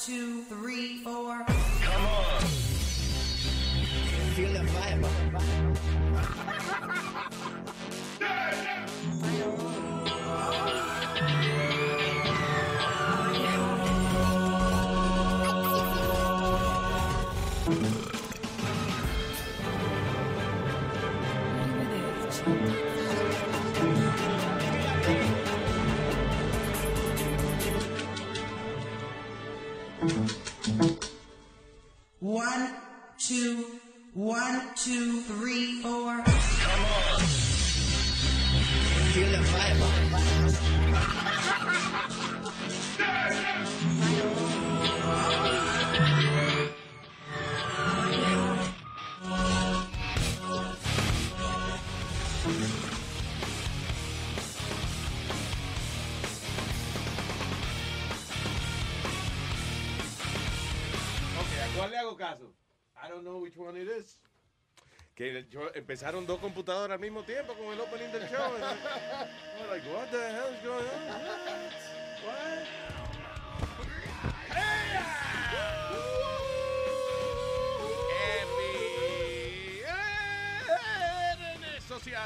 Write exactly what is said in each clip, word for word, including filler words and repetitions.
two, three, four. Come on. Feel the vibe. One, two, one, two, three, four. Come on. Feel the vibe. ¿Cuál le hago caso? I don't know which one it is. Que yo, empezaron dos computadoras al mismo tiempo con el opening del show. And I, I'm like, what the hell is going on? What? Hey, social.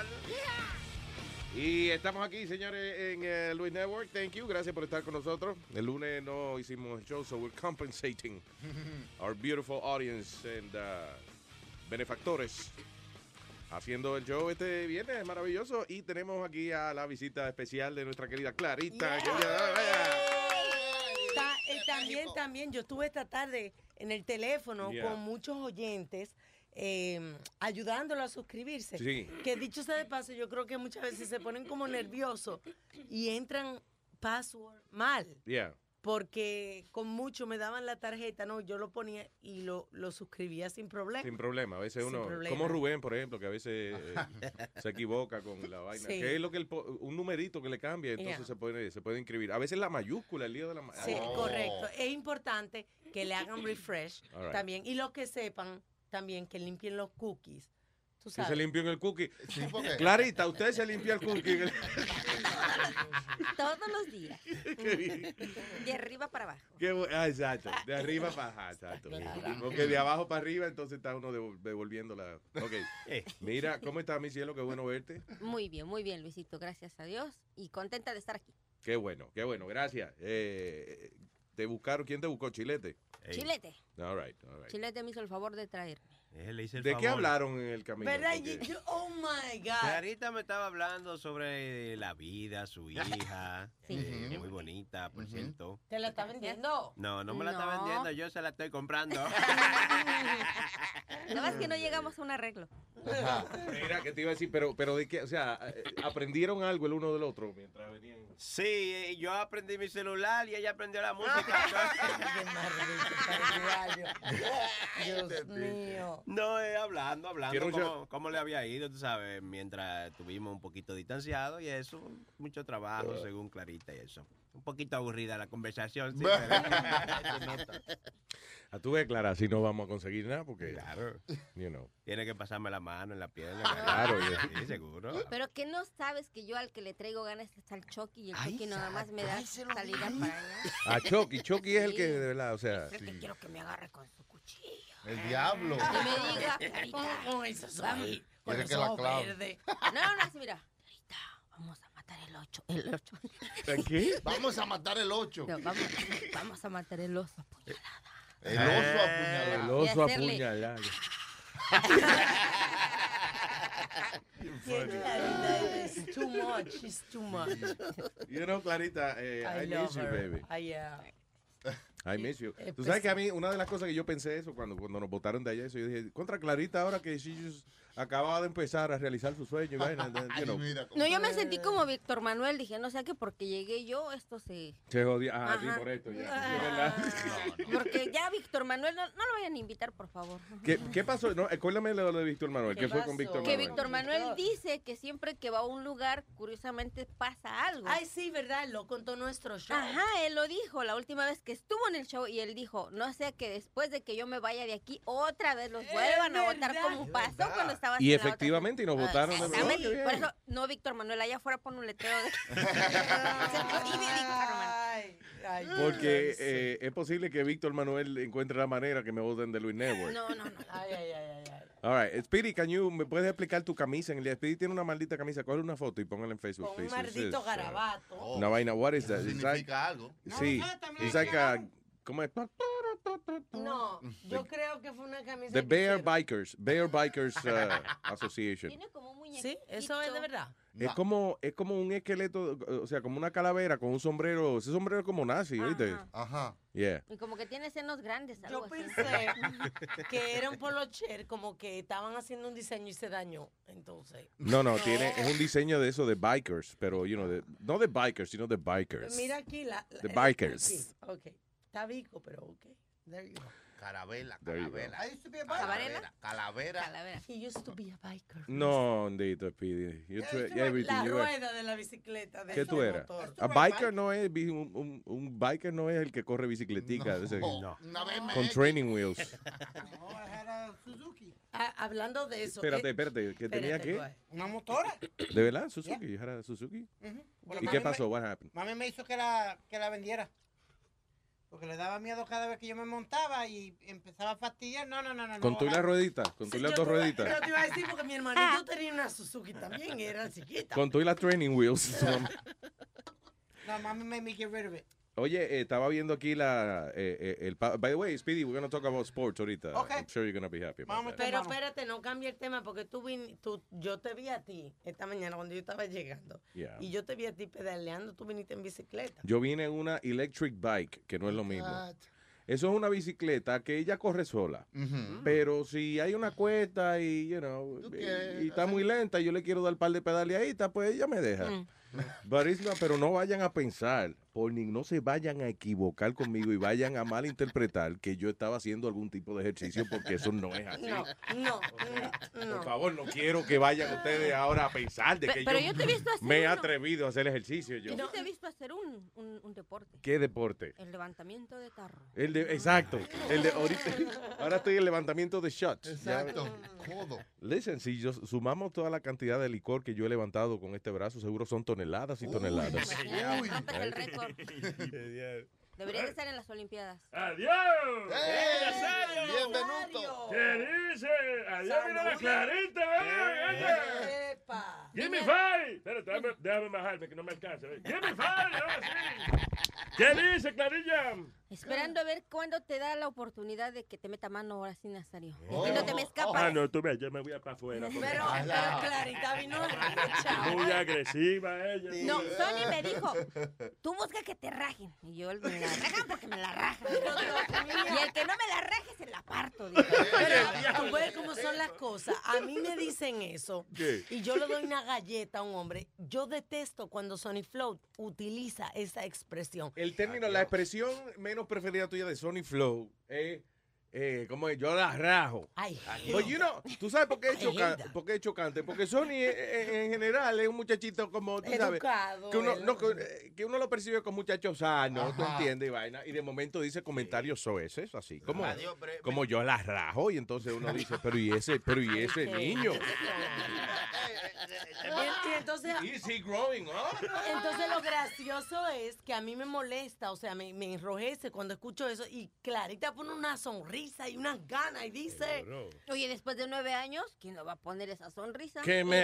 Y estamos aquí, señores, en eh, Luis Network. Thank you. Gracias por estar con nosotros. El lunes no hicimos el show, so we're compensating our beautiful audience and uh, benefactores haciendo el show este viernes maravilloso. Y tenemos aquí a la visita especial de nuestra querida Clarita. Yeah. Que ya, vaya. Ta- eh, también, también, yo estuve esta tarde en el teléfono Yeah. con muchos oyentes. Eh, ayudándolo a suscribirse. Sí. Que dicho sea de paso, yo creo que muchas veces se ponen como nerviosos y entran password mal. Yeah. Porque con mucho me daban la tarjeta, no, yo lo ponía y lo, lo suscribía sin problema. Sin problema. A veces Sin uno, problema. como Rubén, por ejemplo, que a veces eh, se equivoca con la vaina. Sí. Que es lo que el, po- un numerito que le cambia, entonces Yeah. se puede se puede inscribir. A veces la mayúscula, el lío de la ma- Sí, Oh. correcto. Es importante que le hagan refresh All right. también. Y lo que sepan también que limpien los cookies. Tú Que sabes. se limpió en el cookie. Sí, porque- Clarita, usted se limpia el cookie. en el- Todos los días. Qué bien. De arriba para abajo. Qué bu- ah, exacto. De arriba para abajo. Exacto. Porque de abajo para arriba, entonces está uno devol- devolviendo la. Ok. Mira, ¿cómo está mi cielo? Qué bueno verte. Muy bien, muy bien, Luisito. Gracias a Dios. Y contenta de estar aquí. Qué bueno, qué bueno. Gracias. Eh, ¿Te buscaron? ¿Quién te buscó? Chilete. Chilete. All right, all right. Chilete me hizo el favor de traerme. Él le hice el ¿De qué favor. hablaron en el camino? ¿Verdad? Porque- Yo- yo- oh my God. Clarita me estaba hablando sobre la vida, su hija. Sí. eh, muy bonita, por cierto. ¿Te la está vendiendo? No, no me la está No. vendiendo, yo se la estoy comprando. Nada más que no llegamos a un arreglo. Mira, que te iba a decir, pero, pero de qué, o sea, eh, aprendieron algo el uno del otro mientras venían. Sí, eh, yo aprendí mi celular y ella aprendió la música. Dios mío. No, eh, hablando, hablando, Quiero cómo, cómo le había ido, tú sabes, mientras estuvimos un poquito distanciados y eso, mucho trabajo, según Clarita y eso. Un poquito aburrida la conversación, sí, pero- A tu vez, Clara, así no vamos a conseguir nada porque, Claro, you know. tiene que pasarme la mano en la pierna. Claro, sí, seguro. Pero que no sabes que yo al que le traigo ganas es al Chucky y el Ay, Chucky nada más me da ay, se lo salida dije. para allá. A Chucky, Chucky es el Sí. que, de verdad, o sea. Es el que quiero que me agarre con su cuchillo. El diablo. Y me diga, Clarita, Con esos ojos, con Quiere los que la ojos clave. verdes. no, no, así mira. Clarita, vamos a matar el ocho. El ocho. ¿Qué? Vamos a matar el ocho. No, vamos, vamos a matar el oso. Apuñalada. El oso El apuñalado. oso Y hacerle- apuñalado. Qué clarita, it's too much, it's too much. You know, Clarita, eh, I, I love miss you, her. baby. I, uh, I miss you. Eh, Tú pues- sabes que a mí, una de las cosas que yo pensé eso, cuando, cuando nos votaron de allá, eso, yo dije, contra Clarita, ahora que she just acababa de empezar a realizar su sueño, y vaina, you Ay, know, mira cómo- No, yo me sentí como Víctor Manuel. Dije, no sé que porque llegué yo, esto se... se jodía. Ah, sí, Ajá. por esto, ya. Ah. Sí, es verdad. Porque ya Víctor Manuel, no, no lo vayan a invitar, por favor. ¿Qué, ¿Qué pasó? No, acuérdame lo de Víctor Manuel. ¿Qué ¿Qué fue con pasó? Víctor Que Manuel? Víctor Manuel dice que siempre que va a un lugar, curiosamente pasa algo. Ay, sí, ¿verdad? Lo contó nuestro show. Ajá, él lo dijo la última vez que estuvo en el show y él dijo, no sea que después de que yo me vaya de aquí, otra vez los Es vuelvan a votar verdad. como pasó verdad. cuando estaba Y en la otra- efectivamente, y nos votaron de verdad. Exactamente. Qué bien. Por eso, no Víctor Manuel, allá afuera pone un letrero de... Se prohíbe Víctor Manuel. Ay, ay, Porque Dios. eh, es posible que Víctor Manuel encuentre la manera que me voten de Luis Network. No, no, no. Ay, ay, ay, ay, ay. All right. Speedy, can you, ¿me puedes explicar tu camisa? En el día Speedy tiene una maldita camisa. Coge una foto y póngala en Facebook. Con un please. This maldito is, uh, garabato. Oh, Una vaina. What is that? It's like, significa algo. sí. No, no, también It's like a, claro. ¿cómo es? No, yo creo que fue una camisa. The que Bear hicieron. Bikers. Bear Bikers uh, Association. Tiene como un muñequito. Sí, eso es de verdad. Es como, es como un esqueleto, o sea, como una calavera con un sombrero. Ese sombrero es como nazi, ¿oíste? Ajá. Ajá. Yeah. Y como que tiene senos grandes, algo Yo así. pensé que era un polocher, como que estaban haciendo un diseño y se dañó. Entonces. No, no, tiene, es un diseño de eso de bikers, pero, you know, de, no de bikers, sino de bikers. Mira aquí la. la- The el- bikers. aquí. Ok. Está bico, pero ok. There you go. Carabela, There you go. calavera. I used to be a biker. ¿Calavera? Calavera. Calavera. He used to be a biker. No, Ndito, Speedy. You Yeah, try esto es everything la you are. rueda de la bicicleta. De ¿Qué ese tú eras? motor. A biker no es, bi- un, un, un biker no es el que corre bicicletica. ese- No. Una B M X. con training wheels. No, I had a Suzuki. Ah, hablando de eso. Espérate, eh, espérate, ¿qué tenía espérate, que? güey. Una motora. ¿De verdad? ¿Suzuki? You had a Suzuki? Ujú. Bueno, ¿Y mami qué me- pasó? What happened? Mami me hizo que la, que la vendiera. Porque le daba miedo cada vez que yo me montaba y empezaba a fastidiar. No, no, no, no. ¿Con no, tú y las rueditas? ¿Con tú Sí, y las yo dos te iba- rueditas? Yo te iba a decir porque mi hermanito tenía una Suzuki también, era chiquita. Con tú y las training wheels. Su mamá- No, mami made me get rid of it. Oye, eh, estaba viendo aquí la eh, eh, el pa- by the way, Speedy, we're going to talk about sports ahorita. Okay. I'm sure you're going to be happy about Vamos, that. Pero Hermano. espérate, no cambie el tema porque tú, vin, tú yo te vi a ti esta mañana cuando yo estaba llegando. Yeah. Y yo te vi a ti pedaleando, tú viniste en bicicleta. Yo vine en una electric bike, que no es lo mismo. Ah, Eso es una bicicleta que ella corre sola. ujú. Pero si hay una cuesta y, you know, ¿Tú y, qué? y está muy lenta y yo le quiero dar un par de pedaleaditas, pues ella me deja. Mm. But it's not- pero no vayan a pensar, por ni no se vayan a equivocar conmigo y vayan a malinterpretar que yo estaba haciendo algún tipo de ejercicio porque eso no es así. No, no, mm, no. Por favor, no quiero que vayan ustedes ahora a pensar de Pe- que pero yo, yo te he visto hacer me he uno. atrevido a hacer ejercicio yo. Yo te he visto hacer un, un, un deporte. ¿Qué deporte? El levantamiento de tarro. El de, exacto. El de ahorita, ahora estoy en levantamiento de shots. Exacto. Codo. Listen, si yo sumamos toda la cantidad de licor que yo he levantado con este brazo, seguro son toneladas y toneladas. Imagínate, Uy. rompes el récord. Debería de estar en las Olimpiadas. ¡Adiós! ¡Eh! ¡Bienvenuto! ¿Qué dice? ¡Adiós, mira la Clarita! ¡Oye! ¡Epa! ¡Give me five! Espérate, déjame, déjame bajarme que no me alcanza. ¿eh? ¡Give me five! ahora sí! ¿Qué dice, Clarilla? Esperando a ver cuándo te da la oportunidad de que te meta mano ahora sí, Nazario. De Oh. que no te me escapas. Ah, no, tú ves, yo me voy a para afuera. porque Pero, pero Clarita vino recha. Muy agresiva ella. No, Sony me dijo, tú busca que te rajen. Y yo me la rajan porque me la rajan. Y el que no me la raje se la parto. Digo. Pero tú ves cómo son las cosas. A mí me dicen eso ¿Qué? y yo le doy una galleta a un hombre. Yo detesto cuando Sonny Flow utiliza esa expresión. El término, la expresión menos preferida tuya de Sony Flow es, eh, como es, yo la rajo. Ay, But you know, ¿tú sabes por qué es, I choca- hate that. por qué es chocante? Porque Sony eh, eh, en general es un muchachito como, tú sabes, educado. que uno, él. no, que, eh, que uno lo percibe como muchacho sano, tú Ajá. entiendes, y vaina, y de momento dice comentarios soeces, así, como, Adiós, bre- como yo la rajo, y entonces uno dice, pero y ese, pero y ese Qué- niño, Y, y entonces, is he growing up? entonces lo gracioso es que a mí me molesta, o sea, me, me enrojece cuando escucho eso y Clarita pone una sonrisa y unas ganas y dice, Oye, después de nueve años, ¿quién lo va a poner esa sonrisa? Que me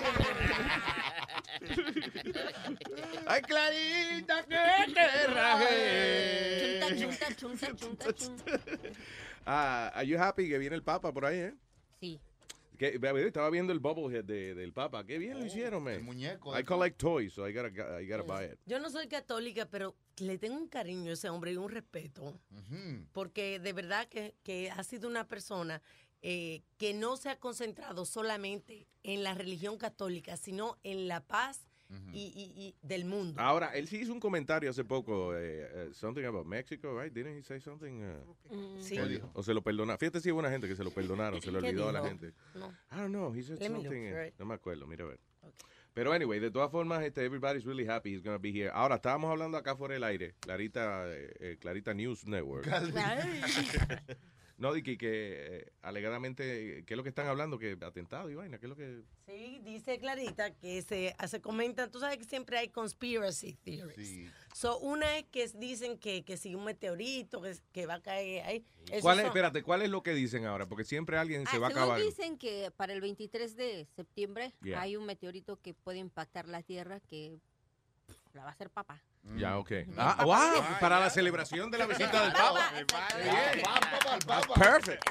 Ay, Clarita, que te rajé. Chunta, chunta, chunta, chunta, chunta. Ah, are you happy que viene el Papa por ahí, eh? Sí. Que, a ver, estaba viendo el bobblehead de, del Papa. Qué bien lo hicieron, El man. muñeco. I collect toys, so I gotta, I gotta buy it. yo no soy católica, pero le tengo un cariño a ese hombre y un respeto, Ujú. porque de verdad que, que ha sido una persona eh, que no se ha concentrado solamente en la religión católica, sino en la paz Ujú. y, y- y del mundo. Ahora, él sí hizo un comentario hace poco, eh, eh, something about Mexico, right? Didn't he say something? uh, Mm. Sí. ¿Qué dijo? o se lo perdona. Fíjate si hay buena gente que se lo perdonaron, se lo ¿Qué olvidó a la dijo? gente. No. I don't know, he said Let me look something. for it. No me acuerdo, mira a ver. Okay. Pero anyway, de todas formas, este, everybody's really happy he's gonna be here. Ahora, estábamos hablando acá fuera del aire, Clarita, eh, eh, Clarita News Network. Ay. No, Dicky, que eh, alegadamente, ¿qué es lo que están hablando? Que atentado y vaina, ¿qué es lo que...? Sí, dice Clarita que se, se comentan, tú sabes que siempre hay conspiracy theories. Sí. So, una es que dicen que, que si un meteorito que, que va a caer ahí. Esos ¿Cuál es, son- espérate, ¿cuál es lo que dicen ahora? Porque siempre alguien se Ah, va a según acabar. dicen que para el veintitrés de septiembre Yeah. hay un meteorito que puede impactar la Tierra que pff, la va a hacer papá. Ya, ok. Mm. Ah, wow, para la celebración de la visita del Papa. Exactamente. Papa pa'l papa. Perfect.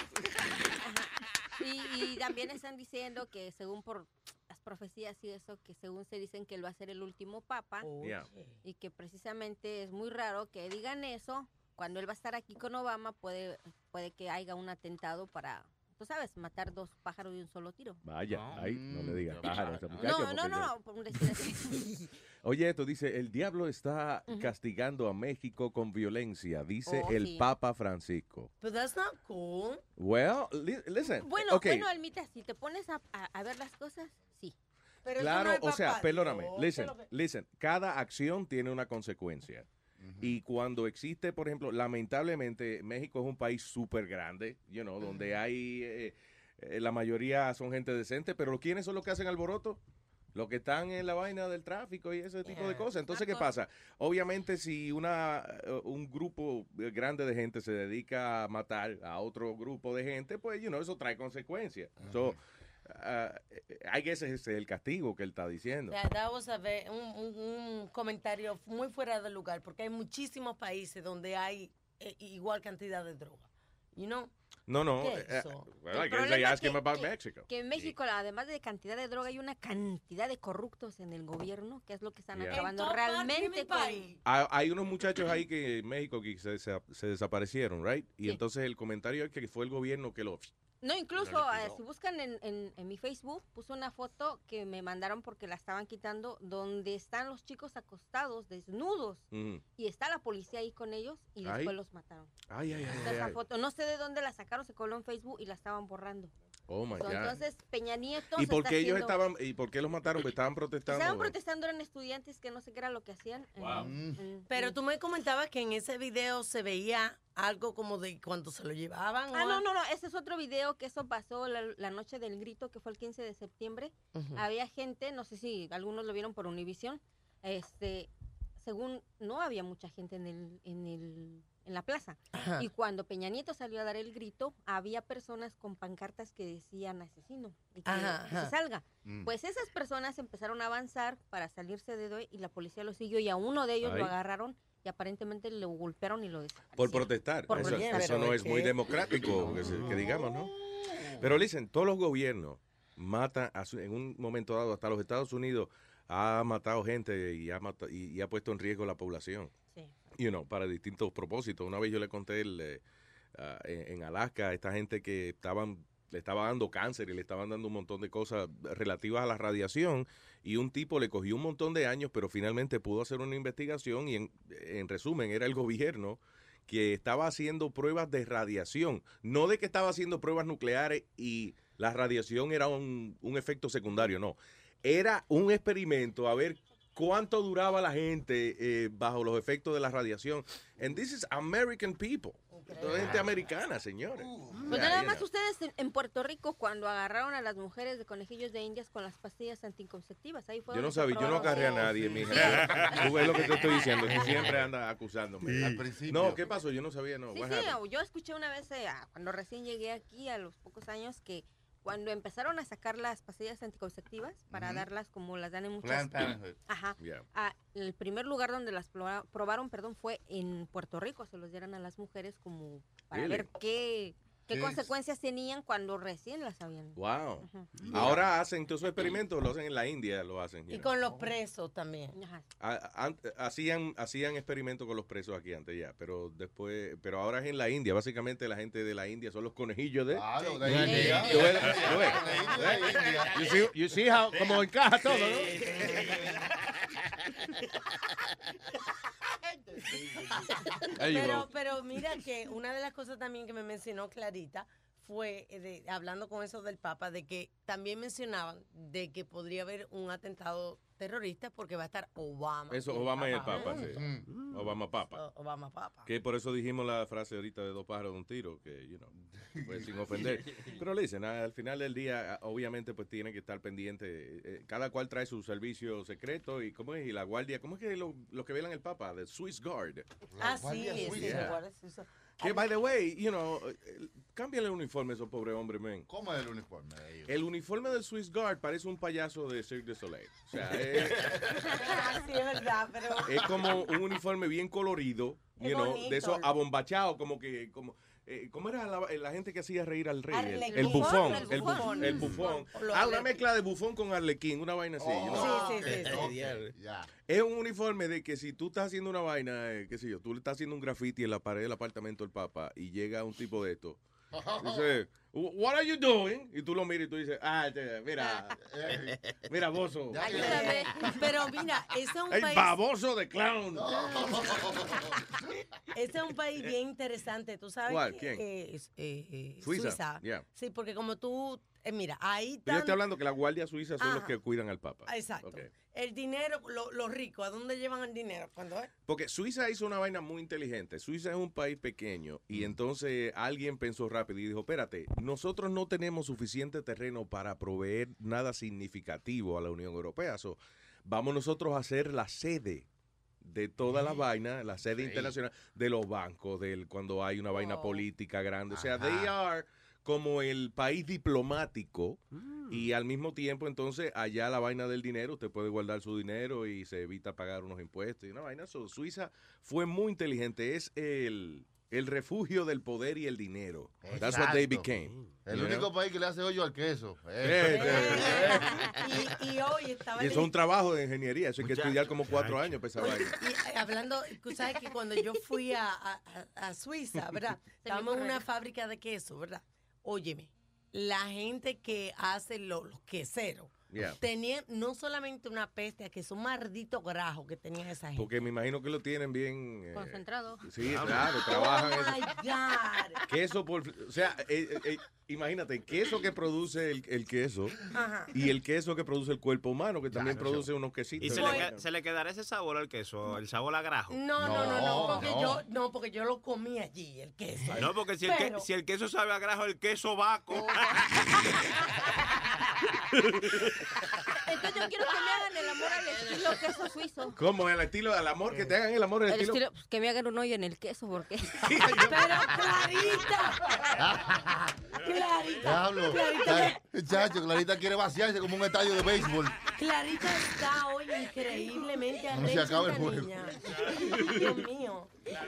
Y, y también están diciendo que según por las profecías y eso, que según se dicen que él va a ser el último papa Oye. Yeah. y que precisamente es muy raro que digan eso. Cuando él va a estar aquí con Obama, puede, puede que haya un atentado para, tú sabes, matar dos pájaros de un solo tiro. Vaya, No. ahí no le digas Mm. pájaro a ese muchacho. No, no, porque no, ya- no, por un decir así. Oye, esto dice, el diablo está Ujú. castigando a México con violencia, dice Oh, el sí. Papa Francisco. But that's not cool. Well, li- listen. Bueno, okay. bueno, Almita, si te pones a, a- a ver las cosas, sí. Pero eso Claro, no es o sea, papá perdóname, Dios, listen, que lo que- listen, cada acción tiene una consecuencia. Y cuando existe, por ejemplo, lamentablemente, México es un país súper grande, you know, donde hay, eh, eh, la mayoría son gente decente, pero ¿quiénes son los que hacen alboroto? Los que están en la vaina del tráfico y ese tipo de Yeah. cosas. Entonces, ¿qué Una cosa- pasa? Obviamente, si una eh, un grupo grande de gente se dedica a matar a otro grupo de gente, pues, you know, eso trae consecuencias. So, uh, I guess ese es el castigo que él está diciendo. That, that was a ve- un, un- un comentario muy fuera de lugar, porque hay muchísimos países donde hay eh, igual cantidad de droga. You know? No, no. ¿Qué eh, es eso? well, El I guess they problema ask que- him about que- Mexico. Que en México, además de cantidad de droga, hay una cantidad de corruptos en el gobierno, que es lo que están Yeah. acabando En todas partes de realmente mi con... país. Hay, hay unos muchachos ahí que en México que se, desa- se desaparecieron, right? Y Sí. entonces el comentario es que fue el gobierno que lo... No, incluso No le eh, quitó. si buscan en, en- en mi Facebook, puse una foto que me mandaron porque la estaban quitando, donde están los chicos acostados, desnudos, Ujú. y está la policía ahí con ellos, y Ay. después los mataron. Ay, ay, ay, Está ay, esa ay. foto. No sé de dónde la sacaron, se coló en Facebook y la estaban borrando. Oh, my So, God. entonces, Peña Nieto ¿Y se por está qué ellos haciendo- estaban, y por qué los mataron? Pues estaban protestando. Estaban protestando, eran estudiantes que no sé qué era lo que hacían. en- Wow. en- Pero en- tú me comentabas que en ese video se veía algo como de cuando se lo llevaban. Ah, o no, algo. no, no, ese es otro video que eso pasó la, la noche del grito, que fue el quince de septiembre. Ujú. Había gente, no sé si algunos lo vieron por Univision, este, según no había mucha gente en el, en el, en la plaza. Ajá. Y cuando Peña Nieto salió a dar el grito, había personas con pancartas que decían asesino y que, Ajá, que se ajá. salga. Mm. Pues esas personas empezaron a avanzar para salirse de ahí y la policía lo siguió y a uno de ellos Ay. lo agarraron y aparentemente lo golpearon y lo desaparecieron. Por protestar. Por eso protestar. eso Pero no es es muy que- democrático, que, se- que digamos, ¿no? Pero listen, todos los gobiernos matan, a su- en un momento dado, hasta los Estados Unidos ha matado gente y ha, mata- y, y ha puesto en riesgo la población. Sí. You know, para distintos propósitos. Una vez yo le conté el, eh, ah, en, en Alaska a esta gente que estaban le estaba dando cáncer y le estaban dando un montón de cosas relativas a la radiación y un tipo le cogió un montón de años, pero finalmente pudo hacer una investigación y en, en resumen era el gobierno que estaba haciendo pruebas de radiación, no de que estaba haciendo pruebas nucleares y la radiación era un, un efecto secundario, no. Era un experimento a ver cuánto duraba la gente eh, bajo los efectos de la radiación. And this is American people. Esto es gente americana, señores. Pues Ya, nada you más know. ustedes en, en Puerto Rico cuando agarraron a las mujeres de conejillos de indias con las pastillas anticonceptivas. Ahí fue Yo no donde se sabía, yo no probaron. agarré a nadie, mija. Tú ves lo que te estoy diciendo, tú siempre andas acusándome. Al principio. No, ¿qué pasó? Yo no sabía, no. Sí, What sí, happened? yo escuché una vez, eh, ah, cuando recién llegué aquí, a los pocos años, que cuando empezaron a sacar las pastillas anticonceptivas para Ujú. darlas como las dan en muchas... Planned Parenthood. Ajá. Yeah. Ah, el primer lugar donde las proba- probaron, perdón, fue en Puerto Rico. Se los dieron a las mujeres como para Really? ver qué, qué Sí. consecuencias tenían cuando recién las habían. Wow. Ujú. Ahora hacen todos esos experimentos, lo hacen en la India, lo hacen. you Y know. con los presos también. Ajá. A- an- hacían hacían experimentos con los presos aquí antes ya, pero después, pero ahora es en la India. Básicamente la gente de la India son los conejillos de. Claro, de Sí. India. Tú ves, tú ves. De India, de India. You see, you see how, como encaja todo, ¿no? There you Pero, go. pero mira que una de las cosas también que me mencionó Clarita fue, eh, de, hablando con eso del Papa, de que también mencionaban de que podría haber un atentado terrorista porque va a estar Obama. Eso, Obama y el Papa, sí. Mm. Obama Papa. O- Obama Papa. Que por eso dijimos la frase ahorita de dos pájaros de un tiro, que, you know. pues sin ofender. Pero le dicen, al final del día, obviamente, pues tienen que estar pendientes. Eh, cada cual trae su servicio secreto y cómo es, y la guardia, ¿cómo es que lo, lo que velan el Papa? The Swiss Guard. Ah, sí, guardia ese suiza. es el Yeah. guardia suizo. Que, by the way, you know, eh, cámbiale el uniforme a esos pobres hombres, men. ¿Cómo es el uniforme de ellos? El uniforme del Swiss Guard parece un payaso de Cirque du Soleil. O sea, es, Ah, sí, es verdad, pero... es como un uniforme bien colorido, Es you know, bonito. de esos abombachados, como que, como, eh, ¿cómo era la, la gente que hacía reír al rey? El, Arlequín. el bufón, El el bufón. bufón, el bufón. O lo Ah, una arlequín. mezcla de bufón con arlequín, una vaina así. you know. Oh, Sí, sí, ok, sí, ok, sí. ya. Es un uniforme de que si tú estás haciendo una vaina, eh, qué sé yo, tú le estás haciendo un graffiti en la pared del apartamento del Papa y llega un tipo de esto. Dice, what are you doing? Y tú lo miras y tú dices, ah, este, mira, mira, bozo. Ya, Ayúdame. Pero mira, ese es un El país... baboso de clown. Este es un país bien interesante, ¿tú sabes? ¿Cuál? que, ¿Quién? eh, es- eh, eh, Suiza, Suiza. yeah. Sí, porque como tú, eh, mira, ahí Pero yo están... estoy hablando que la guardia suiza son los Ajá. que cuidan al Papa. Exacto. Ok. El dinero, lo- los ricos, ¿a dónde llevan el dinero? Cuando es? Porque Suiza hizo una vaina muy inteligente. Suiza es un país pequeño Mm. y entonces alguien pensó rápido y dijo, espérate, nosotros no tenemos suficiente terreno para proveer nada significativo a la Unión Europea. So, vamos nosotros a ser la sede de toda la vaina, la sede Sí. internacional de los bancos, del cuando hay una vaina Wow. política grande. O sea, Ajá. they are como el país diplomático y al mismo tiempo entonces allá la vaina del dinero, usted puede guardar su dinero y se evita pagar unos impuestos y una vaina. So, Suiza fue muy inteligente, es el, el refugio del poder y el dinero. That's what they Exacto. became. El you único know? país que le hace hoyo al queso. Eh, eh, y, y hoy estaba... Y eso es un trabajo de ingeniería, eso hay que Muchacho, estudiar como cuatro años para esa Oye, vaina. y, eh, hablando, tú sabes que cuando yo fui a, a- a- a Suiza, ¿verdad? Estábamos en una correcto. fábrica de queso, ¿verdad? Óyeme, la gente que hace lo- los queseros Yeah. tenían no solamente una peste, a que son malditos grajos que tenían esa gente. Porque me imagino que lo tienen bien... eh, Concentrado. Sí, claro, trabajan Oh eso. my God. Queso por... O sea, eh, eh, eh, imagínate, queso que produce el, el queso Ajá. y el queso que produce el cuerpo humano, que también Claro, produce unos quesitos. Y se, Pues- le, que- se le quedará ese sabor al queso, el sabor a grajo. No, no, no, no, No, porque no. yo no, porque yo lo comí allí, el queso. No, porque si el, que- Pero- si el queso sabe a grajo, el queso vaco. Entonces yo quiero que me hagan el amor al estilo queso suizo. ¿Cómo? El estilo del amor, que te hagan el amor, el, El estilo... estilo, pues, que me hagan un hoyo en el queso, porque Pero Clarita, Clarita, Diablo. Clarita, Ay, Chacho, Clarita quiere vaciarse como un estadio de béisbol. Clarita está hoy increíblemente No se arrecha acaba el esta juego. niña. Dios mío.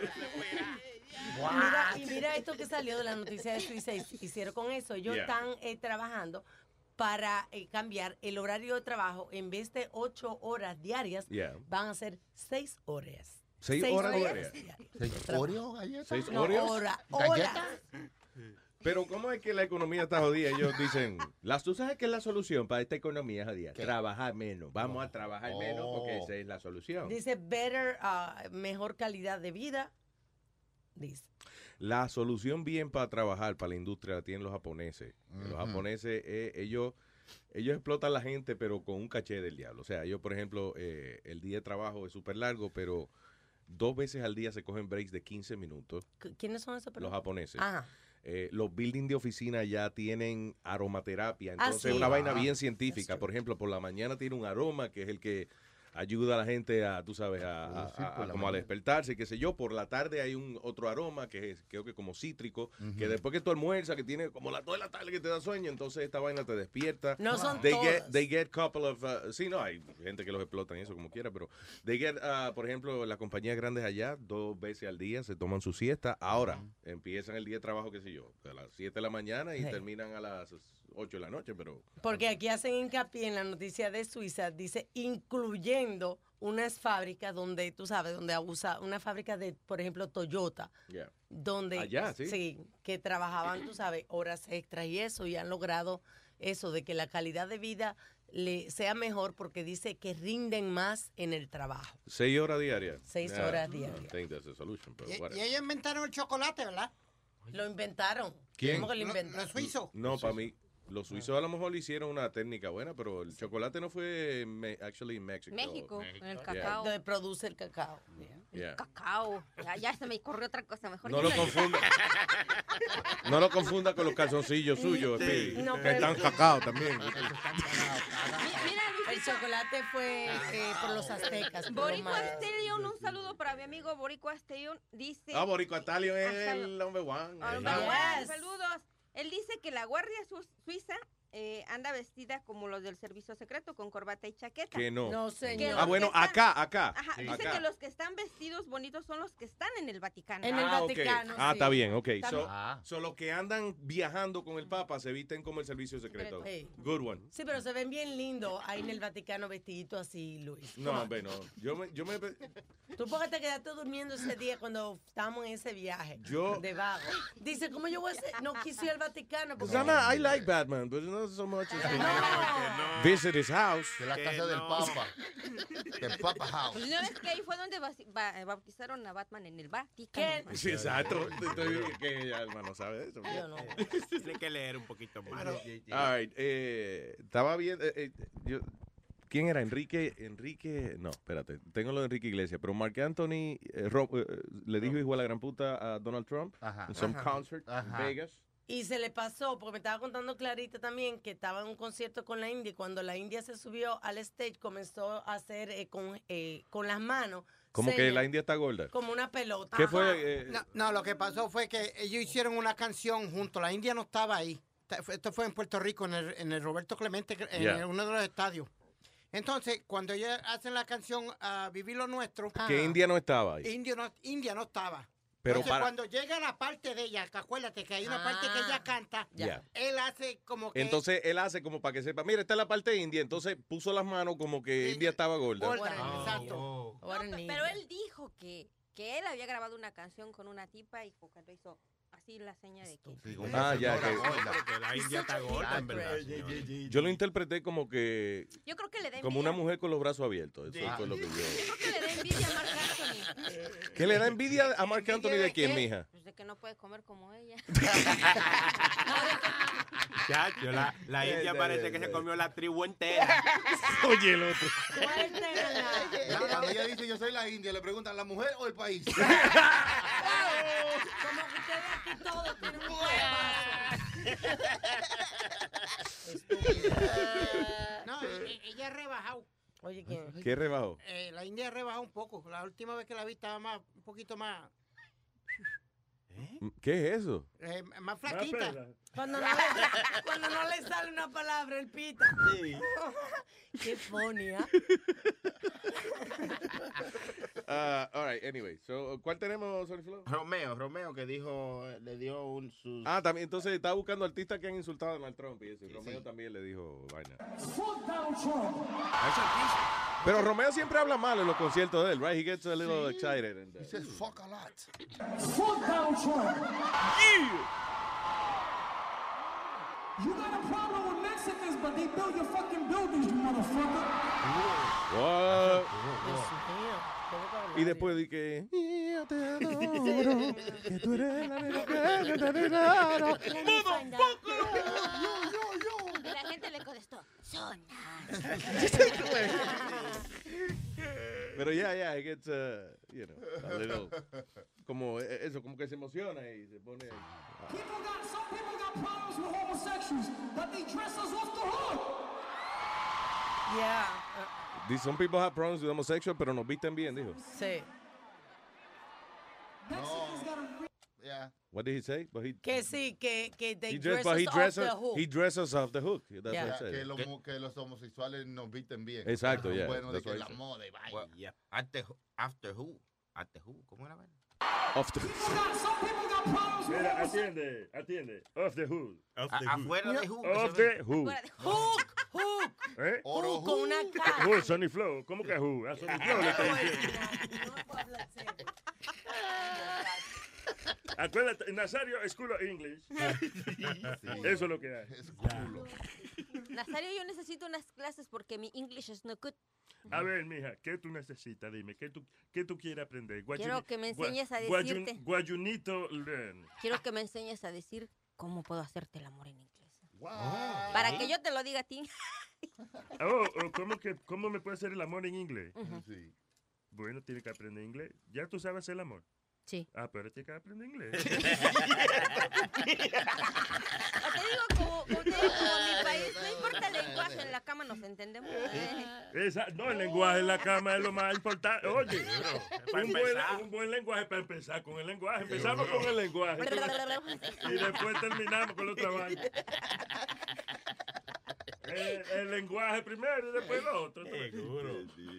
Mira, y mira esto que salió de la noticia de Suiza, hicieron con eso. Ellos Yeah. están eh, trabajando para eh, cambiar el horario de trabajo. En vez de ocho horas diarias, Yeah. van a ser seis horas. ¿Seis horas diarias? diarias. ¿Seis Oreo, galletas? ¿Seis No, Oreos? hora, ¿Galletas? horas. Pero ¿cómo es que la economía está jodida? Ellos dicen, las, ¿tú sabes qué es la solución para esta economía jodida? ¿Qué? Trabajar menos. Vamos a trabajar menos porque Oh. esa es la solución. Dice better, ah, mejor calidad de vida. Dice. La solución bien para trabajar para la industria la tienen los japoneses. Los Ujú. japoneses, eh, ellos, ellos explotan a la gente, pero con un caché del diablo. O sea, ellos, por ejemplo, eh, el día de trabajo es súper largo, pero dos veces al día se cogen breaks de quince minutos. ¿Qui- ¿Quiénes son esos? Los perdón? japoneses. Ajá. Eh, los buildings de oficina ya tienen aromaterapia. Ah, Entonces, sí. una vaina Ah, bien that's científica. true. Por ejemplo, por la mañana tiene un aroma que es el que ayuda a la gente a, tú sabes, a, a- Sí, a- por a la como a mañana. despertarse, qué sé yo. Por la tarde hay un otro aroma que es, creo que como cítrico, Ujú. que después que tú almuerzas, que tiene como la toda la tarde que te da sueño, entonces esta vaina te despierta. No son They todas. get, they get couple of, uh, sí, no, hay gente que los explotan y eso como quiera, pero they get, uh, por ejemplo, las compañías grandes allá, dos veces al día se toman su siesta. Ahora, empiezan el día de trabajo, qué sé yo, a las siete de la mañana y Sí. terminan a las ocho de la noche, pero... Porque aquí hacen hincapié en la noticia de Suiza, dice, incluyendo unas fábricas donde, tú sabes, donde abusa, una fábrica de, por ejemplo, Toyota, Yeah. donde Allá, sí. que trabajaban, tú sabes, horas extras y eso, y han logrado eso, de que la calidad de vida le sea mejor porque dice que rinden más en el trabajo. Seis horas diarias. Seis Yeah, horas I diarias. think that's the solution, but Y, y whatever. ellos inventaron el chocolate, ¿verdad? Lo inventaron. ¿Quién? ¿Cómo que lo Lo- inventaron? Los suizos. No, para mí, los suizos a lo mejor le hicieron una técnica buena, pero el chocolate no fue me- actually en México. México, en el Yeah. cacao. Donde produce el cacao. Yeah. Cacao. Ya, ya se me corrió otra cosa. Mejor No yo lo confunda. No lo confunda con los calzoncillos suyos, Speedy, No, que pero- están cacao también. Mi- Mira, El Luisito, chocolate fue eh, por los aztecas. por los Boricua mayas. Stallion, un saludo para mi amigo Boricua Stallion. Dice... Ah, Boricua Stallion es Hasta- el number one. Ah, Eh, number Yes. one, saludos. Él dice que la Guardia Su- Suiza eh, anda vestida como los del servicio secreto, con corbata y chaqueta. Que no. No, señor. Ah, bueno, que están- acá, acá. Ajá, dice acá. que los que están vestidos bonitos son los que están en el Vaticano. En el Ah, ok. Vaticano, Ah, sí. está bien, ok. Está So, bien. Ah. so los que andan viajando con el Papa se visten como el servicio secreto. Sí. Good one. Sí, pero se ven bien lindos ahí en el Vaticano vestidito así, Luis. No, hombre, no. Yo me, yo me, Tú porque te quedaste durmiendo ese día cuando estábamos en ese viaje Yo- de vago. Dice, ¿cómo yo voy a hacer? No quise ir al Vaticano porque... Because I'm not- I like Batman, but not so much as No. visit his house. De la Que casa del no. Papa. Del Papa House. Pues no es que ahí fue donde basi- ba- bautizaron a Batman en el Vaticano. ¿Qué? Sí, exacto. Estoy- que ya, hermano, ¿sabe eso? Yo no. Tiene que leer un poquito más. All right, eh, estaba viendo. eh, eh, yo- ¿Quién era? Enrique. Enrique. No, espérate. Tengo lo de Enrique Iglesias. Pero Mark Anthony eh, Ro- eh, le dijo hijo a la gran puta a Donald Trump Ajá. en some Ajá. concert Ajá. en Vegas. Y se le pasó, porque me estaba contando Clarita también, que estaba en un concierto con la India y cuando la India se subió al stage comenzó a hacer eh, con, eh, con las manos. Como que señas, la India está gorda. Como una pelota. ¿Qué Ajá. fue? eh, No, no, lo que pasó fue que ellos hicieron una canción juntos. La India no estaba ahí. Ta- fue- Esto fue en Puerto Rico, en el, en el Roberto Clemente, en Yeah. uno de los estadios. Entonces, cuando ellos hacen la canción a Vivir lo Nuestro, que India no estaba ahí. India no, India no estaba. Pero Entonces, para- cuando llega la parte de ella, que acuérdate que hay una parte que ella canta, Ya. Yeah. él hace como que... Entonces él hace como para que sepa, mira, esta es la parte india. Entonces puso las manos como que Sí, India estaba gorda. gorda, Ah, exacto. No, What a pe- need. pero él dijo que, que él había grabado una canción con una tipa y como que lo hizo así la seña de que... Sí, con Ah, una ya, señora que- gorda. Porque la India está gorda, en verdad. señor. Yo lo interpreté como que Yo creo que le da como envidia. una mujer con los brazos abiertos. Eso Sí. fue lo que yo. Yo creo que le da envidia a Marc Anthony. ¿Qué le da envidia a Mark Anthony de quién, mija? Pues de que no puede comer como ella. Chacho, la, la Eh, India eh, parece eh, que eh. se comió la tribu entera. Oye, el otro. Suéltenla. Ya, Cuando ella dice yo soy la India, le preguntan ¿la mujer o el país? Como que ustedes aquí todos tienen un cuerpazo. No, e- e- ella ha rebajado. Oye, ¿quién? ¿Qué rebajo? Eh, la India ha rebajado un poco. La última vez que la vi estaba más, un poquito más, ¿Qué es eso? eh, más Más flaquita. pela. Cuando no, le, cuando no le sale una palabra, el pita. Qué funny, ¿ah? Uh, all right, anyway. So, ¿cuál tenemos, Sony Flow? Romeo, Romeo que dijo, le dio un sus... Ah, también, entonces estaba buscando artistas que han insultado a Donald Trump y eso. Y Romeo también le dijo vaina. Pero Romeo siempre habla mal en los conciertos de él, right? He gets a little excited. And, uh, He says fuck a lot. You got a problem with Mexicans, but they build your fucking buildings, you motherfucker. what? Dios mío. Y después di que yo te adoro, que tú eres la única que te adoro. Y la gente le contestó, son. Pero ya, ya, it gets, uh, you know, a little, como eh, eso, como que se emociona y se pone. People got, some people got problems with homosexuals, but they dress us off the hook. Yeah. These some people have problems with homosexual, pero nos visten bien, dijo. Sí. Mexicans got a Yeah. What did he say? But he, Que sí, que, que they he dress dress, but he us off dresses, the hook. he dresses off the hook. That's Yeah. what Ya, he que, said. los, mu- que los homosexuales nos visten bien. Exacto, Son yeah, buenos de that's que what la he said. moda y vaina. Well, yeah. After, after who? After who? ¿Cómo era? Off the people got, some people got problems with Mira, homosexuals. atiende, atiende. Off the hood. A- afuera de who. Off the hood. Fuera de- Hook, hook, ¿Eh? Oro hook con una K. Hood, Sonny Flow. ¿Cómo que who? A Sonny Flow le está diciendo. No me puedo hablar serio. Acuérdate, Nazario, School of English. Eso es lo que hay. Es culo. Nazario, yo necesito unas clases porque mi English is no good. A ver, mija, ¿qué tú necesitas? Dime, ¿qué tú, qué tú quieres aprender? What Quiero you- que me what- enseñes a what you- decirte. what you need to learn. Quiero que me enseñes a decir cómo puedo hacerte el amor en inglés. Wow. Para que yo te lo diga a ti. Oh, oh, ¿cómo, que, ¿Cómo me puede hacer el amor en inglés? Sí. Bueno, tiene que aprender inglés. ¿Ya tú sabes hacer el amor? Sí. Ah, pero tienes que aprender inglés. O te digo, como, como te digo, como en mi país, no importa el lenguaje, en la cama nos entendemos. Esa, no, el lenguaje en la cama es lo más importante. Oye, Para un buen, empezar. un buen lenguaje para empezar con el lenguaje. Empezamos con el lenguaje. Y después terminamos con los trabajos. El, el lenguaje primero y después lo otro. Seguro.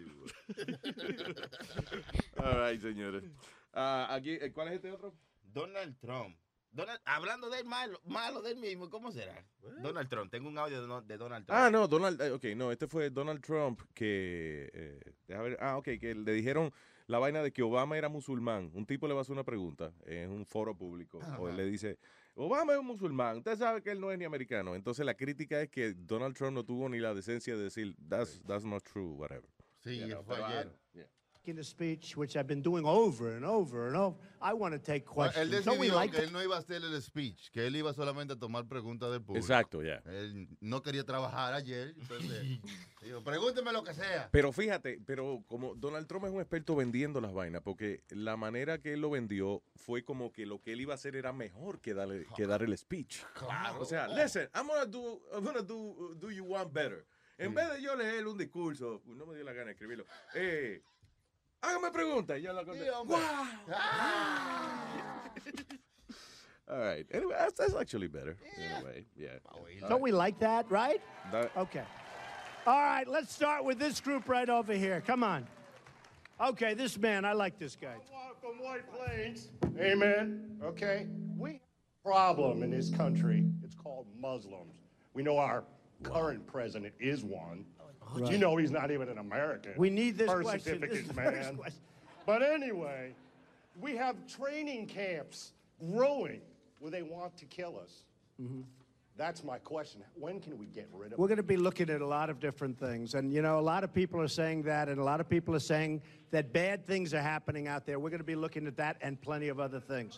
All right, señores. Ah, aquí, eh, ¿cuál es este otro? Donald Trump. Donald, hablando del malo, malo del mismo, ¿cómo será? Donald Trump. Tengo un audio de, Don- de Donald Trump. Ah, no, Donald, eh, ok, no, este fue Donald Trump que, eh, deja ver, ah, ok, que le dijeron la vaina de que Obama era musulmán. Un tipo le va a hacer una pregunta en un foro público, o él le dice, Obama es un musulmán, usted sabe que él no es ni americano. Entonces la crítica es que Donald Trump no tuvo ni la decencia de decir, that's, that's not true, whatever. Sí, You eso know, fue pero, ayer. ah, yeah. In the speech, which I've been doing over and over and over, I want to take Él questions. Don't we decidió like que él no iba a hacer el speech, que él iba solamente a tomar preguntas del público. Exacto, ya. Él no quería trabajar ayer, entonces dijo, pregúnteme lo que sea. Pero fíjate, pero como Donald Trump es un experto vendiendo las vainas, porque la manera que él lo vendió fue como que lo que él iba a hacer era mejor que darle, que dar el speech. Claro. O sea, listen, I'm gonna do, I'm gonna do, uh, do you want better. En vez de yo leer un discurso, no me dio la gana de escribirlo. Eh, hágame preguntas. Y yo la conté. Sí, hombre. Wow. All right. Anyway, that's, that's actually better in a way. Yeah. Don't we like that, right? That- Okay. All right, let's start with this group right over here. Come on. Okay, this man, I like this guy. From White Plains. Amen. Okay. We have a problem in this country. It's called Muslims. We know our current president is one. But you know he's not even an American. We need this Birth question. This is certificates, the first man. question. But anyway, we have training camps growing where they want to kill us. That's my question. When can we get rid of We're them? going to be looking at a lot of different things. And, you know, a lot of people are saying that, and a lot of people are saying that bad things are happening out there. We're going to be looking at that and plenty of other things.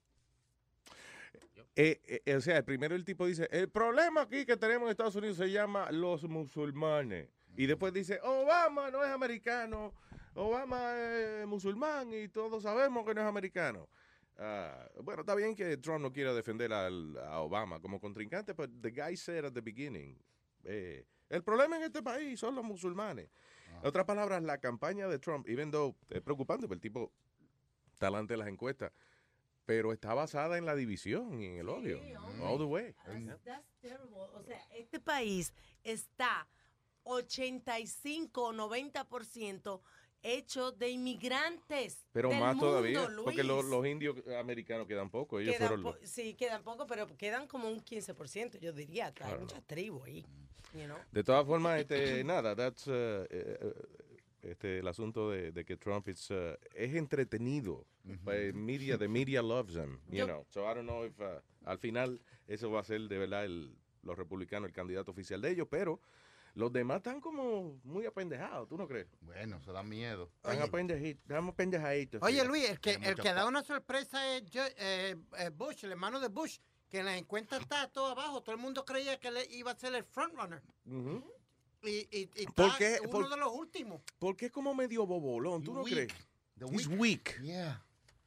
Eh, eh, o sea, primero el tipo dice, el problema aquí que tenemos en Estados Unidos se llama los musulmanes. Y después dice, Obama no es americano, Obama es musulmán y todos sabemos que no es americano. Ah, bueno, está bien que Trump no quiera defender al- a Obama como contrincante, pero the guy said at the beginning, eh, el problema en este país son los musulmanes. En otras palabras, la campaña de Trump, even though es preocupante, porque el tipo está delante de las encuestas, pero está basada en la división y en el odio. All the way. That's, that's terrible. O sea, este país está ochenta y cinco o noventa por ciento hecho de inmigrantes. Pero del más mundo, todavía, Luis. porque los, los indios americanos quedan pocos. Ellos Quedan fueron po- los... sí, quedan poco, pero quedan como un quince por ciento, yo diría. Hay Claro. muchas tribus ahí. You know? De todas formas, este, nada, that's, uh, eh, eh, este, el asunto de, de que Trump is, uh, es entretenido. Pues, media, the media loves him, you Yo- know. So I don't know if uh, al final eso va a ser de verdad el, los republicanos el candidato oficial de ellos, pero los demás están como muy apendejados, ¿tú no crees? Bueno, eso da miedo. Están apendejitos, están apendejaditos. Oye, Luis, el que, Tiene el mucha que da pa- una sorpresa es Jo- eh, eh, Bush, el hermano de Bush, que en las encuestas está todo abajo. Todo el mundo creía que él iba a ser el frontrunner. Ujú. Y, y, y ¿Por está qué? uno Por- de los últimos. Porque es como medio bobolón, ¿tú no Weak. crees? The He's weak. weak. Yeah.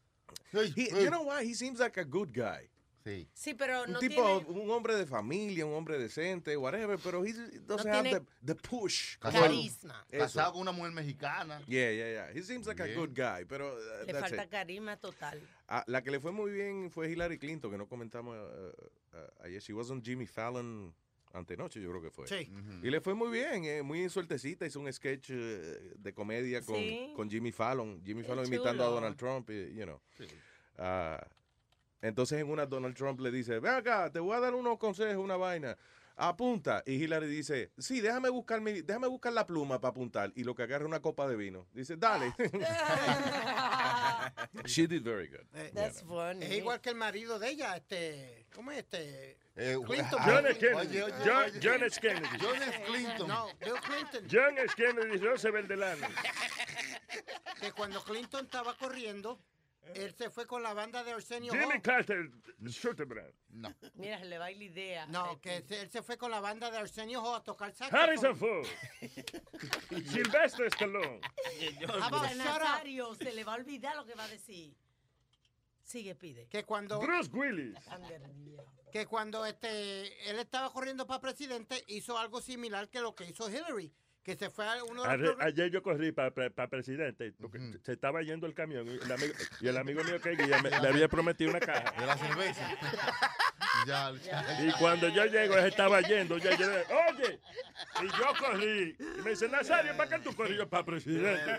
He- Hey, you know why? He seems like a good guy. Sí. Sí, pero Un no tipo, tiene un hombre de familia, un hombre decente, whatever, pero he doesn't No have tiene the, the push. carisma. Eso. Casado con una mujer mexicana. Yeah, yeah, yeah. He seems like a Bien. good guy, pero uh, Le that's falta it. carisma total. Ah, la que le fue muy bien fue Hillary Clinton, que no comentamos uh, uh, ayer. She was on Jimmy Fallon antenoche, yo creo que fue. Sí. Y le fue muy bien, eh, muy sueltecita. Hizo un sketch eh, de comedia con, Sí. con Jimmy Fallon. Jimmy Qué Fallon imitando a chulo. Donald Trump, y, you know. Ah, entonces en una Donald Trump le dice, ve acá, te voy a dar unos consejos, una vaina. Apunta. Y Hillary dice, sí, déjame buscar, mi, déjame buscar la pluma para apuntar. Y lo que agarra es una copa de vino. Dice, dale. She did very good. Eh, That's funny. Es igual que el marido de ella, este, ¿cómo es este? Eh, Clinton. ah, John F. Kennedy. oye, oye, John, oye. John F. Kennedy. John F. Clinton. No, Bill Clinton. John F. Kennedy Roosevelt delano. Que cuando Clinton estaba corriendo, él se fue con la banda de Arsenio Jimmy Hall. Carter, Schultenbrand. No. Mira, se le va a ir la idea. No, que se- él se fue con la banda de Arsenio Hall a tocar saxofón. Harrison Ford. Sylvester Stallone. How about A shut up? Nazario se le va a olvidar lo que va a decir. Sigue, pide. Que cuando, Bruce Willis. que cuando este, él estaba corriendo para presidente, hizo algo similar que lo que hizo Hillary. Que se fue a uno de los Arre- programas- Ayer yo corrí para presidente porque se estaba yendo el camión y el amigo, y el amigo mío que guía me, me había prometido una caja. De la cerveza. ya, ya. Y cuando yo llego, él estaba yendo. Ya llegué, oye, y yo corrí. Y me dice, Nazario, ¿para qué tú corrió para presidente?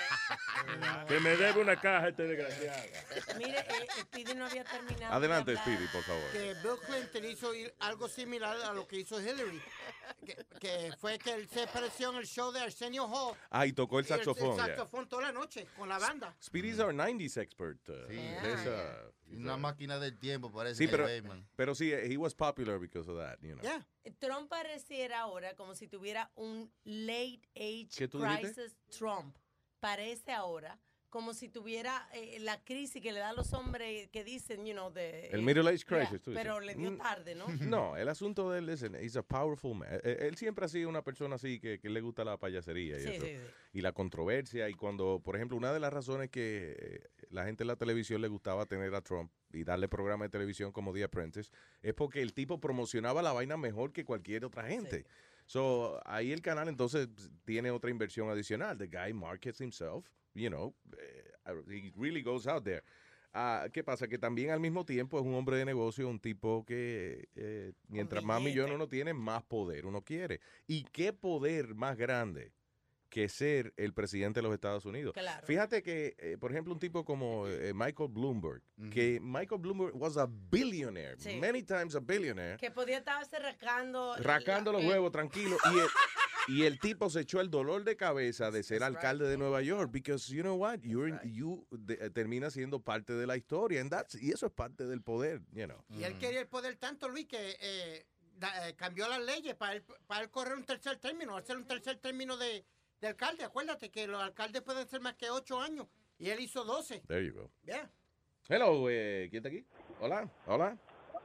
Que me debe una caja este desgraciado. Mire, eh, Speedy no había terminado. Adelante, de hablar. Speedy, por favor. que Bill Clinton hizo ir- algo similar a lo que hizo Hillary. Que, que fue que él se apareció en el show de Arsenio Hall. Ah, y tocó el Y saxofón. El, yeah. saxofón toda la noche con la banda. Speedy's our nineties expert. uh, Sí. there's a- Una máquina del tiempo, parece. Sí, que pero, Bayman. pero sí, he was popular because of that, you know. Yeah. Trump pareciera ahora como si tuviera un late age ¿Qué tú dijiste? crisis. Trump parece ahora como si tuviera eh, la crisis que le da a los hombres que dicen, you know, de... El middle age Yeah, crisis, tú dices. pero le dio Mm. tarde, ¿no? No, el asunto de él es, he's a powerful man. Eh, eh, Él siempre ha sido una persona así que, que le gusta la payasería y Sí, eso. sí, sí. Y la controversia. Y cuando, por ejemplo, una de las razones que eh, la gente en la televisión le gustaba tener a Trump y darle programas de televisión como The Apprentice es porque el tipo promocionaba la vaina mejor que cualquier otra gente. So, ahí el canal entonces tiene otra inversión adicional. The guy markets himself, you know, eh, he really goes out there. Ah, ¿qué pasa? Que también al mismo tiempo es un hombre de negocio, un tipo que eh, mientras más billete. millones uno tiene, más poder uno quiere. ¿Y qué poder más grande que ser el presidente de los Estados Unidos? Claro. Fíjate que, eh, por ejemplo, un tipo como eh, Michael Bloomberg, que Michael Bloomberg was a billionaire, Sí. many times a billionaire, Que podía estarse rascando... racando la- los huevos tranquilo, y el, y el tipo se echó el dolor de cabeza de ser alcalde de Nueva York, because you know what, you're in- you de- eh, termina siendo parte de la historia, and that's- y eso es parte del poder, you know. Y él quería el poder tanto, Luis, que eh, da- eh, cambió las leyes para él, para él correr un tercer término, hacer un tercer término de, de alcalde. Acuérdate que los alcaldes pueden ser más que ocho años. Y él hizo doce. There you go. Yeah. Hello, eh, ¿quién está aquí? Hola, hola.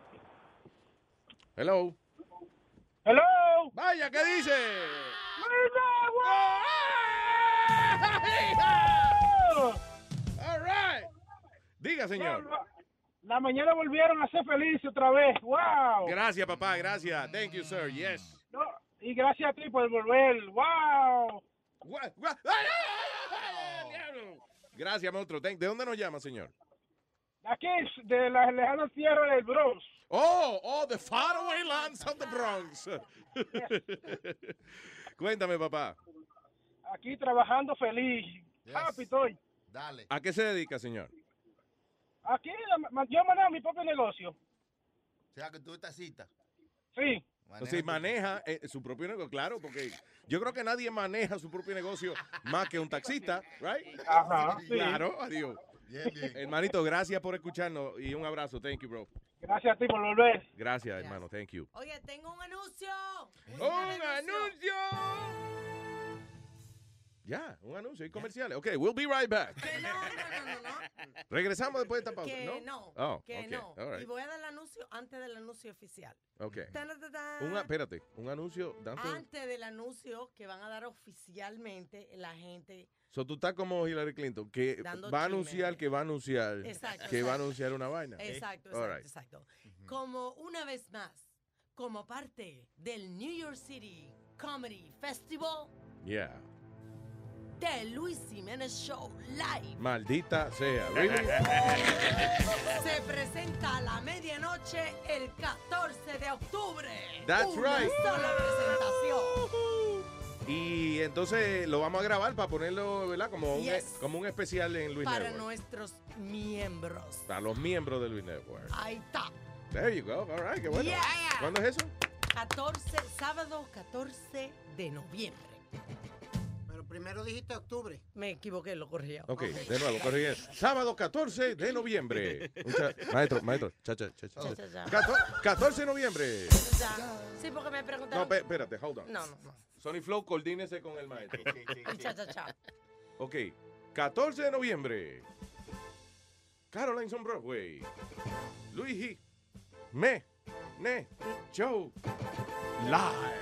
Hello. Hello. Vaya, ¿qué dice? All right. Diga, señor. La mañana volvieron a ser felices otra vez. ¡Wow! Gracias, papá, gracias. Thank you, sir. Yes. No, y gracias a ti por volver. ¡Wow! Gua- gua- ¡Ay, ay, ay, diablo! Gracias, monstruo. Thank- ¿De dónde nos llama, señor? Aquí, de las lejanas tierras del Bronx. Oh, oh, the faraway lands of the Bronx. Cuéntame, papá. Aquí trabajando feliz. Happy estoy. Dale. ¿A qué se dedica, señor? Aquí ma- yo manejo mi propio negocio. O sea, que tú estás cita. Sí. O sea, maneja eh, su propio negocio, claro, porque yo creo que nadie maneja su propio negocio más que un taxista, right? Ajá, sí. Claro, adiós. Hermanito, gracias por escucharnos y un abrazo. Thank you, bro. Gracias a ti por volver. Gracias, hermano. Thank you. Oye, tengo un anuncio. ¡Un anuncio! Ya, un anuncio y comerciales. Ok, we'll be right back. Que no, no, no, no, no. Regresamos después de esta pausa, Que ¿no? no. Oh, que ok, no. all right. Y voy a dar el anuncio antes del anuncio oficial. Ok. Tan, tan, tan. Un, espérate, un anuncio. Dante. Antes del anuncio que van a dar oficialmente la gente. So, tú estás como Hillary Clinton, que Dando va a chisme. anunciar que va a anunciar Exacto, que va a exacto. anunciar una vaina. Exacto, All exacto, right. exacto. Como una vez más, como parte del New York City Comedy Festival Yeah. de Luis Jiménez Show Live. Maldita sea. Really? Se presenta a la medianoche el catorce de octubre. That's Una right. sola presentación. Y entonces lo vamos a grabar para ponerlo, ¿verdad? Como un, Yes. como un especial en Luis Para Network. nuestros miembros. Para los miembros de Luis Network. Ahí está. There you go. All right, qué bueno. Yeah. ¿Cuándo es eso? catorce, sábado catorce de noviembre. Pero primero dijiste octubre. Me equivoqué, lo corría. Ok, de nuevo, corrigiendo. Sábado catorce de noviembre. Un cha- maestro, maestro. Cha, cha, cha, cha. Cha, cha, cha. Cator- catorce de noviembre. Ya. Sí, porque me No, preguntaron. pe- espérate, hold on. No, no, no. Sony Flow, coordínese con el maestro. Y cha, cha, cha. Ok, catorce de noviembre. Caroline's on Broadway. Luigi, me, ne, show, live.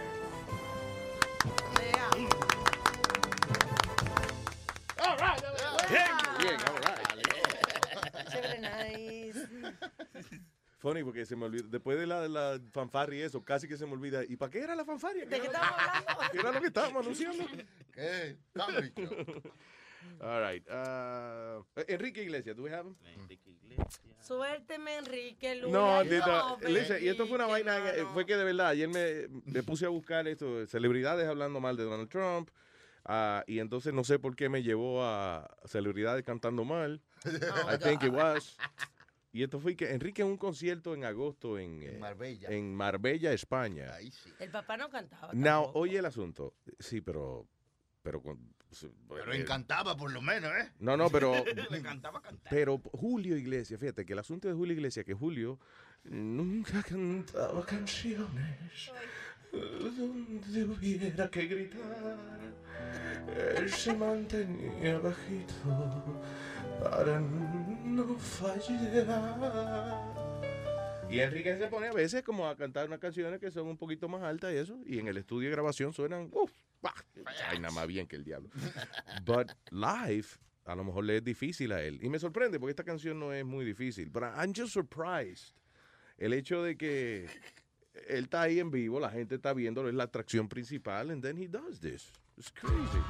All right. Bien, bien, all right. Chévere, nice. Funny, porque se me olvidó. Después de la, la fanfarria y eso, casi que se me olvida. ¿Y para qué era la fanfarria? ¿De qué estábamos hablando? ¿Qué era lo que estábamos anunciando? ¿Qué? Sándwich. All right. Uh, Enrique Iglesias, ¿do we have him? Enrique Iglesias. Suélteme, Enrique, Luis. No, Ay, Tita, no, listen, y esto fue una Enrique, vaina, que- mano. fue que de verdad, ayer me, me puse a buscar esto, celebridades hablando mal de Donald Trump, ah, y entonces no sé por qué me llevó a celebridades cantando mal. I think it was. Y esto fue que Enrique en un concierto en agosto en, eh, Marbella. en Marbella, España. Ahí sí. El papá no cantaba. Now, tampoco. oye el asunto. Sí, pero... Pero, con- Pero eh, encantaba por lo menos, ¿eh? No, no, pero... Le encantaba cantar. Pero Julio Iglesias, fíjate que el asunto de Julio Iglesias, que Julio nunca cantaba canciones donde hubiera que gritar. Él se mantenía bajito para no fallar. Y Enrique se pone a veces como a cantar unas canciones que son un poquito más altas y eso, y en el estudio de grabación suenan, uff, ay, nada más bien que el diablo. But live, a lo mejor le es difícil a él. Y me sorprende porque esta canción no es muy difícil. But I'm just surprised. El hecho de que él está ahí en vivo, la gente está viéndolo, es la atracción principal, and then he does this. It's crazy.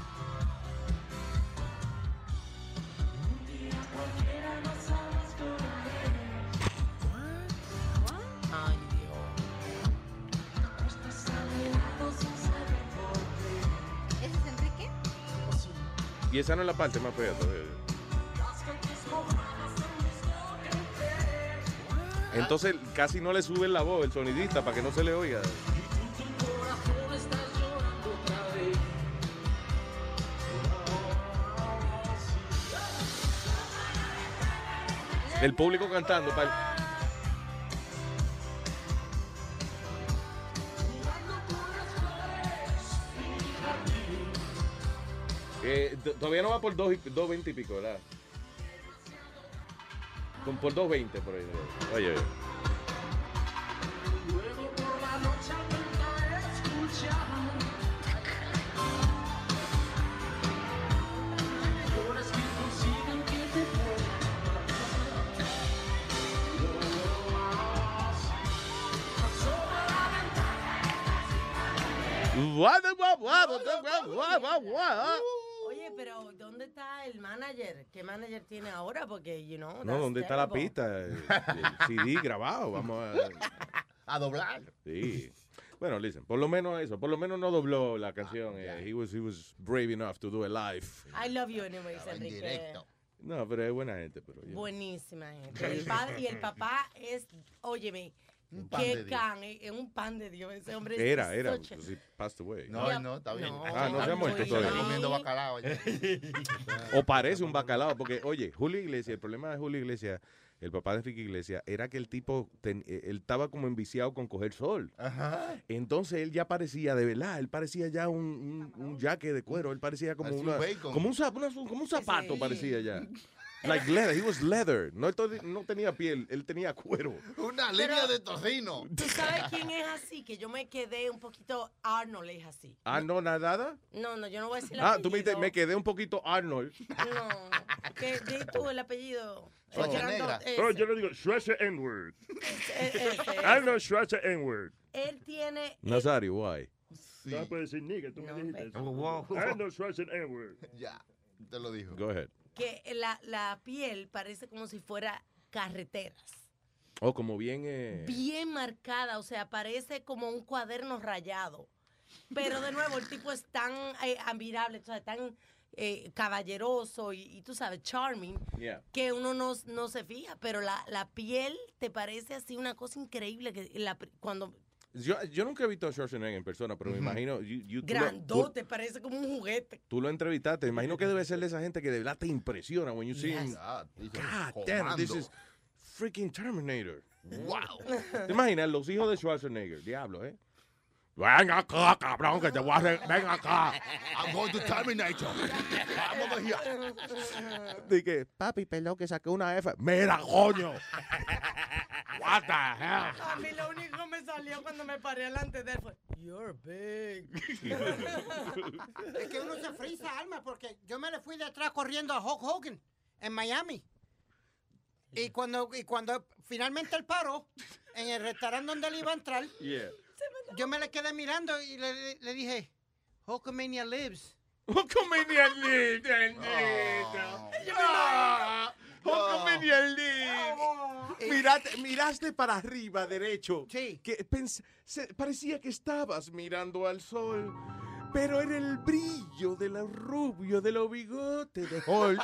Ay, Dios. ¿Ese es Enrique? Y esa no es la parte más fea todavía. Entonces casi no le suben la voz el sonidista para que no se le oiga. El público cantando. pa- Eh, t- todavía no va por dos y- dos veinte y pico, ¿verdad? Con- Por dos veinte por ahí. Oye, oye. Oye, pero ¿dónde está el manager? ¿Qué manager tiene ahora? Porque, you know, No, that's ¿dónde está la terrible. pista? El, el C D grabado, vamos a... A doblar. Sí. Bueno, listen, por lo menos eso, por lo menos no dobló la canción. eh, he, was, he was brave enough to do it live. I love you anyways, Estaba en Enrique. directo. No, pero es buena gente. Pero yo- Buenísima gente. El padre y el papá es, óyeme, Un pan de qué Dios. can, es un pan de Dios. Ese hombre es Era, era, such a- because he passed away. No, Yeah. no, está bien. No, Ah, no se ha muerto Luis. todavía. Está comiendo bacalao. allá. O parece un bacalao, porque, oye, Julio Iglesias, el problema de Julio Iglesias, el papá de Enrique Iglesias, era que el tipo, ten- eh, él estaba como enviciado con coger sol. Ajá. Entonces él ya parecía, de verdad, él parecía ya un, un, un jaque de cuero, él parecía como, Parecía una, un bacon. como, un, zap- una- como un zapato Sí. parecía ya. Like leather, he was leather. No, to- no tenía piel, él tenía cuero. Una línea de tocino. ¿Tú sabes quién es así? Que yo me quedé un poquito, Arnold es así. Ah, no, nada. No, no, yo no voy a decir el Ah, tú me, dijiste, apellido. me quedé un poquito Arnold. No, que di tú el apellido. Oh. El grandote, ese. Oh, yo le digo Schwarzer N-word. E- ese, Arnold Schwarzer N-word. Él tiene... Nazario, why? No puedes decir nigga, tú No, me dijiste eso. Oh, wow. Arnold Schwarzer N-word. Ya, te lo dijo. Go ahead. que la, la piel parece como si fuera carreteras. Oh, como bien... Eh... Bien marcada, o sea, parece como un cuaderno rayado. Pero de nuevo, el tipo es tan eh, admirable, o sea, tan eh, caballeroso y, y tú sabes, charming, Yeah. que uno no, no se fija, pero la, la piel te parece así una cosa increíble que la, cuando Yo, yo nunca he visto a Schwarzenegger en persona, pero me imagino... you- you- tú lo- grandote, parece como un juguete. Tú, tú lo entrevistaste, me imagino que debe ser de esa gente que de verdad te impresiona when you see him. Yes. Ah, dice, God damn, this comando. is freaking Terminator. Wow. ¿Te imaginas? Los hijos de Schwarzenegger, diablo, ¿eh? Ven acá, cabrón, que te voy a hacer. Ven acá. I'm going to terminate you. I'm over here. Dije, papi, perdón, que saqué una F. Mira, coño. What the hell? A mí lo único que me salió cuando me paré delante de él fue, you're big. Es que uno se frisa, Alma, porque yo me le fui detrás corriendo a Hulk Hogan en Miami. Y cuando, y cuando finalmente él paró en el restaurante donde él iba a entrar, Yeah. yo me le quedé mirando y le, le dije, Hulkamania lives. Hulkamania lives, bendito. Ah, Hulkamania lives. Miraste, miraste para arriba, derecho. Sí. Que pens- se- parecía que estabas mirando al sol. Pero era el brillo de los rubios de los bigotes de Hulk.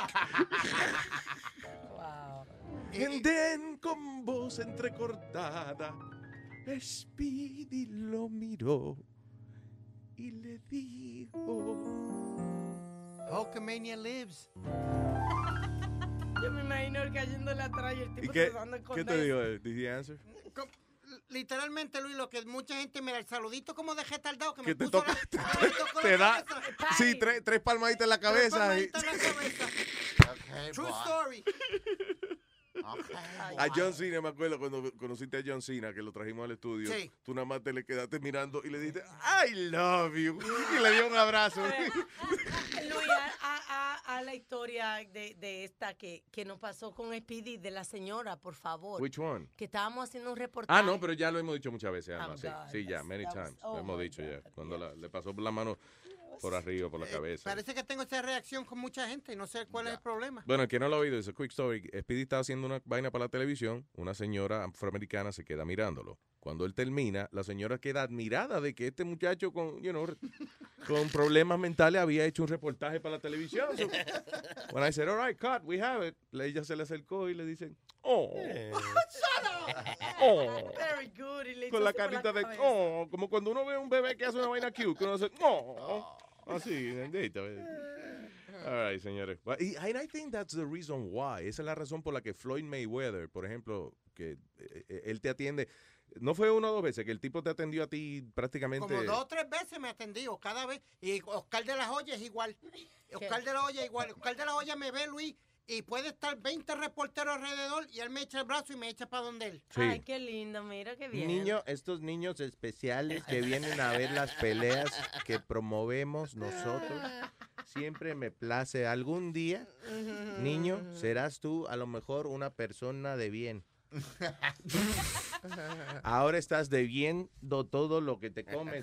Wow. And then, con voz entrecortada, Speedy lo miró y le dijo... Hulkamania lives. Yo me imagino él cayéndole atrás y el tipo ¿Y qué, tratando de qué te esconderse. dijo él? Did he answer? Com- Literalmente, Luis, lo que mucha gente me da el saludito como de retardado que me Que te puso toca, la, me tocó te la da, cabeza. sí, tres, tres palmaditas en la Tres cabeza. y- palmaditas en la cabeza. Okay, True boy. story. Okay, A boy. John Cena, me acuerdo cuando conociste a John Cena, que lo trajimos al estudio. Sí. Tú nada más te le quedaste mirando y le dijiste, I love you. Y le dio un abrazo. Luis, a, a- a- a la historia de, de esta que, que nos pasó con Speedy, de la señora, por favor. Which one? Que estábamos haciendo un reportaje. Ah, no, pero ya lo hemos dicho muchas veces, Alma. Oh, sí, God, sí, ya, that's- many that was- times. oh, lo hemos my dicho ya. God, Cuando la- le pasó por la mano por arriba, por la cabeza. Parece que tengo esa reacción con mucha gente y no sé cuál es el problema. Bueno, el que no lo ha oído, es a quick story. Speedy estaba haciendo una vaina para la televisión. Una señora afroamericana se queda mirándolo. Cuando él termina, la señora queda admirada de que este muchacho con, you know, con problemas mentales había hecho un reportaje para la televisión. So, when I said, all right, cut, we have it, la- ella se le acercó y le dice, oh, oh. Very good. Y le hizo Con la así por carita de, cabeza. oh, como cuando uno ve un bebé que hace una vaina cute, que uno hace, oh, así, bendito. All right, señores. Well, y- and I think that's the reason why. Esa es la razón por la que Floyd Mayweather, por ejemplo, que eh, eh, él te atiende. No fue una o dos veces que el tipo te atendió a ti prácticamente. Como dos o tres veces me ha atendido, cada vez. Y Oscar de la Hoya es igual. Oscar de la Hoya es igual. Oscar de la Hoya me ve, Luis, y puede estar veinte reporteros alrededor y él me echa el brazo y me echa para donde él. Sí. Ay, qué lindo, mira qué bien. Niño, estos niños especiales que vienen a ver las peleas que promovemos nosotros, siempre me place. Algún día, niño, serás tú a lo mejor una persona de bien. Ahora estás debiendo todo lo que te comes.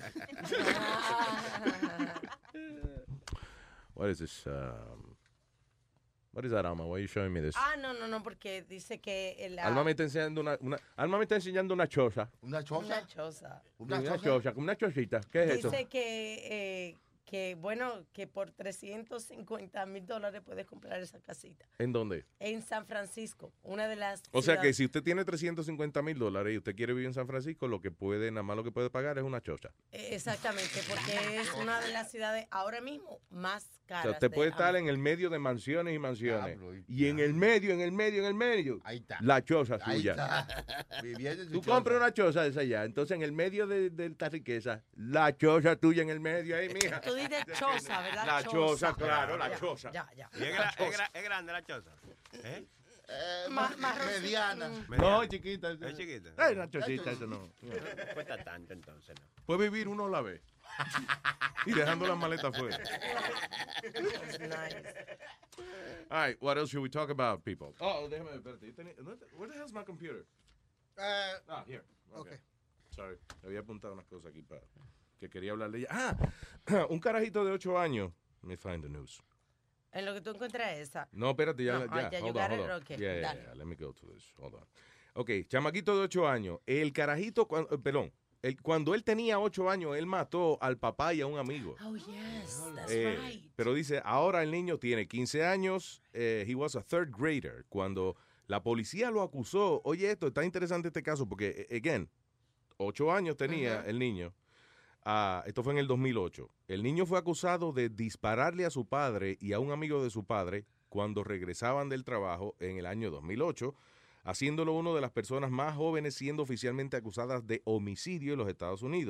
What is this? Um, what is that, Alma? Why are you showing me this? Ah, no, no, no, porque dice que el, Alma me está enseñando una, una, Alma me está enseñando una choza. ¿Una choza? una choza. ¿Una Una choza? choza, como una chocita. ¿Qué es eso? Dice que, eh, que, bueno, que por trescientos cincuenta mil dólares puedes comprar esa casita. ¿En dónde? En San Francisco, una de las O sea que ciudades- si usted tiene trescientos cincuenta mil dólares y usted quiere vivir en San Francisco, lo que puede, nada más lo que puede pagar es una choza. Eh, Exactamente, porque es una de las ciudades ahora mismo más O caras. sea, usted de puede estar Am- en el medio de mansiones y mansiones. Diablo, Y en el medio, en el medio, en el medio, Ahí está. la choza Ahí suya. está. Viviendo en su Tú choza. compras una choza de esa allá, entonces en el medio de, de esta riqueza, la choza tuya en el medio ahí, mija. Tú dices choza, ¿verdad? La choza, claro, la Ya, choza. Ya, ya. ¿Y es, gra- es gra- es grande la choza? ¿Eh? Eh, Ma- ma- marroncito. mediana. No, chiquita. ¿Es chiquita? Ay, una chocita, eso no. No cuesta tanto entonces, ¿no? Puede vivir uno a la vez. Y dejando las maletas fuera. That's nice. All right, what else should we talk about, people? Oh, déjame, espérate. yo tenía- ¿dónde- Where the hell's my computer? Eh, Ah, here. Okay. Okay. Sorry. Había apuntado unas cosas aquí para que quería hablar de ella. Ah, un carajito de ocho años. Let me find the news. En lo que tú encuentras esa. No, espérate, ya, No, ya. ah, ya, you hold got on, it? hold on. Okay, Yeah, yeah, dale. yeah. Let me go to this. Hold on. Ok, chamaquito de ocho años. El carajito, cuan- eh, perdón, el- cuando él tenía ocho años, él mató al papá y a un amigo. Oh, yes, that's Eh, right. Pero dice, ahora el niño tiene quince años, eh, he was a third grader, cuando la policía lo acusó. Oye, esto está interesante este caso porque, eh, again, ocho años tenía el niño. Ah, esto fue en el dos mil ocho. El niño fue acusado de dispararle a su padre y a un amigo de su padre cuando regresaban del trabajo en el año dos mil ocho, haciéndolo una de las personas más jóvenes siendo oficialmente acusadas de homicidio en los Estados Unidos.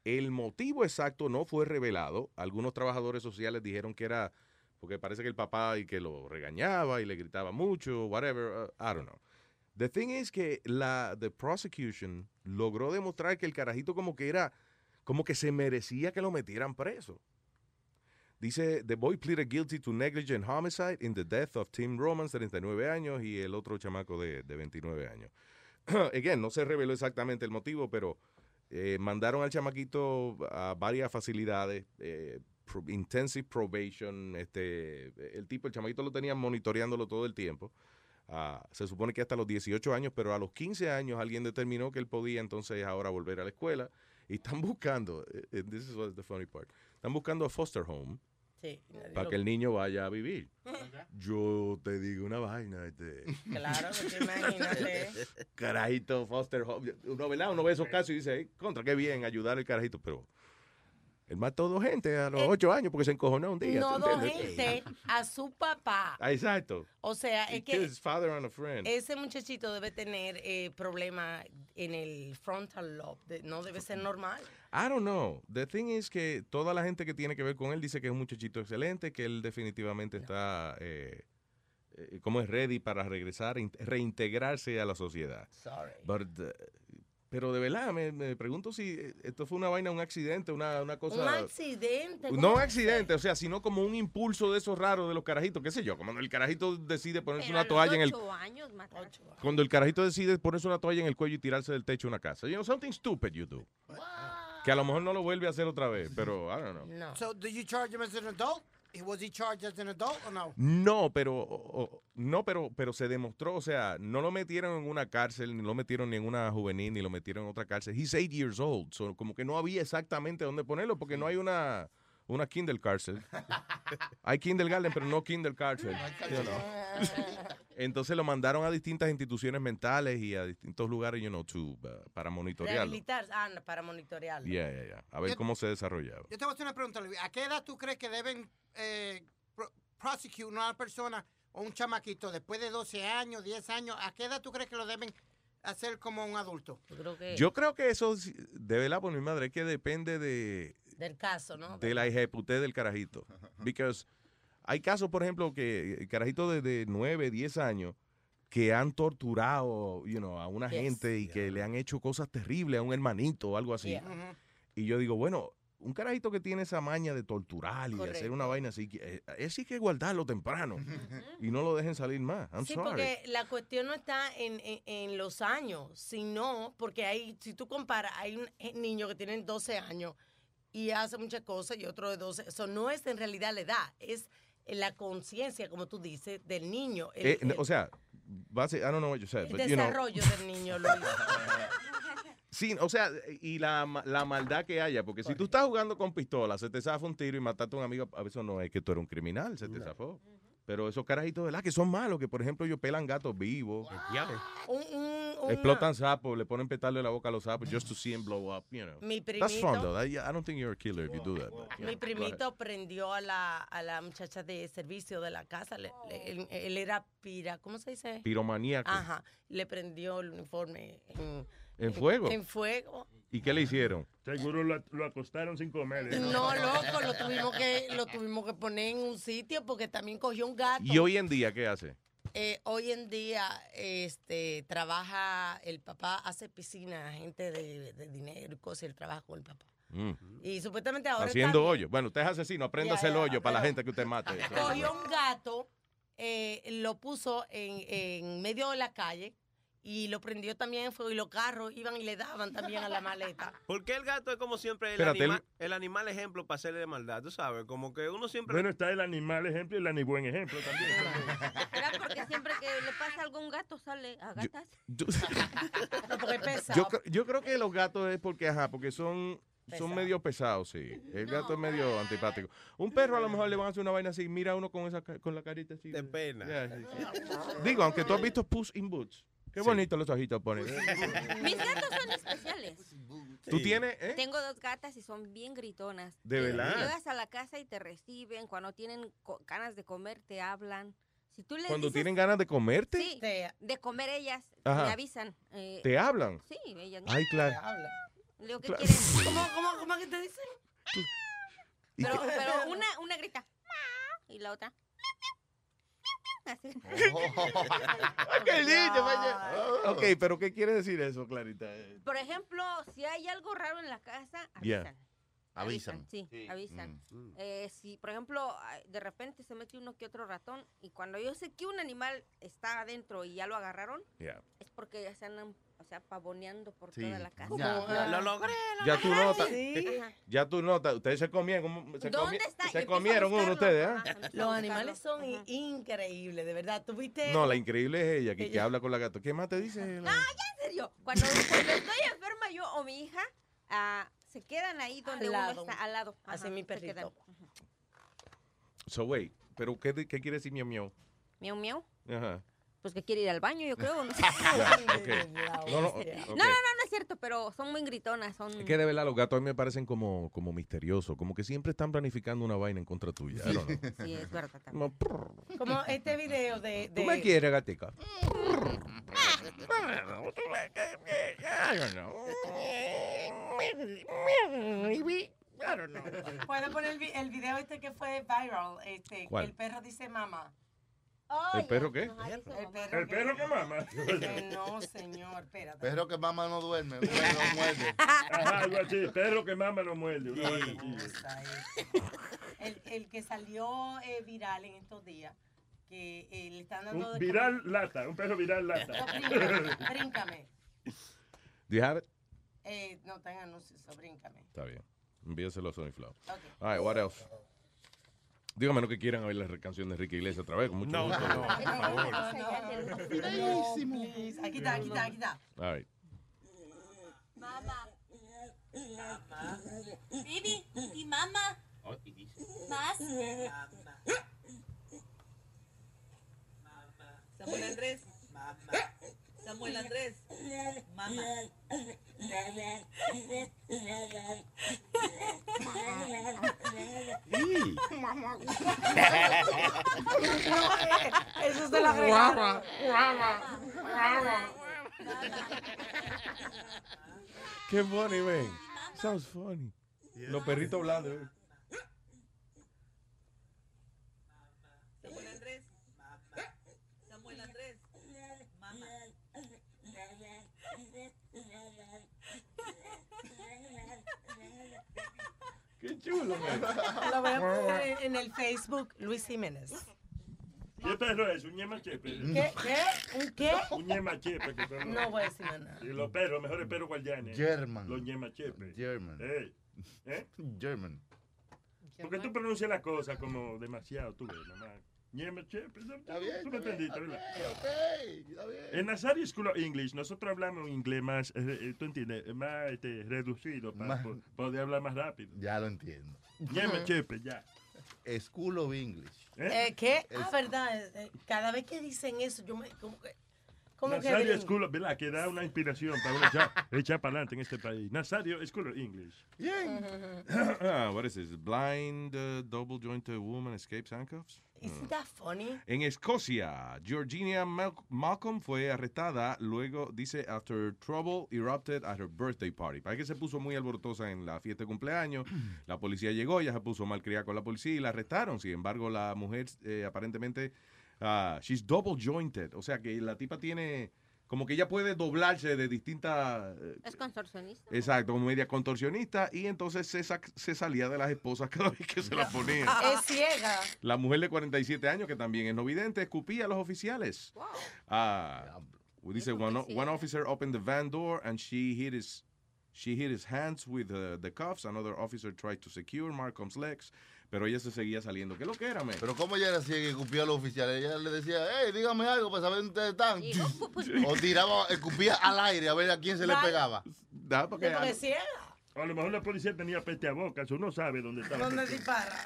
El motivo exacto no fue revelado. Algunos trabajadores sociales dijeron que era porque parece que el papá y que lo regañaba y le gritaba mucho, whatever, uh, I don't know. The thing is que la the prosecution logró demostrar que el carajito como que era, como que se merecía que lo metieran preso. Dice, the boy pleaded guilty to negligent homicide in the death of Tim Romans, treinta y nueve años, y el otro chamaco de, de veintinueve años. Again, no se reveló exactamente el motivo, pero eh, mandaron al chamaquito a varias facilidades, eh, pro, intensive probation, este, el tipo, el chamaquito lo tenían monitoreándolo todo el tiempo. Uh, se supone que hasta los dieciocho años, pero a los quince años alguien determinó que él podía entonces ahora volver a la escuela y están buscando, and this is what's the funny part, están buscando a foster home sí, para que el niño vaya a vivir. Yo te digo una vaina. Este. Claro, que imagínate. Carajito, foster home. Uno, ¿verdad? Uno ve esos casos y dice, hey, contra, qué bien ayudar al carajito, pero él mató dos gente a los eh, ocho años porque se encojonó un día. No dos gente, a su papá. Ah, exacto. O sea, es que his father and a friend. Ese muchachito debe tener eh, problemas en el frontal lobe. De, no debe ser normal. I don't know. The thing is que toda la gente que tiene que ver con él dice que es un muchachito excelente, que él definitivamente yeah. está, eh, eh, como es ready para regresar, reintegrarse a la sociedad. Sorry. But, uh, pero de verdad, me, me pregunto si esto fue una vaina, un accidente, una, una cosa... Un accidente. No un accidente, o sea, sino como un impulso de esos raros de los carajitos, qué sé yo, como el carajito decide ponerse pero una toalla en el... Años, cuando el carajito decide ponerse una toalla en el cuello y tirarse del techo de una casa. You know, something stupid you do. Wow. Que a lo mejor no lo vuelve a hacer otra vez, pero I don't know. No. So, did you charge him as an adult? Was he charged as an adult or no? No, pero oh, no, pero pero se demostró, o sea, no lo metieron en una cárcel, ni lo metieron ni en una juvenil, ni lo metieron en otra cárcel. He's eight years old, so como que no había exactamente dónde ponerlo, porque no hay una una Kindle cárcel. Hay kindergarten, pero no Kindle cárcel. You know. Entonces lo mandaron a distintas instituciones mentales y a distintos lugares, you know, to, uh, para monitorearlo. Rehabilitar, ah, para monitorearlo. Yeah, yeah, yeah. A ver yo, cómo se desarrollaba. Yo te voy a hacer una pregunta, Luis. ¿A qué edad tú crees que deben eh, pro prosecute una persona o un chamaquito después de doce años, diez años? ¿A qué edad tú crees que lo deben hacer como un adulto? Yo creo que, yo creo que eso, de verdad, por mi madre, es que depende de... Del caso, ¿no? De la ejecutez del carajito. Because hay casos, por ejemplo, que carajitos de, de nueve, diez años que han torturado, you know, a una yes. gente y yeah. que le han hecho cosas terribles a un hermanito o algo así. Yeah. Uh-huh. Y yo digo, bueno, un carajito que tiene esa maña de torturar y Correcto. de hacer una vaina así, eh, ese hay que guardarlo temprano y no lo dejen salir más. I'm sí, sorry. porque la cuestión no está en, en, en los años, sino porque hay, si tú comparas, hay un niño que tiene doce años y hace muchas cosas y otro de doce. Eso no es en realidad la edad, es la conciencia, como tú dices, del niño. El, eh, el, o sea, base, I don't know what you said. El but, desarrollo you know. del niño, Luis. Sí, o sea, y la, la maldad que haya, porque si tú estás jugando con pistola, se te zafa un tiro y mataste a un amigo, a veces no es que tú eres un criminal, se te no. zafó. Pero esos carajitos, ¿verdad? Que son malos, que por ejemplo ellos pelan gatos vivos. Wow. Un, un, explotan sapos, le ponen petarle la boca a los sapos just to see them blow up, you know. Mi primito, That's fun, though. I, I don't think you're a killer if you do that. But, mi know, primito prendió a la, a la muchacha de servicio de la casa. Le, le, él, él era pira, ¿cómo se dice? Piromaníaco. Ajá. Le prendió el uniforme en, ¿En fuego? En, en fuego. ¿Y qué le hicieron? Seguro lo, lo acostaron sin comer. ¿no? no, loco, lo tuvimos que lo tuvimos que poner en un sitio porque también cogió un gato. ¿Y hoy en día qué hace? Eh, hoy en día este trabaja, el papá hace piscina, gente de, de dinero y cosas, él trabaja con el papá. Mm. Y supuestamente ahora haciendo hoyo. Bueno, usted es asesino, aprenda a hacer el hoyo para la gente que usted mate. Cogió un gato, eh, lo puso en, en medio de la calle. Y lo prendió también en fuego y los carros iban y le daban también a la maleta. Porque el gato es como siempre el, Espérate, anima, el animal ejemplo para hacerle de maldad, tú sabes, como que uno siempre... Bueno, está el animal ejemplo y el anibuen ejemplo también. Era porque siempre que le pasa algo a un gato sale a gatas. Yo, no, porque es pesado. Yo, yo creo que los gatos es porque, ajá, porque son... Pesado. Son medio pesados, sí. El gato no. es medio antipático. Un perro a lo mejor le van a hacer una vaina así, mira uno con esa con la carita así. De pena. Yeah, sí, sí. Digo, aunque tú has visto Puss in Boots. Qué sí. bonito los ojitos ponen. Mis gatos son especiales. ¿Tú tienes? Eh? Tengo dos gatas y son bien gritonas. ¿De verdad? Llegas a la casa y te reciben. Cuando tienen ganas de comer, te hablan. Si tú les ¿Cuando dices, tienen ganas de comerte? Sí, de comer ellas, Ajá. me avisan. Eh, ¿Te hablan? Sí, ellas. Ay, claro. Le digo, ¿qué Claro. quieres? ¿Cómo, cómo, cómo que te dicen? ¿Y Pero, qué? pero una, una grita. Y la otra. Así. ¡Qué lindo, vaya! Ok, pero ¿qué quiere decir eso, Clarita? Por ejemplo, si hay algo raro en la casa, Yeah. avisan. Avisan. Sí, avisan. Eh, si, por ejemplo, ay, de repente se mete uno que otro ratón y cuando yo sé que un animal está adentro y ya lo agarraron, Yeah. es porque ya se andan, o sea, pavoneando por Sí. toda la casa. Ya. Ya. Lo logré. Ya tú notas. Ajá. Ya tú notas. Ustedes se comieron. Se, ¿Dónde comi- está? se Yo comieron empiezo a uno buscarlo. ustedes, ¿ah? Los animales son in- increíbles, de verdad. ¿Tuviste? No, la increíble es ella que, que Ella. habla con la gata. ¿Qué más te dice? la- No, ya en serio. Cuando, cuando estoy enferma yo o mi hija, ah, se quedan ahí donde Al uno lado. está, al lado. Así Ajá, mi se perrito. quedan. So, wait. ¿Pero qué, qué quiere decir miau miau? Miau, miau. Ajá. Pues que quiere ir al baño, yo creo. No, sé. Ya, ok. No, no, no, ok. no, no, no es cierto, pero son muy gritonas. Son... Es que de verdad los gatos a mí me parecen como, como misteriosos, como que siempre están planificando una vaina en contra tuya. I don't know. Sí, es verdad. Como, prr. Como este video de... ¿Tú de- me quieres, gatica? Puedo poner el, vi- el video este que fue viral, este, ¿Cuál? que el perro dice mamá. ¿El perro qué? El perro, El perro que mama. Que no, señor, espérate. Perro que mamá no duerme, perro no muerde. Ajá, algo así. Perro que mama no muerde. Una vaina así. El, el que salió eh, viral en estos días, que eh, le están dando... Un de viral lata. Un perro viral lata. comer- Bríncame, bríncame. Do you have it? Eh, no, tengan anuncios, so bríncame. Está bien. Envíaselo a Sony Flow. Ok. All right, what else? Dígame no que quieran oír la canción de Enrique Iglesias otra vez, con mucho No, gusto. no, no, por favor. No, no, no, please. Aquí está, aquí está, aquí está. All right. Mamá. Baby, y mamá. Más. Samuel Andrés. Samuel Andrés. Mamá. Eso se lo agregaron. Qué funny, man. Sounds funny. Los perritos hablando. eh. Samuel Andrés. Samuel Andrés. Mamá. Qué chulo, man. Lo voy a poner en, en el Facebook, Luis Jiménez. ¿Qué perro es? ¿Un ñemachepe? ¿Qué? ¿Qué? ¿Un qué? Un ñemachepe. que perro- No voy a decir más nada. Y los perros, mejores perros guardianes. German. Los ñemachepes. German. Ey. ¿Eh? German. Porque tú pronuncias las cosas como demasiado, tú ves, mamá. Ñemachepe. Está bien, Tú me está bien, entendiste, ¿verdad? ok, está bien. En Nazario School of English, nosotros hablamos inglés más, eh, eh, tú entiendes, más este, reducido para Más- po- poder hablar más rápido. Ya lo entiendo. Ñemachepe, ya. School of English. ¿Eh? Eh, ¿Qué? Es- Ah, verdad. eh, eh, Cada vez que dicen eso, yo me. Como que. Como que. Nazario brinco. School of, ¿verdad? Que da una inspiración para uno echar, echar para adelante en este país. Nazario School of English. Ah, what is this? Blind uh, double jointed woman escapes handcuffs? Isn't that funny? En Escocia, Georgina Mal- Malcolm fue arrestada luego, dice, after trouble erupted at her birthday party. Parece que se puso muy alborotosa en la fiesta de cumpleaños. La policía llegó, ella se puso malcriada con la policía y la arrestaron. Sin embargo, la mujer eh, aparentemente, ah, she's double jointed. O sea que la tipa tiene, como que ella puede doblarse de distintas... eh, Es contorsionista. Exacto, como media contorsionista y entonces se, sac- se salía de las esposas cada vez que se la ponía. Es ciega. La mujer de cuarenta y siete años, que también es no vidente, escupía a los oficiales. Ah, dice, one, o- one officer opened the van door and she hit his, she hit his hands with uh, the cuffs. Another officer tried to secure Malcolm's legs, pero ella se seguía saliendo. ¿Qué es lo que era, man? Pero como ella era así que escupía a los oficiales, ella le decía, hey, dígame algo para saber dónde ustedes están. O tiraba, escupía al aire a ver a quién se le Vale. pegaba. Da, porque, Porque es ciega. A lo mejor la policía tenía peste a boca, eso uno sabe dónde está. la ¿Dónde peste. dispara?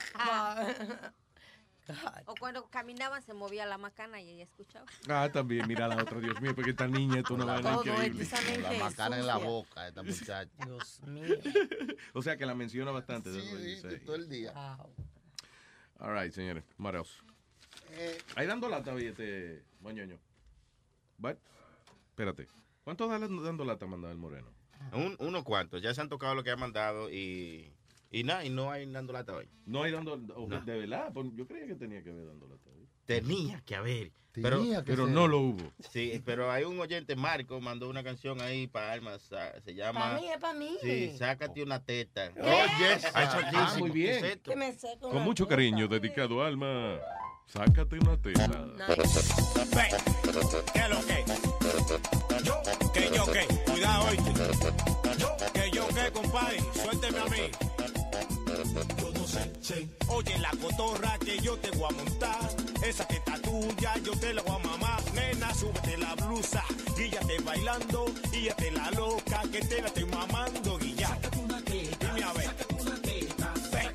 O cuando caminaban se movía la macana y ella escuchaba. ah, también, mira la otra, Dios mío, porque esta niña es una vaina Todo increíble. precisamente La macana en la sucia. boca, esta muchacha. Dios mío. O sea que la menciona bastante. Sí, that's what you sí, say. todo el día. Wow. All right, señores. What else? Eh, Ahí dando lata, billete, moñoño. What? Espérate. ¿Cuánto da la- dando lata manda el Moreno? Un, unos cuantos. Ya se han tocado lo que han mandado y, y nada, y no hay dando lata hoy. No hay dando, oh, No. de verdad, pues yo creía que tenía que haber dando lata hoy. Tenía que haber. Tenía Pero, que Pero ser. no lo hubo. sí, pero hay un oyente, Marco, mandó una canción ahí para Alma, sa- se llama... Para mí, es para mí. Sí, sácate una teta. Oye, Ay, chorrísimo. Ah, muy bien. ¿Qué es esto? Que me seco Con una mucho cosa. cariño, dedicado a Alma. Sácate una teta. Nice. Ve, ¿qué es lo que? Yo, que yo que, cuidado, oíste. Yo, que yo que, compadre, suélteme a mí. Yo no sé, sé. Oye, la cotorra que yo te voy a montar, esa que está tuya, yo te la voy a mamar. Nena, súbete la blusa, guíllate bailando, guíllate la loca, que te la estoy mamando, guilla. Dime a ver. Ve.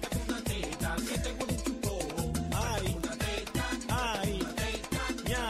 Ay, ay, ña.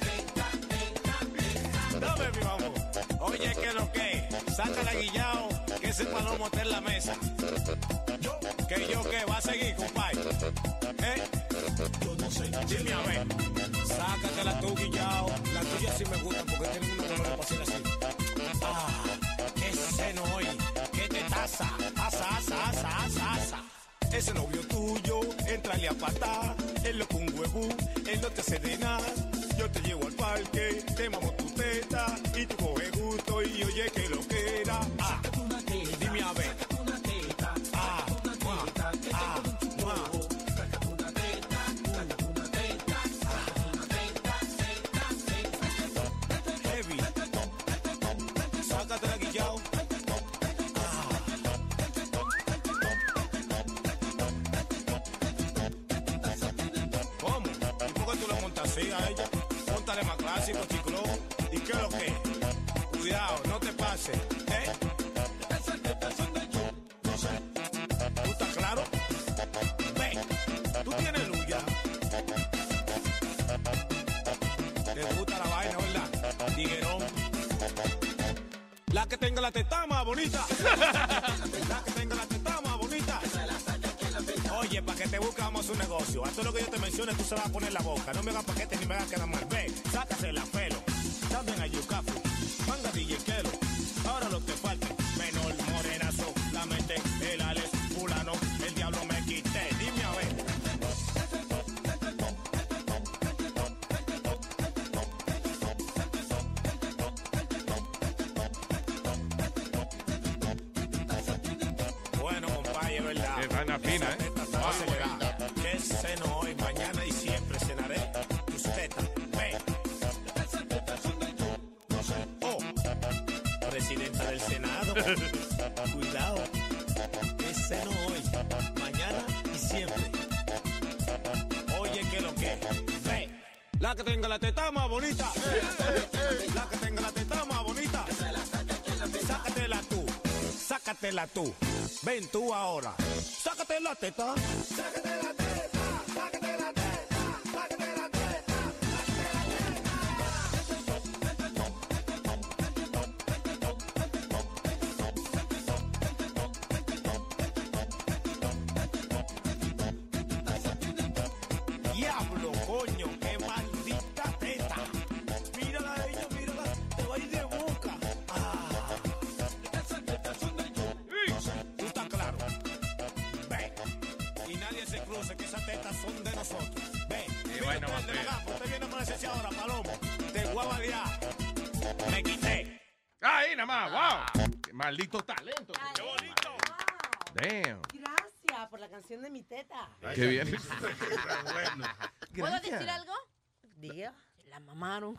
Dame, mi amor. Oye, ¿qué es lo que? Sácala, guillao, que ese palomo está en la mesa. Que yo que va a seguir, compadre. ¿Eh? Yo no sé. Dime a ver. Sácatela tú, guillao. La tuya sí me gusta porque tiene una color de pasar así. Ah, ese no hoy. ¿Qué te taza? Asa, asa, asa, asa, asa. Ese novio tuyo, entrale a patar. Él lo con huevo, él no te hace de nada. Yo te llevo al parque, te mamo tu teta. Y tú coges gusto y oye que lo que era. Ah, dime a ver. Ah, mua, ah, mua. Heavy. Sácatela, guillao. ¿Cómo? ¿Y por qué tú le montas así a ella? Póntale más clásico, chiclo. ¿Y qué es lo que? Cuidado, no te pases, ¿eh? ¿Tú estás claro? Ve, tú tienes luz ya. Te gusta la vaina, ¿verdad? Tiguerón. La que tenga la teta más bonita. La que tenga la teta más bonita. Oye, para que te buscamos un negocio. A todo lo que yo te mencione, tú se vas a poner la boca. No me hagas paquete ni me hagas quedar mal. Ve, sácase la pelo. También a Yucafu. Manga D J Kelo. Ahora lo que falta. Menor, morenazo. La mente, el Alex, fulano. El diablo me quité. Dime a ver. Bueno, compadre, ¿verdad? Qué vaina fina, ¿eh? Va a acelerar. Que ceno hoy, mañana y siempre cenaré tus tetas. Ve. Oh, presidenta del Senado. Cuidado. Que ceno hoy, mañana y siempre. Oye, ¿qué lo que? Ve. La que tenga la teta más bonita. La que tenga la teta más bonita. Sácatela tú. Sácatela tú. Ven tú ahora. Sácate la teta. Sácate la teta. Sácate la teta. Sácate la teta. Diablo, coño, qué maldita teta. Mírala a ella, mírala. Te va a ir de boca. Ah. Tú estás claro. Ve. Y nadie se cruce, que esas tetas son de nosotros. Ve. Mira, vaina más usted, de fea. la- usted viene a aparecerse ahora, Palomo. Te voy a balear. Me quité. Ahí nada más, wow. Qué maldito talento. Qué bonito. Damn. Gracias por la canción de mi teta. Qué bien. ¿Puedo decir algo? Diga. La mamaron.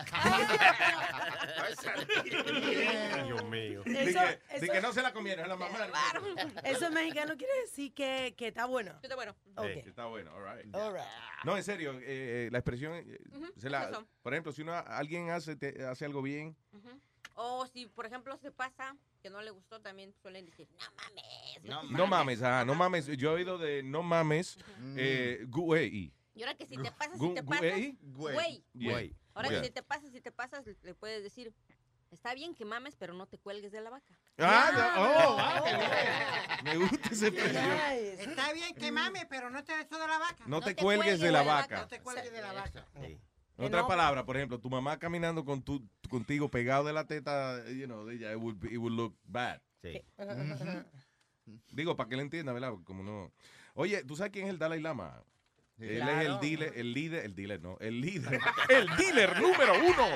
Dios mío. Eso- de, que, de eso- que no se la comieron, la mamá. Eso en mexicano quiere decir que, que está bueno. Está bueno. Ok. Sí, está bueno, all right. All right. No, en serio, eh, eh, la expresión, eh, Ujú, se la- eso. por ejemplo, si uno, alguien hace, te- hace algo bien, Ujú. O si, por ejemplo, se pasa que no le gustó, también suelen decir, no mames. no mames, ah, no mames, yo he oído de no mames, eh, güey. Y ahora que si te pasas, Gu- si te gu- pasas, ey, güey. Yeah. Ahora Yeah. que si te pasas, si te pasas, le- le puedes decir, está bien que mames, pero no te cuelgues de la vaca. Ah, no, oh, ah, qué bien. Me gusta esa expresión. Está bien que mame, pero no te beso de la vaca. No te cuelgues de la vaca. No te cuelgues de la vaca. Que otra no- palabra, por ejemplo, tu mamá caminando con tu, contigo pegado de la teta, you know, de ella, it would, be- it would look bad. Sí. Digo, para que le entienda, ¿verdad? Porque como no... Oye, ¿tú sabes quién es el Dalai Lama? Sí. Él Claro. es el dealer, el líder, el dealer, no, el líder, el dealer número uno.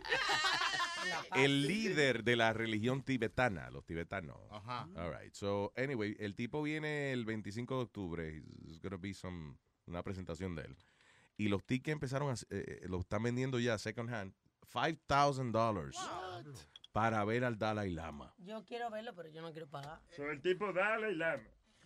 El líder de la religión tibetana, los tibetanos. Ajá. All right. So, anyway, el tipo viene el veinticinco de octubre. It's gonna be some, una presentación de él. Y los tickets empezaron a, eh, los están vendiendo ya second hand, five thousand dollars para ver al Dalai Lama. Yo quiero verlo, pero yo no quiero pagar. Sobre el tipo Dalai Lama.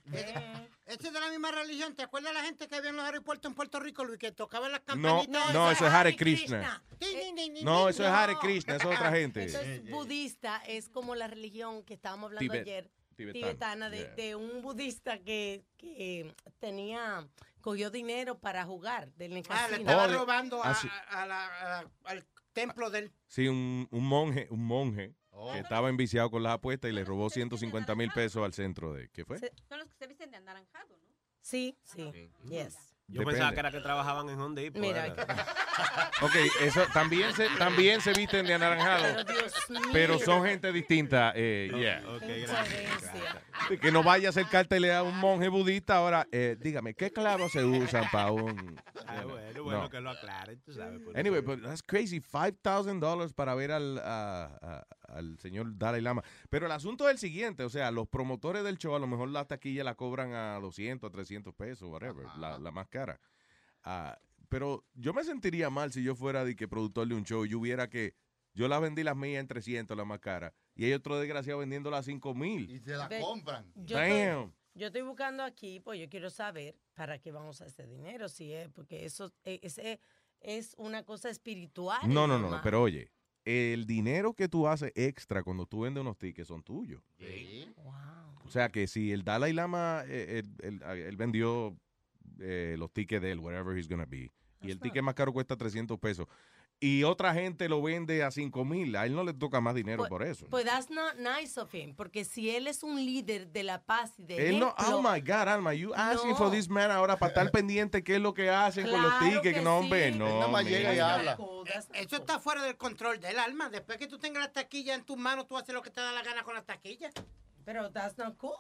Este es de la misma religión. ¿Te acuerdas de la gente que había en los aeropuertos en Puerto Rico, Luis, que tocaban las No, campanitas? no, eso es Hare Krishna. Tin, tin, tin, tin, No, tin. eso es Hare Krishna, eso es otra gente. Eso es budista, es como la religión que estábamos hablando Tibet- ayer, tibetano, tibetana, de, yeah. de un budista que, que tenía, cogió dinero para jugar del Ah, le casino. estaba Oh, de- robando a- ah, sí. a- a la- a- al templo del... Sí, un, un monje, un monje Oh. que estaba enviciado con las apuestas y le robó ciento cincuenta mil pesos al centro de... ¿Qué fue? Se- Son los que se visten de anaranjado, ¿no? Sí, sí, yes. Yo Depende. pensaba que era que trabajaban en Home Depot. Mira, era. Ok, eso también se, también se visten de anaranjado, Pero Dios mío. pero son gente distinta. Eh, yeah. Ok, Qué gracias. incoherencia. Que no vaya a acercártele a un monje budista ahora. Eh, dígame, ¿qué clavos se usan para un...? Ah, bueno, bueno, No. que lo aclaren, tú sabes. por Anyway, eso. but that's crazy. five thousand dollars para ver al, a- a- al señor Dalai Lama. Pero el asunto es el siguiente. O sea, los promotores del show a lo mejor la taquilla la cobran a doscientos, a trescientos pesos, whatever. La, la más cara. Ah, pero yo me sentiría mal si yo fuera de que productor de un show. Yo hubiera que... Yo las vendí las mías en trescientos, la más cara. Y hay otro desgraciado vendiéndolas a cinco mil. Y se la Ve- compran. Yo estoy, Damn. yo estoy buscando aquí, pues yo quiero saber para qué vamos a ese dinero, si es, porque eso eh, ese es una cosa espiritual. No, no, no, mamá. no, pero oye, el dinero que tú haces extra cuando tú vendes unos tickets son tuyos. Sí. Wow. O sea que si el Dalai Lama, eh, él, él- él vendió eh, los tickets de él, whatever he's gonna be, y el ticket más caro cuesta trescientos pesos, y otra gente lo vende a cinco mil, a él no le toca más dinero Pues- por eso. Pues that's not nice of him, porque si él es un líder de la paz y de Él no, ejemplo, oh my God, Alma, you asking No. for this man ahora para estar pendiente qué es lo que hacen con los Claro tickets, que no, sí. hombre, Él no. nada más llega y mira. habla. That's not Eso cool. está fuera del control del alma. Después que tú tengas la taquilla en tus manos, tú haces lo que te da la gana con la taquilla. Pero that's not cool.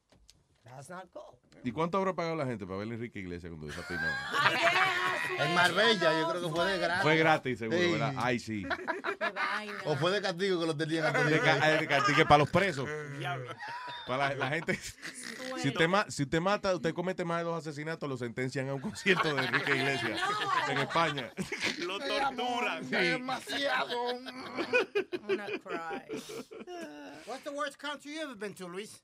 That's not cool. ¿Y cuánto habrá pagado la gente para ver a Enrique Iglesias cuando desafínó? Ay, deja, En Marbella, yo creo que fue de gratis. Fue gratis, seguro, Sí. ¿verdad? Ay, sí. qué vaina. O fue de castigo que lo tenían a De ca- todos. de castigo para los presos. Para la, la gente. Si usted, ma- si usted mata, usted comete más de dos asesinatos, lo sentencian a un concierto de Enrique Iglesias en España. Lo torturan. Demasiado. I'm gonna cry. What's the worst concert you ever been to, Luis?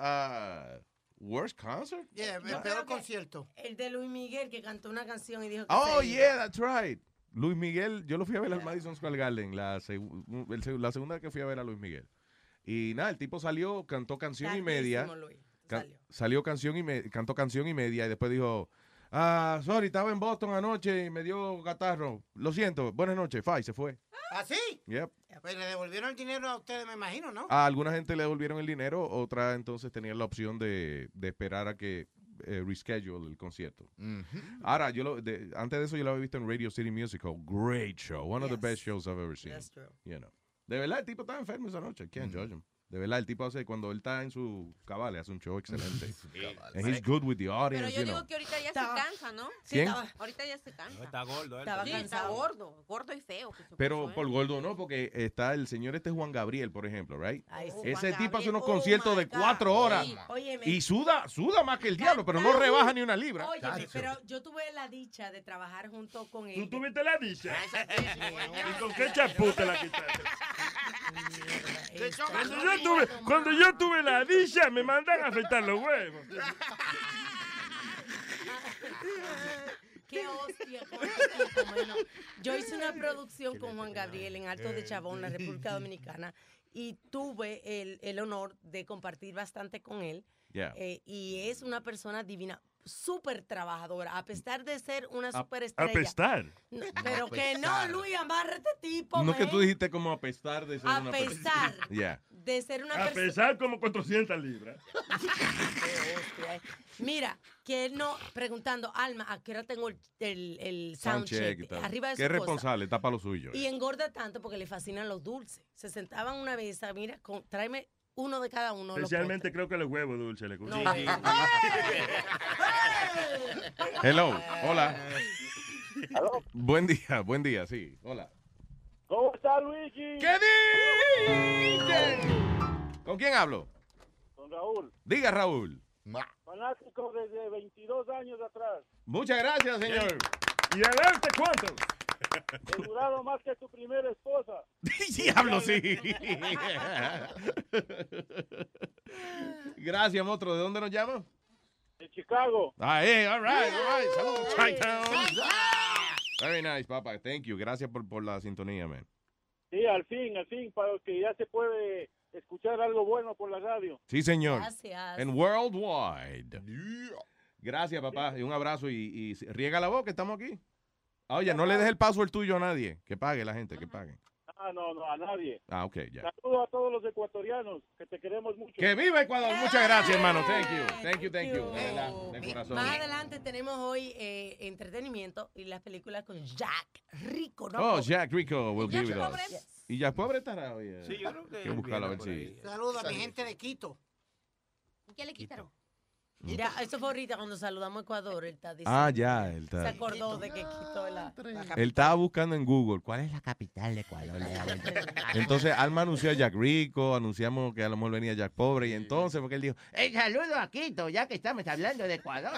Uh, worst concert? Yeah, el Yo creo peor que concierto. El de Luis Miguel que cantó una canción y dijo que Oh, se iba. yeah, that's right. Luis Miguel, yo lo fui a ver al Madison Square Garden, la, segu- el seg- la segunda que fui a ver a Luis Miguel. Y nada, el tipo salió, cantó canción y media. Tardísimo, Luis, Ca- salió. salió canción y me cantó canción y media y después dijo, ah, sorry, estaba en Boston anoche y me dio catarro. Lo siento, buenas noches, Fai, se fue. ¿Ah, sí? Yep. Pues le devolvieron el dinero a ustedes, me imagino, ¿no? A alguna gente le devolvieron el dinero, otra entonces tenía la opción de, de esperar a que eh, reschedule el concierto. Ahora, yo lo, de- antes de eso yo lo había visto en Radio City Musical. Great show. One of the Yes. best shows I've ever seen. That's true. You know. De verdad, el tipo estaba enfermo esa noche. Can't judge him. De verdad, el tipo hace, cuando él está en su cabal, hace un show excelente. And he's good with the Pero audience, yo you know. digo que ahorita ya Estaba- se cansa, ¿no? ¿Quién? estaba- Ahorita ya se cansa. No, está gordo él. Estaba Sí, también. está cansado. gordo, gordo y feo. que se Pero puso, por ¿eh? gordo no, porque está el señor este Juan Gabriel, por ejemplo, right? Ay, sí. Ese Juan tipo hace Gabriel. unos Oh, conciertos my de God. cuatro horas. Sí. Óyeme, Y suda, suda más que el diablo, pero no rebaja ni una libra. óyeme, pero yo tuve la dicha de trabajar junto con él. ¿Tú tuviste la dicha? ¿Y con qué champú te la quitaste? Esta- Cuando yo tuve, cuando yo tuve la dicha, me mandan a afeitar los huevos. Qué hostia con este tipo, mano. Yo hice una producción con Juan Gabriel en Alto de Chabón, la República Dominicana, y tuve el, el honor de compartir bastante con él. Yeah. Eh, y es una persona divina, súper trabajadora, a pesar de ser una A- superestrella. Apestar. No, pero que no, Apestar. Luis, amarra este tipo, No que man. tú dijiste como apestar de ser A una pesar persona. Yeah. de ser una A persona... pesar como cuatrocientas libras. Mira, que él no, preguntando, Alma, ¿a qué hora tengo el, el, el Soundcheck soundcheck? y tal. Arriba de Qué su cosa. responsable, está para lo suyo. Y engorda tanto porque le fascinan los dulces. Se sentaban una vez, mira, con, tráeme uno de cada uno. Especialmente creo que los huevos dulces le gustan. No. Hello, hola. Buen día, buen día, sí, hola. ¿Cómo está Luigi? ¿Qué dice? ¿Con quién hablo? Con Raúl. Diga, Raúl. Fanático desde veintidós años atrás. Muchas gracias, señor. ¿Y adelante cuántos? He durado más que tu primera esposa. Diablo, sí. Gracias, monstruo. ¿De dónde nos llama? De Chicago. Ah, eh, all right, all right. Saludos, Chi-Town. Very nice, papá. Thank you. Gracias por, por la sintonía, man. Sí, al fin, al fin, para que ya se puede escuchar algo bueno por la radio. Sí, señor. Gracias. En Worldwide. Gracias, papá. Y un abrazo. Y, y riega la boca, estamos aquí. Ah, oye, no le dejes el password tuyo a nadie. Que pague la gente, que pague. Ah, no, no, a nadie. Ah, ok, ya. Saludos a todos los ecuatorianos, que te queremos mucho. ¡Que viva Ecuador! Muchas gracias, hermano. Thank you. Thank you, thank you. De verdad, de Mi- corazón. Más adelante tenemos hoy eh, entretenimiento y las películas con Jack Rico, ¿no? Oh, Jack Rico will be with Jack us. Pobre. Yes. ¿Y Jack Pobre estará hoy? eh? Sí, yo creo que Hay que buscarlo a ver viene si... Saludos a mi gente de Quito. ¿Qué le quitaron? Mira, eso fue ahorita cuando saludamos a Ecuador. Él está diciendo. Ah, ya, él Se está... acordó de que quitó la. la Él estaba buscando en Google cuál es la capital de Ecuador. Entonces, Alma anunció a Jack Rico, anunciamos que a lo mejor venía Jack Pobre, y entonces, porque él dijo, ¡el saludo a Quito, ya que estamos hablando de Ecuador!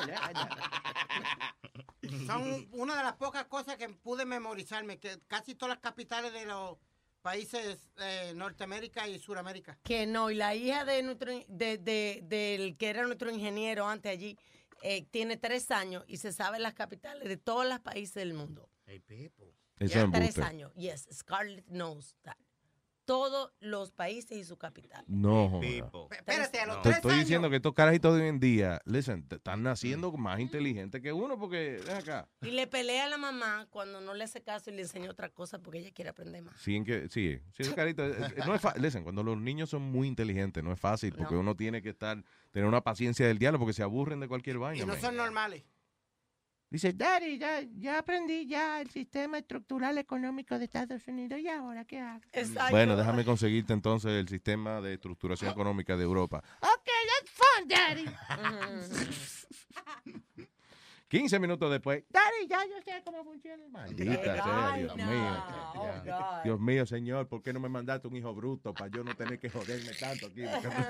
Son una de las pocas cosas que pude memorizarme, que casi todas las capitales de los países eh, Norteamérica y Suramérica. Que no, y la hija de nuestro, de, de- del que era nuestro ingeniero antes allí, eh, tiene tres años y se sabe las capitales de todos los países del mundo. Eso Ya, es tres embuste. años. Yes, Scarlett knows that. Todos los países y su capital. No, joda. Espérate, a los Te tres estoy años. diciendo que estos carajitos de hoy en día, listen, te están naciendo más inteligentes que uno, porque, ven acá. Y le pelea a la mamá cuando no le hace caso y le enseña otra cosa porque ella quiere aprender más. Sí, en que, sí, sí, ese carito, eh, eh, no es fácil. Listen, cuando los niños son muy inteligentes, no es fácil, porque No. uno tiene que estar, tener una paciencia del diálogo, porque se aburren de cualquier Y vaina. no man. son normales. Dice, Daddy, ya, ya aprendí ya el sistema estructural económico de Estados Unidos. ¿Y ahora qué hago? Exacto. Bueno, déjame conseguirte entonces el sistema de estructuración económica de Europa. Ok, that's fun, Daddy. quince minutos después. Daddy, ya yo sé cómo funciona el Maldita sea, Dios mío. Dios mío, señor, ¿por qué no me mandaste un hijo bruto para yo no tener que joderme tanto aquí?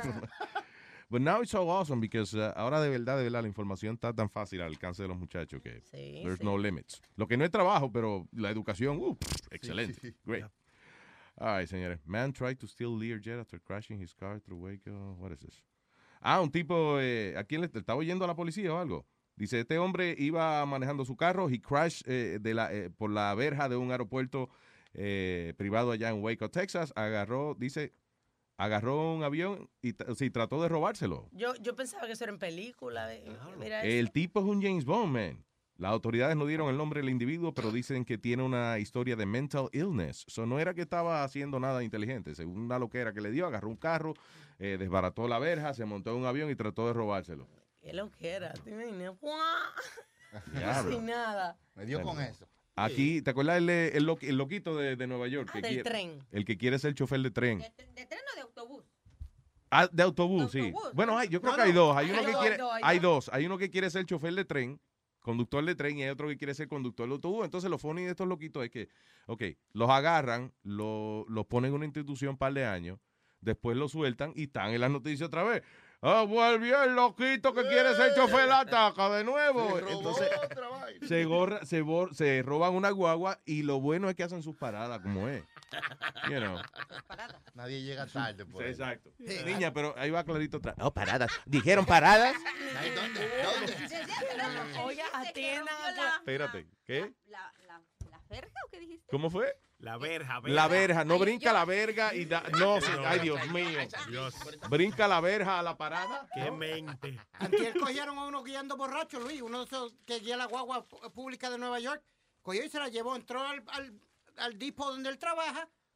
But now it's so awesome because uh, ahora de verdad, de verdad, la información está tan fácil al alcance de los muchachos que Sí, there's sí. no limits. Lo que no es trabajo, pero la educación, uh, pff, excelente. Great. All right, señores. Man tried to steal Learjet after crashing his car through Waco. What is this? Ah, un tipo, eh, ¿a quién le estaba oyendo a la policía o algo? Dice, este hombre iba manejando su carro, he crashed eh, de la, eh, por la verja de un aeropuerto eh, privado allá en Waco, Texas. Agarró, dice, agarró un avión y t- sí, trató de robárselo. Yo, yo pensaba que eso era en película. eh, Mira El eso. tipo es un James Bond, man. Las autoridades no dieron el nombre del individuo, pero dicen que tiene una historia de mental illness. So, no era que estaba haciendo nada inteligente. Según una loquera que le dio, agarró un carro, eh, desbarató la verja, se montó en un avión y trató de robárselo. Qué lo que era. ¿Te imaginas? Diablo. Sin nada. Me dio con eso. Aquí, ¿te acuerdas el, el, lo- el loquito de, de Nueva York? Ah, que del quiere- tren. El que quiere ser chofer de tren. ¿De tren o de autobús? Ah, de autobús, sí. autobús, Bueno, ¿no? hay, yo creo No, que hay no, dos. Hay hay uno que dos, quiere, hay dos, hay hay dos. dos. Hay uno que quiere ser chofer de tren, conductor de tren, y hay otro que quiere ser conductor de autobús. Entonces, lo funny de estos loquitos es que, ok, los agarran, lo- los ponen en una institución un par de años, después los sueltan y están en las noticias otra vez. Ah, volvió el loquito que quiere ser chofer, la ataca de nuevo. Se robó Entonces, otra vaina. se, gorra, se, bor- se roban una guagua y lo bueno es que hacen sus paradas como es. You know. Nadie llega tarde. Por Sí, ahí. exacto. Niña, pero ahí va clarito atrás. No, paradas. ¿Dijeron paradas? ¿Dónde? ¿Dónde? Oiga, atiendan a- Espérate, ¿qué? ¿La, la, la verga o qué dijiste? ¿Cómo fue? La verja, La verja, no Ay, brinca yo- la verga y da. No, sí, ay, Dios mío. Dios. Brinca la verja a la parada. Qué mente. Antier cogieron a uno guiando borracho, Luis, uno de esos que guía la guagua pu- pública de Nueva York. Cogió y se la llevó, entró al, al, al depot donde él trabaja,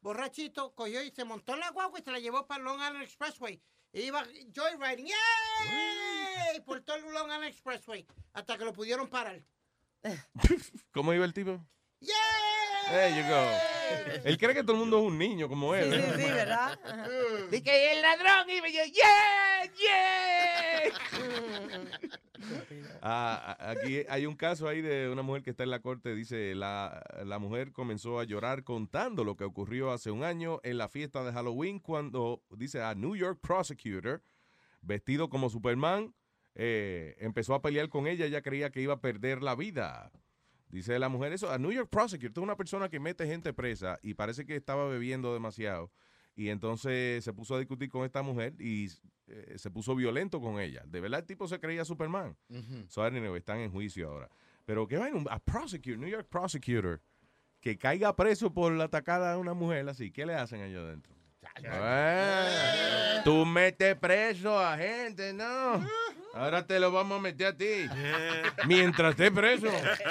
borrachito, cogió y se montó en la guagua y se la llevó para Long Island Expressway. E iba joyriding, ¡yay! Por todo el Long Island Expressway, hasta que lo pudieron parar. ¿Cómo iba el tipo? ¡Yeah! There you go. Él cree que todo el mundo es un niño como él. Sí, ¿eh? sí, sí, ¿verdad? Dice que el ladrón iba y yo, ¡yeah! ¡Yeah! Ah, aquí hay un caso ahí de una mujer que está en la corte. Dice, la, la mujer comenzó a llorar contando lo que ocurrió hace un año en la fiesta de Halloween cuando, dice, a New York prosecutor, vestido como Superman, eh, empezó a pelear con ella. Ella creía que iba a perder la vida. Dice la mujer eso, a New York prosecutor es una persona que mete gente presa y parece que estaba bebiendo demasiado. Y entonces se puso a discutir con esta mujer y eh, se puso violento con ella. De verdad el tipo se creía Superman. Ujú. So, anyway, están en juicio ahora. Pero qué vaina, a prosecutor, New York prosecutor, que caiga preso por la atacada a una mujer así. ¿Qué le hacen allá adentro? Ah, tú metes preso a gente, ¿no? Ahora te lo vamos a meter a ti. Mientras estés preso.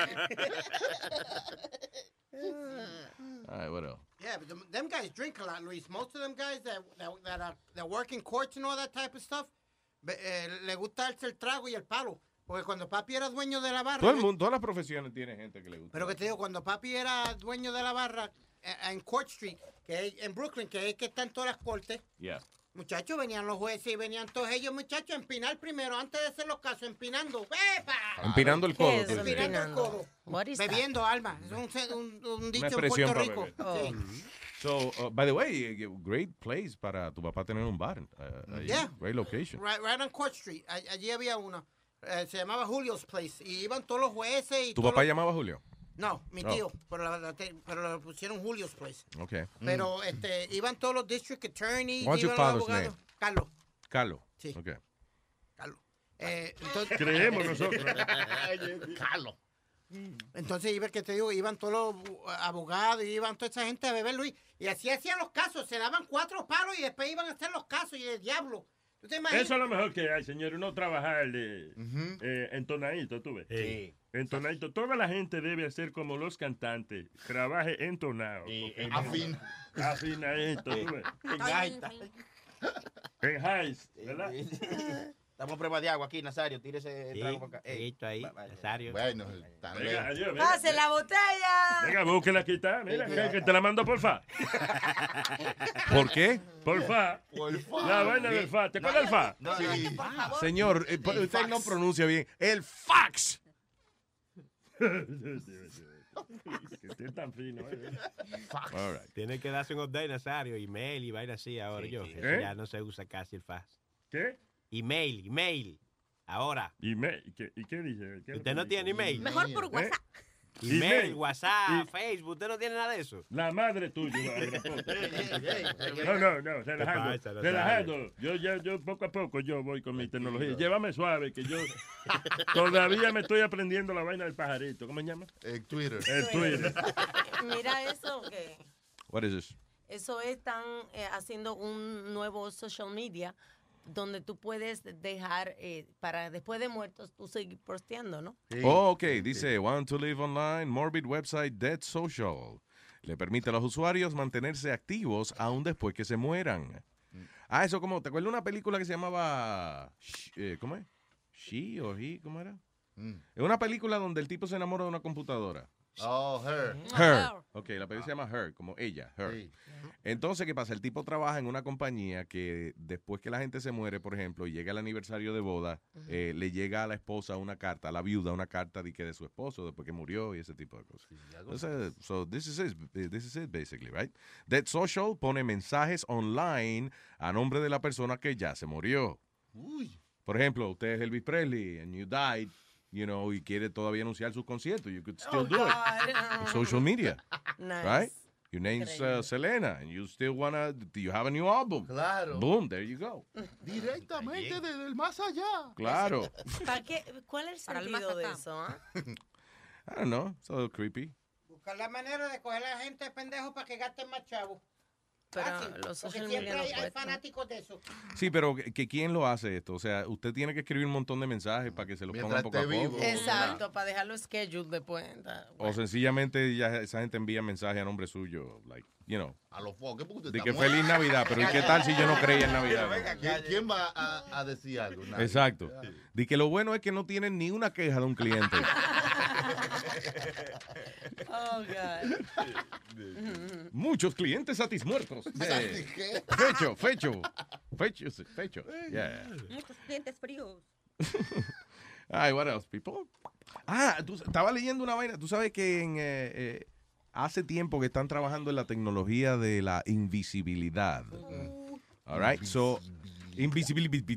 Ay, bueno. Yeah, but them, them guys drink a lot, Luis. Most of them guys that that, that, are, that work in courts and all that type of stuff, be- eh, le gusta darse el trago y el palo. Porque cuando papi era dueño de la barra... Todo el mundo, todas las profesiones tienen gente que le gusta. Pero que te digo, cuando papi era dueño de la barra eh, en Court Street, que es en Brooklyn, que es que están todas las cortes, Yeah. muchachos, venían los jueces y venían todos ellos, muchachos, a empinar primero, antes de hacer los casos, empinando. ¡Epa! Empinando el codo. ¿Qué es tú dices. Empinando el Empinando. codo. What is that? Bebiendo, Alma. Es un, un, un dicho en expresión Puerto para Rico. beber. Sí. So, uh, by the way, uh, great place para tu papá tener un bar. Uh, ahí. Yeah. Great location. Right, right on Court Street. All- Allí había uno. Eh, se llamaba Julio's Place. Y iban todos los jueces y ¿Tu todos papá los- llamaba Julio? No, mi Oh. tío. Pero, la- la- pero le pusieron Julio's Place. Okay. Pero este, iban todos los district attorneys. What's your iban los father's abogados. name? Carlos. Carlos. Sí. Okay. Carlos. Eh, entonces, Creemos nosotros. Carlos. Entonces, iba que te digo, iban todos los uh, abogados, y iban toda esa gente a beber, Luis. Y así hacían los casos. Se daban cuatro palos y después iban a hacer los casos. Y el diablo. ¿Tú te imaginas? Eso es lo mejor que hay, señor. Uno trabajar de, eh, entonadito, tú ves. Sí. Entonadito. Toda la gente debe hacer como los cantantes. Trabaje entonado. porque- Afín. Afinadito, tú ves. En gaita. En highs, ¿verdad? Estamos a prueba de agua aquí, Nazario. Tírese el trago para acá. Ey, Esto ahí, va- vaya. Nazario. Bueno, tan Venga, lejos. adiós, venga. ¡Pase la botella! Venga, búsquela aquí está. Mira, que, que te la mando por fa. ¿Por qué? Por fa. Por favor. La vaina del fa. ¿Te acuerdas del fa? No, Sí. no, Señor, eh, El usted fax. no pronuncia bien. El fax. Que usted es tan fino. ¿eh? All right. Tiene que darse un update, Nazario. Email y vaina así ahora. Sí, yo. sí. Eso ¿Eh? ya no se usa casi el fax. ¿Qué? Email, email. Ahora. ¿Y, me, y qué, ¿Y qué dice? ¿Qué es lo ¿Usted que no dice? tiene email? Mejor por ¿Eh? WhatsApp. Email, Email. WhatsApp, Y- Facebook. ¿Usted no tiene nada de eso? La madre tuya. No, no, no, relajando. pasa, Nazario? Relajando. Yo ya, yo poco a poco yo voy con mi tecnología. Llévame suave, que yo todavía me estoy aprendiendo la vaina del pajarito. ¿Cómo se llama? Eh, Twitter. El Twitter. Mira eso que What is this? eso están eh, haciendo un nuevo social media donde tú puedes dejar eh, para después de muertos tú seguir posteando, ¿no? Sí. Oh, ok. Dice, want to live online, morbid website Dead Social. Le permite a los usuarios mantenerse activos aún después que se mueran. Ah, eso como, ¿te acuerdas de una película que se llamaba, Sh- eh, ¿cómo es? She o He, ¿cómo era? Mm. Es una película donde el tipo se enamora de una computadora. Oh, her. Her. Ok, la película se llama Her, como ella, Her. Sí. Entonces, ¿qué pasa? El tipo trabaja en una compañía que después que la gente se muere, por ejemplo, y llega el aniversario de boda, eh, le llega a la esposa una carta, a la viuda una carta de que de su esposo, después que murió y ese tipo de cosas. Entonces, so this is it, this is it basically, right? Dead Social pone mensajes online a nombre de la persona que ya se murió. Uy. Por ejemplo, usted es Elvis Presley and you died, you know, y quiere todavía anunciar sus conciertos, you could still Oh, do it God. on social media, Nice. right? Your name's uh, Increíble. Selena, and you still wanna, do you have a new album? Claro. Boom, there you go. Directamente desde el más allá. Claro. ¿Para qué? ¿Cuál es el Para el sentido de más acá. eso? ah? I don't know, it's a little creepy. Buscar la manera de coger a la gente de pendejo para que gasten más chavos. pero Fácil, los porque social siempre media no hay, hay cuestan. fanáticos de eso. Sí, pero que, que ¿quién lo hace esto? O sea, usted tiene que escribir un montón de mensajes para que se los pongan poco a poco. Exacto, para dejarlo scheduled después. da- O sencillamente ya esa gente envía mensajes a nombre suyo, like, you know. A los foques, porque usted De está que muerto. feliz Navidad, pero ¿y qué tal si yo no creía en Navidad? ¿Quién, quién va a, a decir algo? Nadie. Exacto. De que lo bueno es que no tienen ni una queja de un cliente. Oh, God. Muchos clientes satismuertos. Eh, ¿Qué? fecho, fecho. Fecho, fecho. Yeah. Muchos clientes fríos. Ay, what else, people? Ah, tú, estaba leyendo una vaina. Tú sabes que en, eh, eh, hace tiempo que están trabajando en la tecnología de la invisibilidad. All right, so, invisibilidad.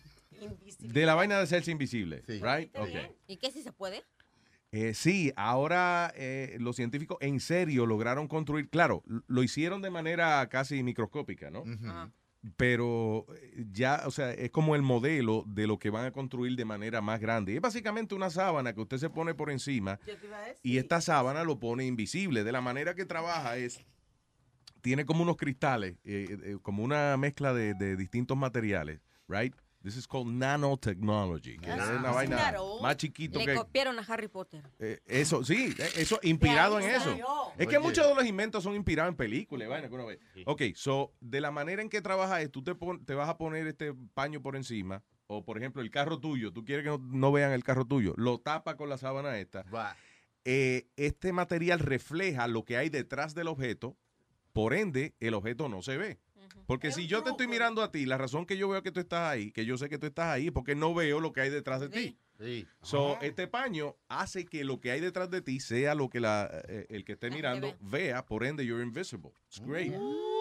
De la vaina de hacerse invisible, right? Okay. ¿Y qué si se puede? Eh, sí, ahora eh, los científicos en serio lograron construir, claro, l- lo hicieron de manera casi microscópica, ¿no? Ajá. Pero eh, ya, o sea, es como el modelo de lo que van a construir de manera más grande. Y es básicamente una sábana que usted se pone por encima y esta sábana lo pone invisible. De la manera que trabaja es, tiene como unos cristales, eh, eh, como una mezcla de, de distintos materiales, right? This is called nanotechnology, que es una vaina Claro. más chiquito Le que... copiaron a Harry Potter. Eh, eso, sí, eh, eso inspirado en De ahí eso. salió. Es que Oye. muchos de los inventos son inspirados en películas, vaina que uno ve. Ok, so, de la manera en que trabajas es, tú te, pon- te vas a poner este paño por encima, o por ejemplo, el carro tuyo, tú quieres que no, no vean el carro tuyo, lo tapa con la sábana esta. Eh, este material refleja lo que hay detrás del objeto, por ende, el objeto no se ve. Porque si yo te estoy mirando a ti, la razón que yo veo que tú estás ahí, que yo sé que tú estás ahí, es porque no veo lo que hay detrás de ti. Sí. So, este paño hace que lo que hay detrás de ti sea lo que la, eh, el que esté mirando vea, por ende, you're invisible. It's great.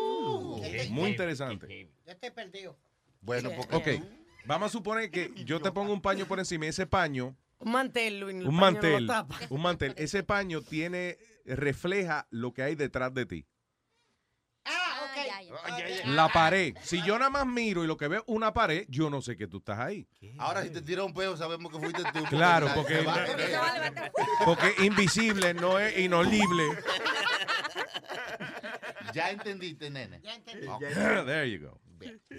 Muy interesante. Ya te perdido. Bueno, Ok, vamos a suponer que yo te pongo un paño por encima y ese paño, Un mantel, Luis. el un paño no mantel, lo tapa. un mantel, ese paño tiene, refleja lo que hay detrás de ti. Ah, ok. La pared. Si yo nada más miro y lo que veo es una pared, yo no sé que tú estás ahí. Ahora, si te tira un peo, sabemos que fuiste tú. Claro, nadie porque, se va a creer. porque invisible no es inolible. Ya entendiste, nene. Ya entendí. There you go.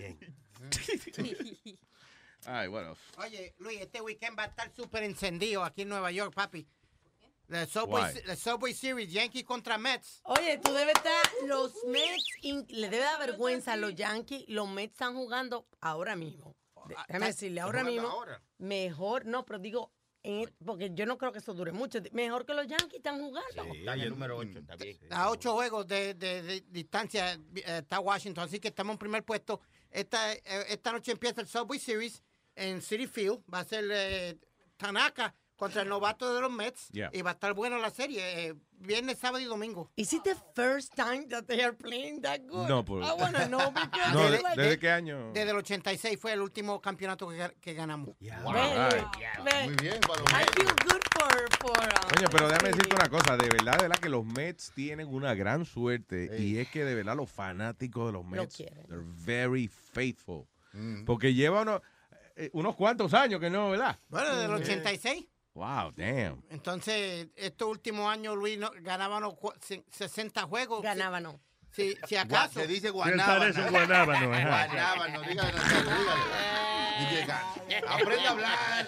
Ay, bueno. Oye, Luis, este weekend va a estar súper encendido aquí en Nueva York, papi. La Subway, Why? la Subway Series, Yankee contra Mets. Oye, tú debes estar, los Mets, in- le debe dar vergüenza a los Yankees, los Mets están jugando ahora mismo. Déjame decirle, ahora ¿Jugando mismo, ahora? mejor, no, pero digo, en- porque yo no creo que eso dure mucho, mejor que los Yankees están jugando. Está en el número ocho, está bien. A ocho juegos de, de- de distancia eh, está Washington, así que estamos en primer puesto. Esta, eh, esta noche empieza el Subway Series en Citi Field. Va a ser eh, Tanaka contra el novato de los Mets. Yeah. Y va a estar buena la serie, eh, viernes, sábado y domingo. Is it the first time that they are playing that good? No, pues. I wanna know because No, it's de- like- ¿desde qué año? Desde el ochenta y seis fue el último campeonato que, ga- que ganamos. All right. Muy bien, I feel good for, for um, Coño, pero déjame decirte una cosa, de verdad, de verdad que los Mets tienen una gran suerte y es que de verdad los fanáticos de los Mets, quieren. they're very faithful. Porque lleva unos, eh, unos cuantos años que no, ¿verdad? Bueno, desde el ochenta y seis. Wow, damn. Entonces, estos últimos años, Luis, no, ganábamos cu- se- sesenta juegos. Ganábamos. Si, si acaso. Se dice guanábano. guanábano. Sí, un guanábano, ajá. Guanábano, dígale, Nazario, dígale. Y llega, aprende a hablar.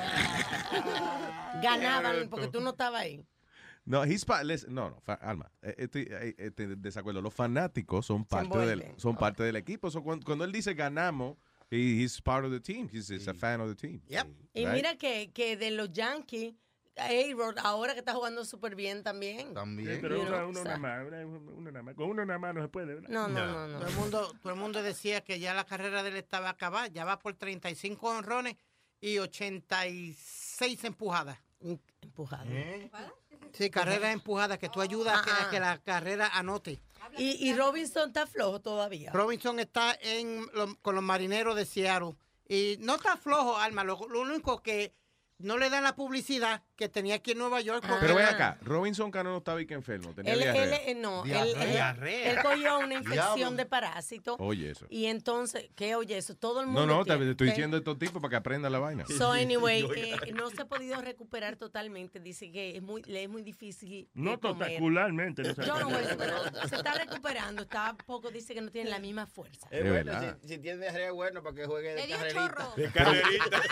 Ganaban porque tú no estabas ahí. No, he's pa- listen, no, no, fa- Alma, eh, estoy eh, eh, te- desacuerdo. Los fanáticos son parte del, envuelven. son parte del equipo. So, cuando, cuando él dice ganamos, he- he's part of the team. He's, he's a fan of the team. Y Right? mira que, que de los Yankees, A-Rod, ahora que está jugando súper bien también. Sí, También. pero You uno, know, uno o sea, nada más, una- uno nada más. Con uno nada más no se puede, ¿verdad? No, no, no, no. Todo el, mundo, todo el mundo decía que ya la carrera de él estaba acabada. Ya va por treinta y cinco honrones y ochenta y seis empujadas. Empujadas. Sí, carreras empujadas, que tú ayudas a que, a que la carrera anote. Y, y Robinson está flojo todavía. Robinson está en lo- con los marineros de Seattle. Y no está flojo, Alma. Lo, lo único que no le dan la publicidad que que tenía aquí en Nueva York. Ah. Pero ven acá, Robinson Cano no estaba ahí que enfermo, tenía Él, diarrea. él, eh, no, él, Diarrea. él, él cogió una infección Diablo. de parásito. Oye eso. Y entonces, ¿qué oye eso? Todo el No, mundo no, te tiene, estoy ¿ok? diciendo a estos tipos para que aprendan la vaina. So, anyway, eh, no se ha podido recuperar totalmente. Dice que es muy, le es muy difícil. No eh, comer. totacularmente. No se Yo no voy a puede. decir, pero se está recuperando. Está poco, dice que no tiene la misma fuerza. Es bueno, si, si tiene diarrea, es bueno para que juegue de carrerita. De carrerita.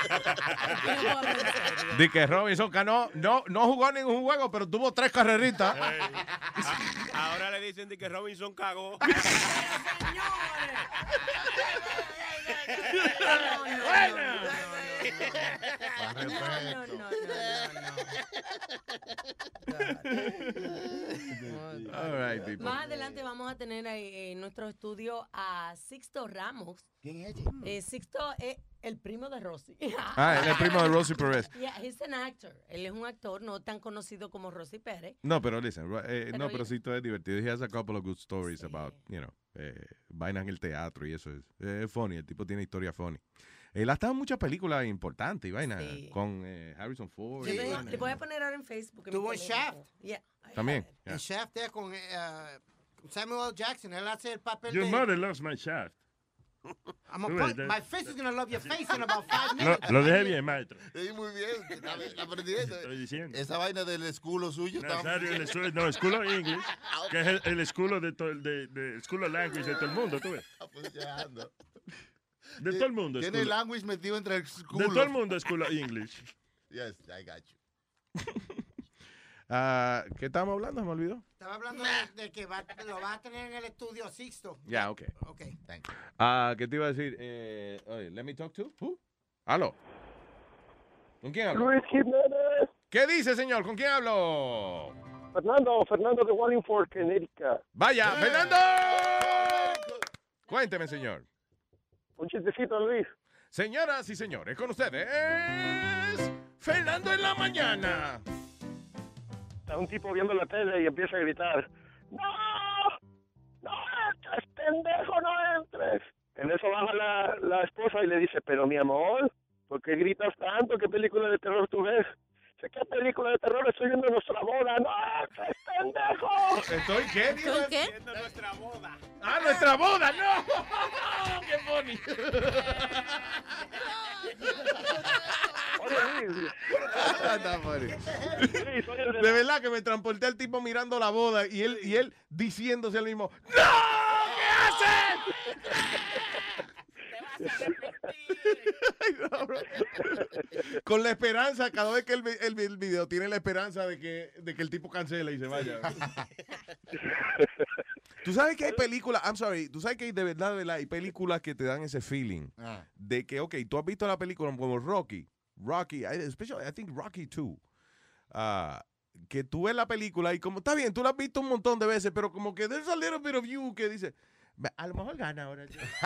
Di que Robinson Cano no, no jugó ningún juego, pero tuvo tres carreritas. Ahora le dicen de que Robinson cagó. No, no, no, no, All right, people. Más adelante vamos a tener ahí en nuestro estudio a Sixto Ramos. ¿Quién es eh, Sixto es el primo de Rosy. Ah, él es el primo de Rosie Perez. Yeah, he's an actor. Él es un actor no tan conocido como Rosy Pérez. No, pero listen, eh, Pero no, oye- pero sí todo es divertido. He has a couple of good stories about, you know, eh, vainas en el teatro y eso es, eh, es funny. El tipo tiene historia funny. Él ha estado en muchas películas importantes y vainas Sí. con eh, Harrison Ford. Le y voy, vainas. le voy a poner ahora en Facebook. en mi Tuvo en teléfono. Shaft. Yeah. También. En Shaft eh, con eh, Samuel L. Jackson. Él hace el papel Your de... mother loves my shaft. I'm a Tú put- ves, my face is going to love your face in about five Lo, minutes. lo dejé bien, maestro. Sí, muy bien. Está bien, aprendiendo. Estoy diciendo. Esa vaina del escudo suyo. está- Nazario, el escudo, no, School of English, que es el, el escudo de, todo, de, de School of Language de todo el mundo, tú ves. Pues ya ando. De todo el mundo. Tiene School- language metido entre el de culo. todo el mundo School of English. Yes, I got you. Ah, ¿qué estábamos hablando? Se me olvidó. Estaba hablando de, de que va, lo vas a tener en el estudio Sixto. Ya, ok. Ok. Ah, ¿qué te iba a decir? Eh, oye, let me talk to. Who? Aló. ¿Con quién hablo? Luis Jiménez. ¿Qué dice, señor? ¿Con quién hablo? Fernando, Fernando de Wallingford, Connecticut. Vaya, Fernando. Cuénteme, señor. Un chistecito, Luis. Señoras y señores, con ustedes es Fernando en la mañana. Está un tipo viendo la tele y empieza a gritar, ¡No! ¡No entres, pendejo, no entres! En eso baja la, la esposa y le dice, pero mi amor, ¿por qué gritas tanto? ¿Qué película de terror tú ves? Dice, ¿qué película de terror? Estoy viendo nuestra boda. ¡No entres, pendejo! ¿Estoy qué? digo? ¿Con qué? Viendo nuestra boda. ¡Ah, nuestra boda! ¡No! ¡Qué funny! Está funny. De verdad que me transporté al tipo mirando la boda y él, y él diciéndose al mismo, ¡No! ¿Qué haces? Ay, no, bro. Con la esperanza, cada vez que el, vi- el, el video tiene la esperanza de que, de que el tipo cancele y se vaya. Tú sabes que hay películas, I'm sorry, tú sabes que hay de verdad, de verdad, hay películas que te dan ese feeling Ah. de que, ok, tú has visto la película como Rocky, Rocky, I- especially, I think Rocky two, ah, que tú ves la película y como, está bien, tú la has visto un montón de veces, pero como que there's a little bit of you que dice, "Ve, a lo mejor gana ahora.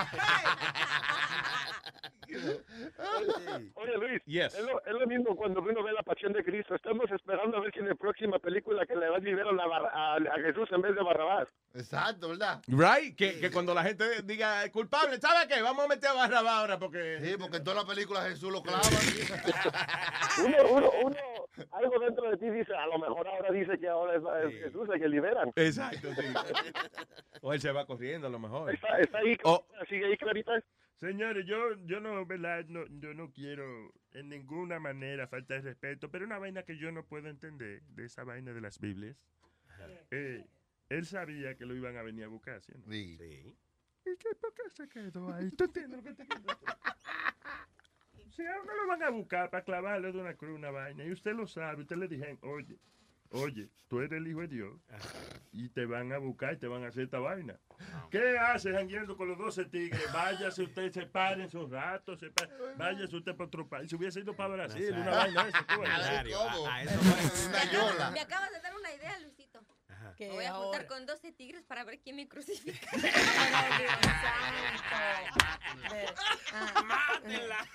Oye, Luis, Yes. es, lo, es lo mismo cuando uno ve La Pasión de Cristo. Estamos esperando a ver si en la próxima película que le va a liberar a, Bar- a, a Jesús en vez de Barrabás. Exacto, ¿verdad? Right, que, que cuando la gente diga culpable, ¿sabe qué? Vamos a meter a Barrabás ahora porque... Sí, porque en toda la película Jesús lo clava. Uno, uno, uno, algo dentro de ti dice, a lo mejor ahora dice que ahora es, es Jesús el que liberan. Exacto, sí. O él se va corriendo a lo mejor. Está, está ahí, Oh. sigue ahí clarita. Señores, yo, yo no, ¿verdad? No, yo no quiero en ninguna manera faltar de respeto, pero una vaina que yo no puedo entender de esa vaina de las Biblias. Eh, él sabía que lo iban a venir a buscar, ¿sí? ¿No? Sí. ¿Y qué, por qué se quedó ahí? ¿Tú entiendes lo que te quiero decir? Si a uno lo van a buscar para clavarle de una cruz una vaina, y usted lo sabe, usted le dijeron, oye, oye, tú eres el hijo de Dios, y te van a buscar y te van a hacer esta vaina. ¿Qué hace jangueando con los doce tigres? Váyase usted, sepárense un rato, sepá- váyase usted para otro país. Si hubiese ido para Brasil, una vaina de esa, tú ves. ¿Cómo? Me acabas de dar una idea, Luisito. Que Me voy a juntar ahora- con doce tigres para ver quién me crucifica. ¡Mátenla!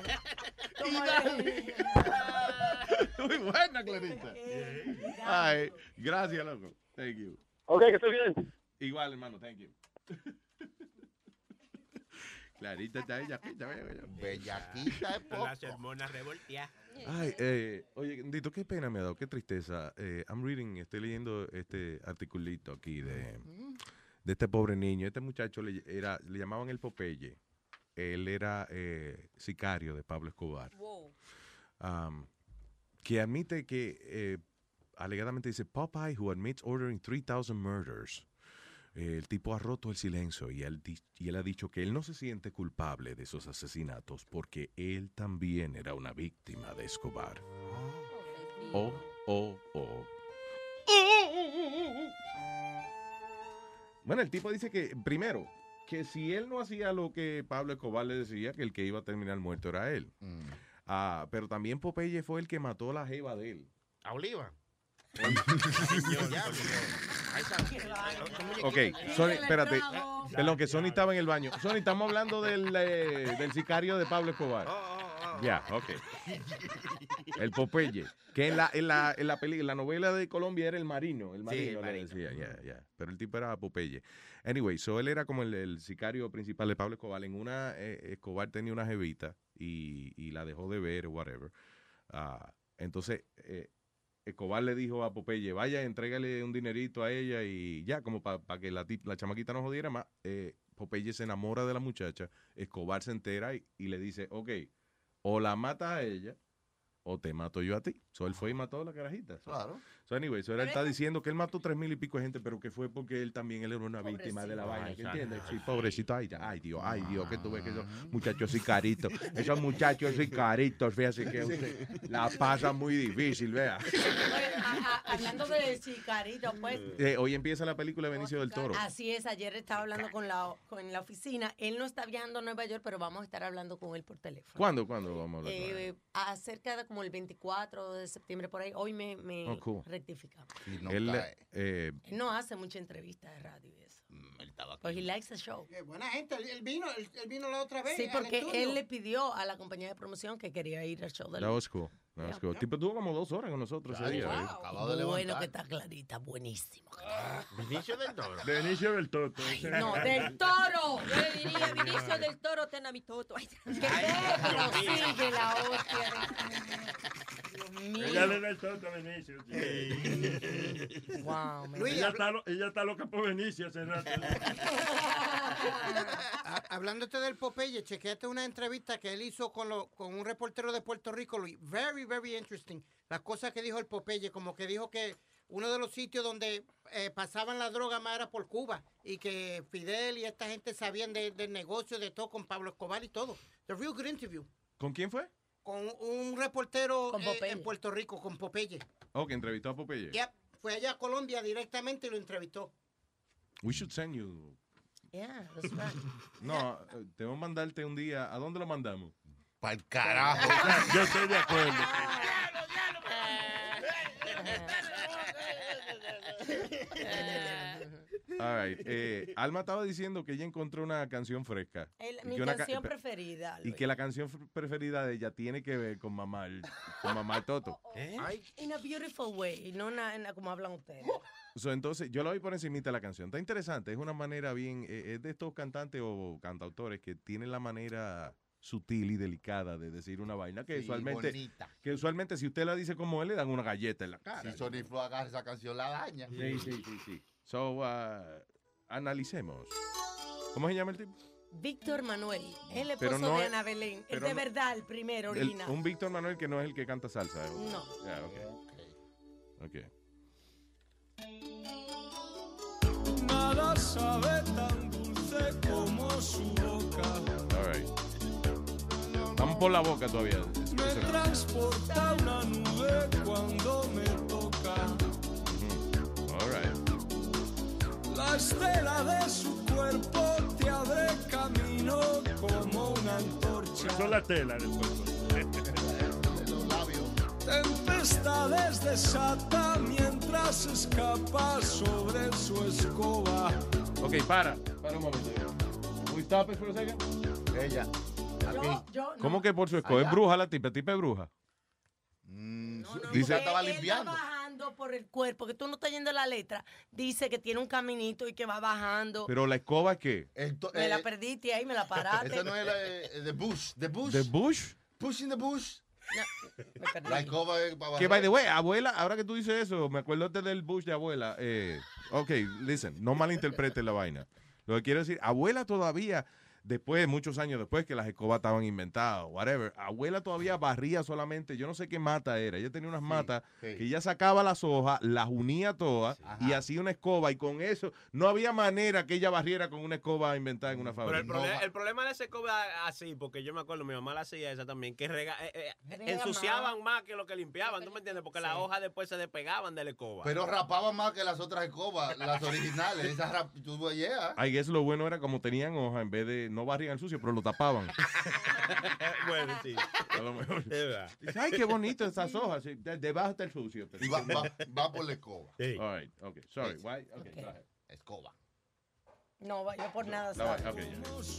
Muy buena, Clarita. Ay, gracias, loco. Thank you. Ok, que estés bien. Igual, hermano, thank you. Clarita está bellaquita, bella, bella. Bellaquita es poco. Las hermanas revolteadas. Ay, eh, oye, Dito, qué pena me ha dado, qué tristeza. Eh, I'm reading, estoy leyendo este articulito aquí de, de este pobre niño. Este muchacho le, era, le llamaban el Popeye. Él era eh, sicario de Pablo Escobar. Wow. Um, que admite que, eh, alegadamente dice, Popeye who admits ordering three thousand murders. Eh, el tipo ha roto el silencio y él, di- y él ha dicho que él no se siente culpable de esos asesinatos porque él también era una víctima de Escobar. Oh, oh, oh. Bueno, el tipo dice que, primero, que si él no hacía lo que Pablo Escobar le decía, que el que iba a terminar muerto era él. Ah, pero también Popeye fue el que mató a la jeva de él. ¿A Oliva? Ok, Sony, espérate. Perdón, que Sony estaba en el baño. Sony, estamos hablando del, eh, del sicario de Pablo Escobar. Ya, ok. El Popeye. Que en la, en la, en la, peli, en la novela de Colombia era el marino. El marino, el le marino. decía, ya, ya. Pero el tipo era Popeye. Anyway, so él era como el, el sicario principal de Pablo Escobar. En una, eh, Escobar tenía una jevita y, y la dejó de ver o whatever. Ah, entonces, eh, Escobar le dijo a Popeye, vaya, entrégale un dinerito a ella y ya, como para pa que la, tip- la chamaquita no jodiera más. Eh, Popeye se enamora de la muchacha, Escobar se entera y, y le dice, ok, o la matas a ella o te mato yo a ti. So él fue y mató a la carajita. So, Claro. so anyway, so él está diciendo que él mató tres mil y pico de gente, pero que fue porque él también él era una víctima de la vaina, ¿que entiendes? Sí, pobrecito, ay, ay Dios, ay Dios, que tuve que esos muchachos sicaritos, esos muchachos sicaritos, fíjate que usted la pasa muy difícil, vea. A- a- Hablando de sicarito, pues. Eh, hoy empieza la película de Benicio del Toro. Así es, ayer estaba hablando con la, con la oficina. Él no está viajando a Nueva York, pero vamos a estar hablando con él por teléfono. ¿Cuándo, cuándo vamos a hablar con él? Eh, acerca de como el veinticuatro de septiembre, por ahí. Hoy me, me Oh, cool. rectificamos. Él, eh, Él no hace mucha entrevista de radio y eso. Pues he likes the show. Qué buena gente, él, él vino, él, él vino la otra vez. Sí, al porque estudio. él le pidió a la compañía de promoción que quería ir al show del that was cool. That was cool. El tipo estuvo como dos horas con nosotros ese día. ¿eh? Bueno que está clarita, buenísimo. Vinicio del Toro. Benicio del Toto. No, del Toro. Yo le diría, Vinicio del Toro, ten a mi toto. Ay, Pero sigue la hostia. Dios mío. Ella le da el Toto a Benicio. Wow, man. Luis, ella, habla- está, lo- ella está loca por Benicio hace rato. Ha- Hablándote del Popeye, chequeate una entrevista que él hizo con, lo, con un reportero de Puerto Rico, Luis. Very, very interesting. Las cosas que dijo el Popeye, como que dijo que uno de los sitios donde eh, pasaban la droga más era por Cuba y que Fidel y esta gente sabían de- del negocio, de todo, con Pablo Escobar y todo. The real good interview. ¿Con quién fue? Con un reportero Con eh, Popeye. en Puerto Rico, con Popeye. Oh, que entrevistó a Popeye. Yep. Fue allá a Colombia directamente y lo entrevistó. We should send you. Yeah, that's right. No, eh, tengo que mandarte un día. ¿A dónde lo mandamos? Para el carajo. Yo estoy de acuerdo. All right. Eh, Alma estaba diciendo que ella encontró una canción fresca. El- Y mi que una ca- canción pe- preferida. Y Luis. que la canción f- preferida de ella tiene que ver con mamá, el- con mamá el Toto. Ay, In a beautiful way, no na- na- como hablan ustedes. So, entonces, yo la voy por encimita de la canción. Está interesante. Es una manera bien... eh, es de estos cantantes o cantautores que tienen la manera sutil y delicada de decir una vaina que Sí, usualmente... bonita. Que usualmente si usted la dice como él, le dan una galleta en la cara. Si Sony Flow agarra esa canción, la daña. Sí, sí, sí, sí. So, uh, analicemos. ¿Cómo se llama el tipo? Víctor Manuel, el Pero esposo no de es- Ana Belén. Es pero de no- verdad el primero El- original. un Víctor Manuel que no es el que canta salsa. ¿eh? No. Ya, ok. Ok. Nada sabe tan dulce como su boca. All right. Vamos por la boca todavía. Me transporta una nube cuando me toca. All right. La estela de su cuerpo te abre camino como una antorcha. Eso es la tela del cuerpo. Los labios. Tempestades desata mientras escapa sobre su escoba. Ok, para. Para un momento. We stop it for a second. Ella. Aquí. Yo, yo, no. ¿Cómo que por su escoba? ¿Es Allá. bruja la tipa? ¿Tipa es bruja? Mm, No, no, dice porque estaba él va limpiando. bajando por el cuerpo, que tú no estás yendo la letra. Dice que tiene un caminito y que va bajando. ¿Pero la escoba qué? El to- me eh, la perdiste ahí, me la paraste. Esa no es la eh, de Bush. The Bush. ¿De Bush? Push in the Bush. La escoba es para Que, by the way, abuela, ahora que tú dices eso, me acuerdo del Bush de abuela. Eh, ok, listen, no malinterprete la vaina. Lo que quiero decir, abuela todavía, después, muchos años después que las escobas estaban inventadas, whatever, abuela todavía barría solamente, yo no sé qué mata era. Ella tenía unas matas sí. que ella sacaba las hojas, las unía todas y hacía una escoba, y con eso no había manera que ella barriera con una escoba inventada en una Pero fábrica. el, problema, el problema de esa escoba así, porque yo me acuerdo, mi mamá la hacía esa también, que rega, eh, eh, Rega ensuciaban más que lo que limpiaban, ¿tú me entiendes? Porque las hojas después se despegaban de la escoba. Pero rapaban más que las otras escobas, las originales. Esas rap, tú, yeah. Ay, eso lo bueno era como tenían hoja, en vez de no barrían el sucio, pero lo tapaban. Bueno, sí. A lo mejor. Es verdad. Dice, ay, qué bonito esas hojas. Sí, de- debajo está el sucio. Y va, va, va por la escoba. Sí. All right, okay, sorry. Sí. Why? Okay, Okay. go ahead. Escoba. No, va- yo por nada No, sabe. okay,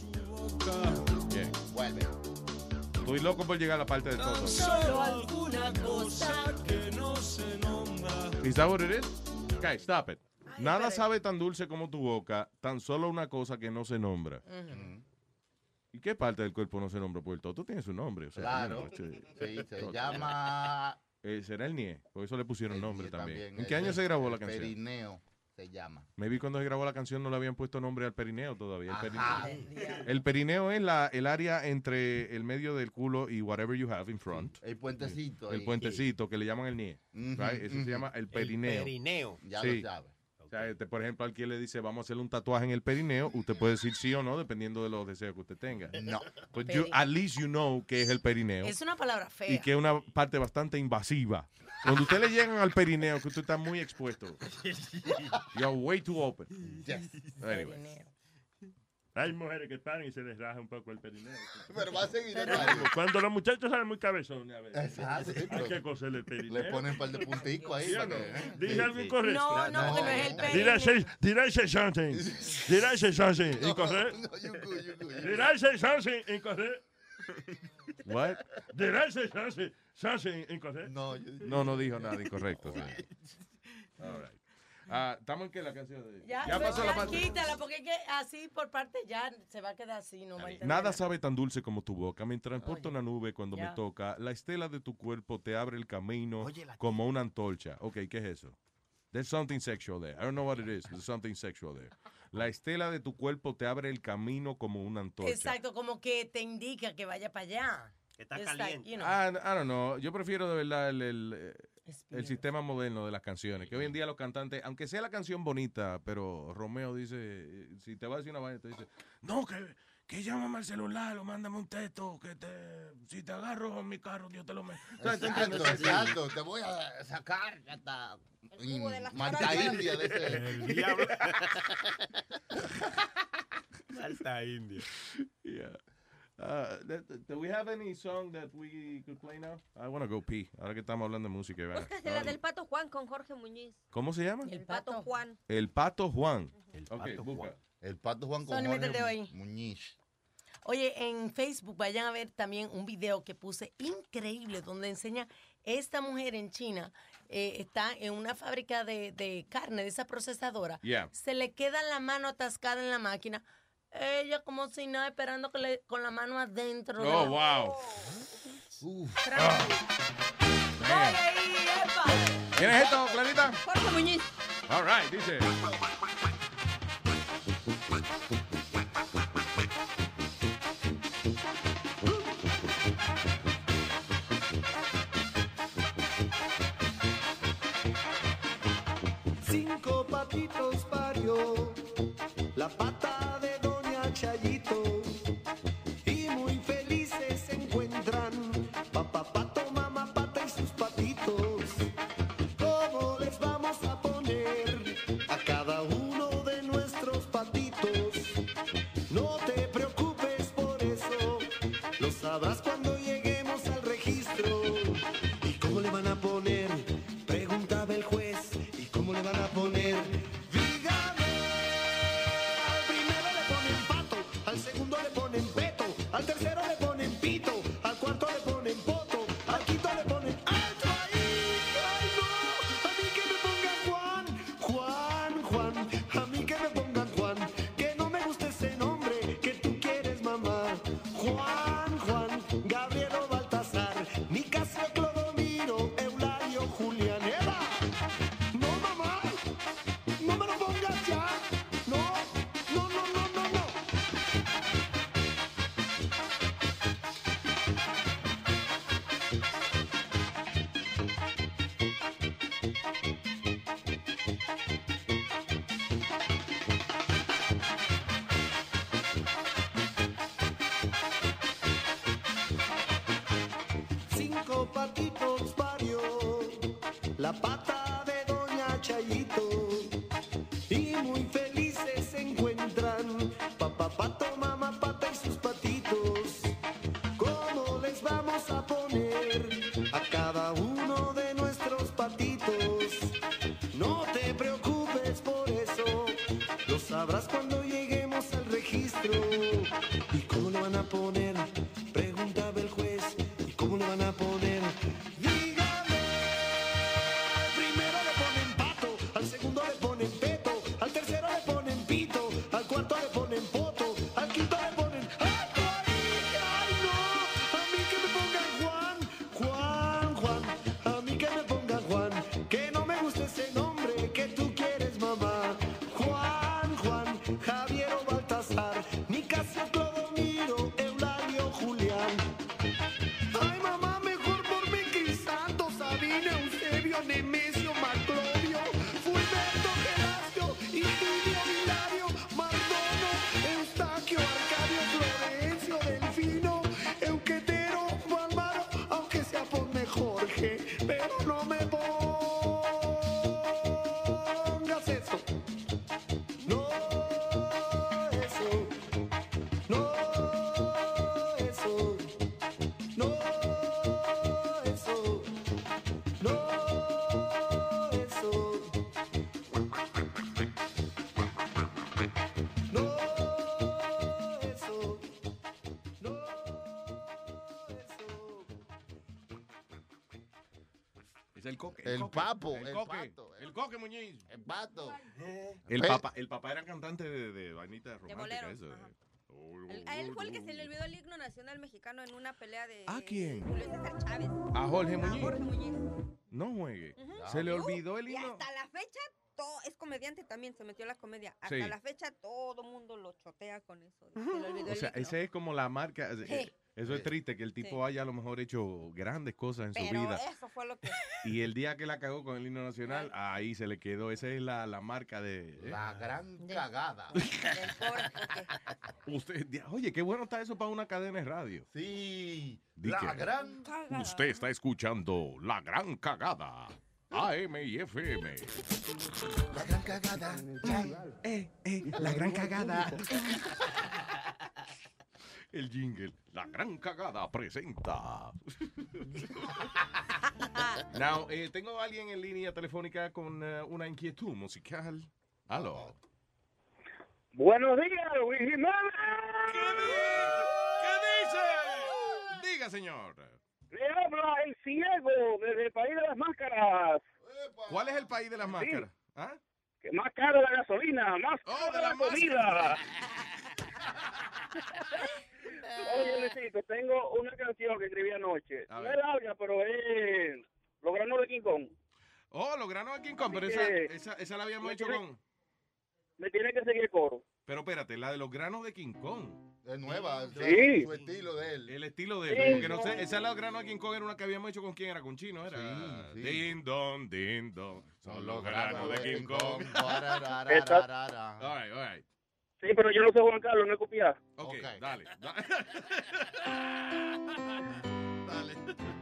ya. Bien. Vuelve. Estoy loco por llegar a la parte de todo. Solo alguna cosa. que no se nombra. Is that what it is? Okay, stop it. Ay, Nada pero- sabe tan dulce como tu boca, tan solo una cosa que no se nombra. Ujú. ¿Y qué parte del cuerpo no se nombra? Pues el toto tiene su nombre. O sea, Claro. bueno, che, Sí, se toto. llama... Eh, ¿Será el Nie? Por eso le pusieron el nombre pie también. ¿En el- qué año el- se grabó la el canción? Perineo se llama. Maybe cuando se grabó la canción no le habían puesto nombre al perineo todavía. El Ajá. perineo, el perineo es la, el área entre el medio del culo y whatever you have in front. El puentecito. El ahí. puentecito que le llaman el nie. Ujú, Right? Ese ujú. se llama el perineo. Perineo. Ya Sí. lo sabes. O sea, este, por ejemplo, al que le dice vamos a hacerle un tatuaje en el perineo, usted puede decir sí o no dependiendo de los deseos que usted tenga. No. But you, at least you know que es el perineo. Es una palabra fea. Y que es una parte bastante invasiva. Cuando usted le llegan al perineo, que usted está muy expuesto. You're way too open. Yes. Anyway. Perineo. Hay mujeres que paran y se les raja un poco el perineo. Pero va a seguir. Pero- ¿no? Cuando los muchachos salen muy cabezones a veces. Exacto. Hay que coserle el perineo. Le ponen un par de punticos ahí. ¿Sí o para no? que, ¿eh? Dije Sí, algo sí. incorrecto. No, no, porque no es el Did I say, perineo. did I say something? Did I say something No, incorrect? no, you good, you good, you Did good. I say something incorrect? What? Did I say something, something incorrect? No, yo- No, no dijo nada incorrecto. Sí. All right. Ah, ¿estamos en qué la canción? De... Ya, Ya pero pasó ya la parte. quítala, porque es que así por parte ya se va a quedar así, no va a entender Nada sabe tan dulce como tu boca. Me transporta Oye, una nube cuando ya. me toca. La estela de tu cuerpo te abre el camino Oye, la- como una antorcha. Ok, ¿qué es eso? There's something sexual there. I don't know what it is. There's something sexual there. La estela de tu cuerpo te abre el camino como una antorcha. Exacto, como que te indica que vaya para allá. Que está It's like, caliente. you know, Ah, I don't know. Yo prefiero de verdad el, el, eh, el espíritu. sistema moderno de las canciones. Que hoy en día los cantantes, aunque sea la canción bonita, pero Romeo dice, eh, si te va a decir una vaina, te dice, no, que, que llámame al celular o mándame un texto, que te, si te agarro en mi carro, yo te lo meto. Exacto, exacto. Te voy a sacar hasta cubo de la Marta cara. India de ese. El diablo. Malta India. Yeah. Uh, th- th- do we have any song that we could play now? I want to go pee. Ahora que estamos hablando de música. ¿verdad? Búscate la del Pato Juan con Jorge Muñiz. ¿Cómo se llama? El El Pato pato. Juan. El Pato Juan. El Ok, Pato busca. Juan. El Pato Juan con Sony, mete el dedo Jorge ahí. Muñiz. Oye, en Facebook vayan a ver también un video que puse increíble donde enseña esta mujer en China. Eh, está en una fábrica de, de carne, de esa procesadora. Yeah. Se le queda la mano atascada en la máquina. Ella como si nada, esperando que le, con la mano adentro. de Oh, la- wow. Uf. Tranquilo. Voy ahí, epa. ¿Quién es esto, Clarita? Jorge Muñiz. All right, dice. Cinco patitos parió la pata de Doña Chayito y muy felices se encuentran papá pato, mamá pata y sus patitos. ¿Cómo les vamos a poner a cada uno de nuestros patitos? No te preocupes por eso, lo sabrás cuando lleguemos al registro. ¿Y cómo le van a poner? Preguntaba el juez. ¿Y cómo le van a poner? Dígame, al primero la pata de Doña Chayito. Y muy felices se encuentran papá pato, mamá pata y sus patitos. ¿Cómo les vamos a poner a cada uno de nuestros patitos? No te preocupes por eso, lo sabrás cuando lleguemos al registro. ¿Y cómo le van a poner? Preguntaba el juez. ¿Y cómo le van a poner? Dígame. Primero le ponen pato, al segundo le ponen peto, al tercero le ponen pito, al cuarto le ponen poto, al quinto le ponen... ¡Ay, Juanito! ¡Ay, no! A mí que me pongan Juan, Juan, Juan. A mí que me pongan Juan, que no me gusta ese nombre que tú quieres, mamá. Juan, Juan, Javier o Baltasar, Nicasio, Clodomiro, Eulalio, Julián. Ay, mamá, mejor ponme Crisanto, Sabina, Eusebio, Nemesio, Maclovio, Fulberto, Gelasio, Itilio, Hilario, Mardono, Eustaquio, Arcadio, Florencio, Delfino, Euquetero, Bárbaro, aunque sea ponme Jorge, pero no me pongas eso. No, eso. No, eso. No, eso. No, eso. No, eso. No, eso. Es el coque. El coque, papo, El, el coque. pato, El coque, Muñiz. El pato. El Pe- papá, el papá era cantante de, de vainita romántica. bolero, Eso. ajá. El- a él fue el que se le olvidó el himno nacional mexicano en una pelea de ¿A quién? Julio César Chávez. A Jorge A Muñiz. Jorge Muñiz. No juegue. Ujú. Se le Uh, olvidó el Y himno. hasta la fecha, todo, es comediante también, se metió a la comedia. Hasta Sí. la fecha todo mundo lo chotea con eso. Se le olvidó O sea, el himno. ese es como la marca. eh, Sí. Eso es triste, que el tipo Sí. haya a lo mejor hecho grandes cosas en su Pero vida. eso fue lo que... Y el día que la cagó con el himno nacional, ahí se le quedó. Esa es la, la marca de... ¿eh? La gran cagada. Usted, di- oye, qué bueno está eso para una cadena de radio. Sí. Di La que- gran cagada. Usted está escuchando La Gran Cagada. A M y F M. La gran cagada. Eh, eh, la gran cagada. El jingle. La Gran Cagada presenta. Now, eh, tengo a alguien en línea telefónica con eh, una inquietud musical. Aló. Buenos días, Luis Jiménez. ¿Qué dice? Diga, señor. Le habla el ciego desde el país de las máscaras. ¿Cuál es el país de las máscaras? ¿Ah? Que más caro la gasolina, más Oh, cara de la las comida. Oye, Luisito, tengo una canción que escribí anoche. A No ver. es larga, pero es Los granos de King Kong. Oh, los granos de King Kong, pero Así esa, que- esa, esa la habíamos me hecho tiene- con... Me tiene que seguir el coro. Pero espérate, la de los granos de King Kong. Es nueva. Sí. Su estilo de él. El estilo de él. Sí, porque no sé, no. esa de los granos de King Kong era una que habíamos hecho con quién era, con Chino, era. Sí, sí. Din don, din don. Son los granos de King Kong. Guararararara. All right, all right. Sí, pero yo no soy Juan Carlos, no es copiar. Ok, Ok. dale. da- dale.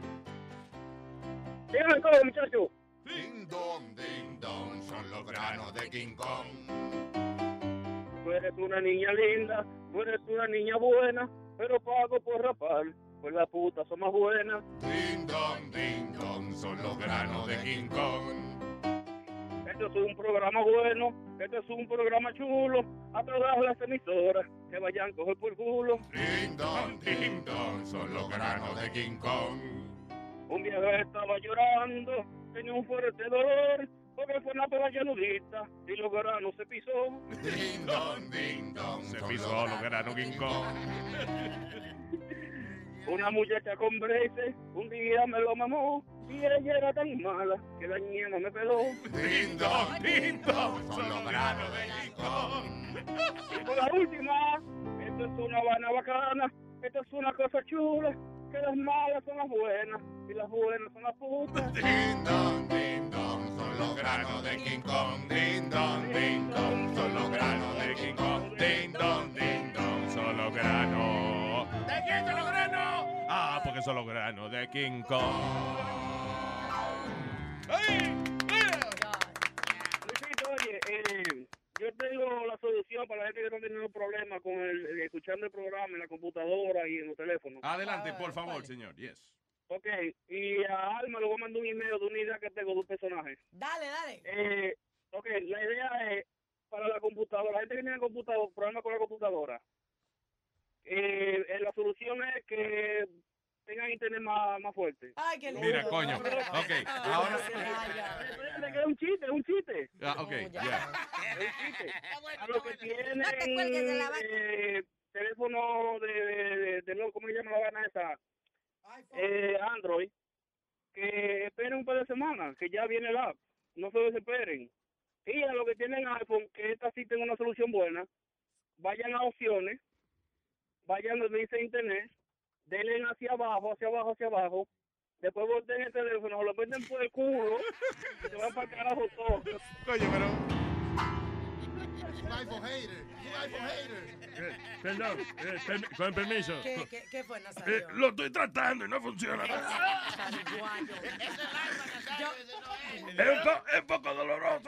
Díganme todo, muchachos. Ding dong, ding dong, son los granos de King Kong. Tú eres una niña linda, tú eres una niña buena, pero pago por rapar, pues las putas son más buenas. Ding dong, ding dong, son los granos de King Kong. Esto es un programa bueno, esto es un programa chulo, a todas las emisoras que vayan a coger por culo. Ding dong, ding dong, son los granos de King Kong. Un viejo estaba llorando, tenía un fuerte dolor, porque fue una pela nudita y los granos se pisó. Ding dong, ding dong, Se son pisó los granos King Kong. Una muchacha con braces un día me lo mamó y ella era tan mala que la niña me peló. Ding dong, ding dong, son los granos de King Kong. Y por la última, esto es una vaina bacana, esto es una cosa chula, que las malas son las buenas y las buenas son las putas. Ding dong, ding dong, son los granos de King Kong. Ding dong, ding dong, son los granos de King Kong. Ding dong, ding dong, son los granos. ¿De quién son los granos? Ah, porque son los granos de King Kong. ¡Ay! no, para la gente que está teniendo problemas con el, el- escuchando el programa en la computadora y en los teléfonos. Adelante, por favor, señor. Yes. Ok, y a Alma le voy a mandar un email de una idea que tengo de un personaje. Dale, dale. Eh, ok, la idea es para la computadora, la gente que tiene computadora, problemas con la computadora. Eh, eh, la solución es que tengan internet más, más fuerte. Ay, qué Mira, lindo. coño. Ok, ahora. Es un chiste, es un chiste. Ah, ok, ya. Es un chiste. A los que tienen No te cuelgues de la vaca. eh, teléfono de, de, de, de nuevo, ¿cómo se llama la vaina esa? Eh, Android, que esperen un par de semanas, que ya viene el app. No se desesperen. Y a los que tienen iPhone, que esta sí tenga una solución buena, vayan a opciones, vayan donde dice internet, denle hacia abajo, hacia abajo, hacia abajo, después volteen el teléfono, lo meten por el culo y se van para el carajo todo. Coño, pero... Un iPhone hater, un iPhone hater. Eh, perdón, eh, permi- con permiso. ¿Qué, Co- qué, qué fue, Nazario? eh, lo estoy tratando y no funciona. Zariguayo. Es un, po- es un poco doloroso.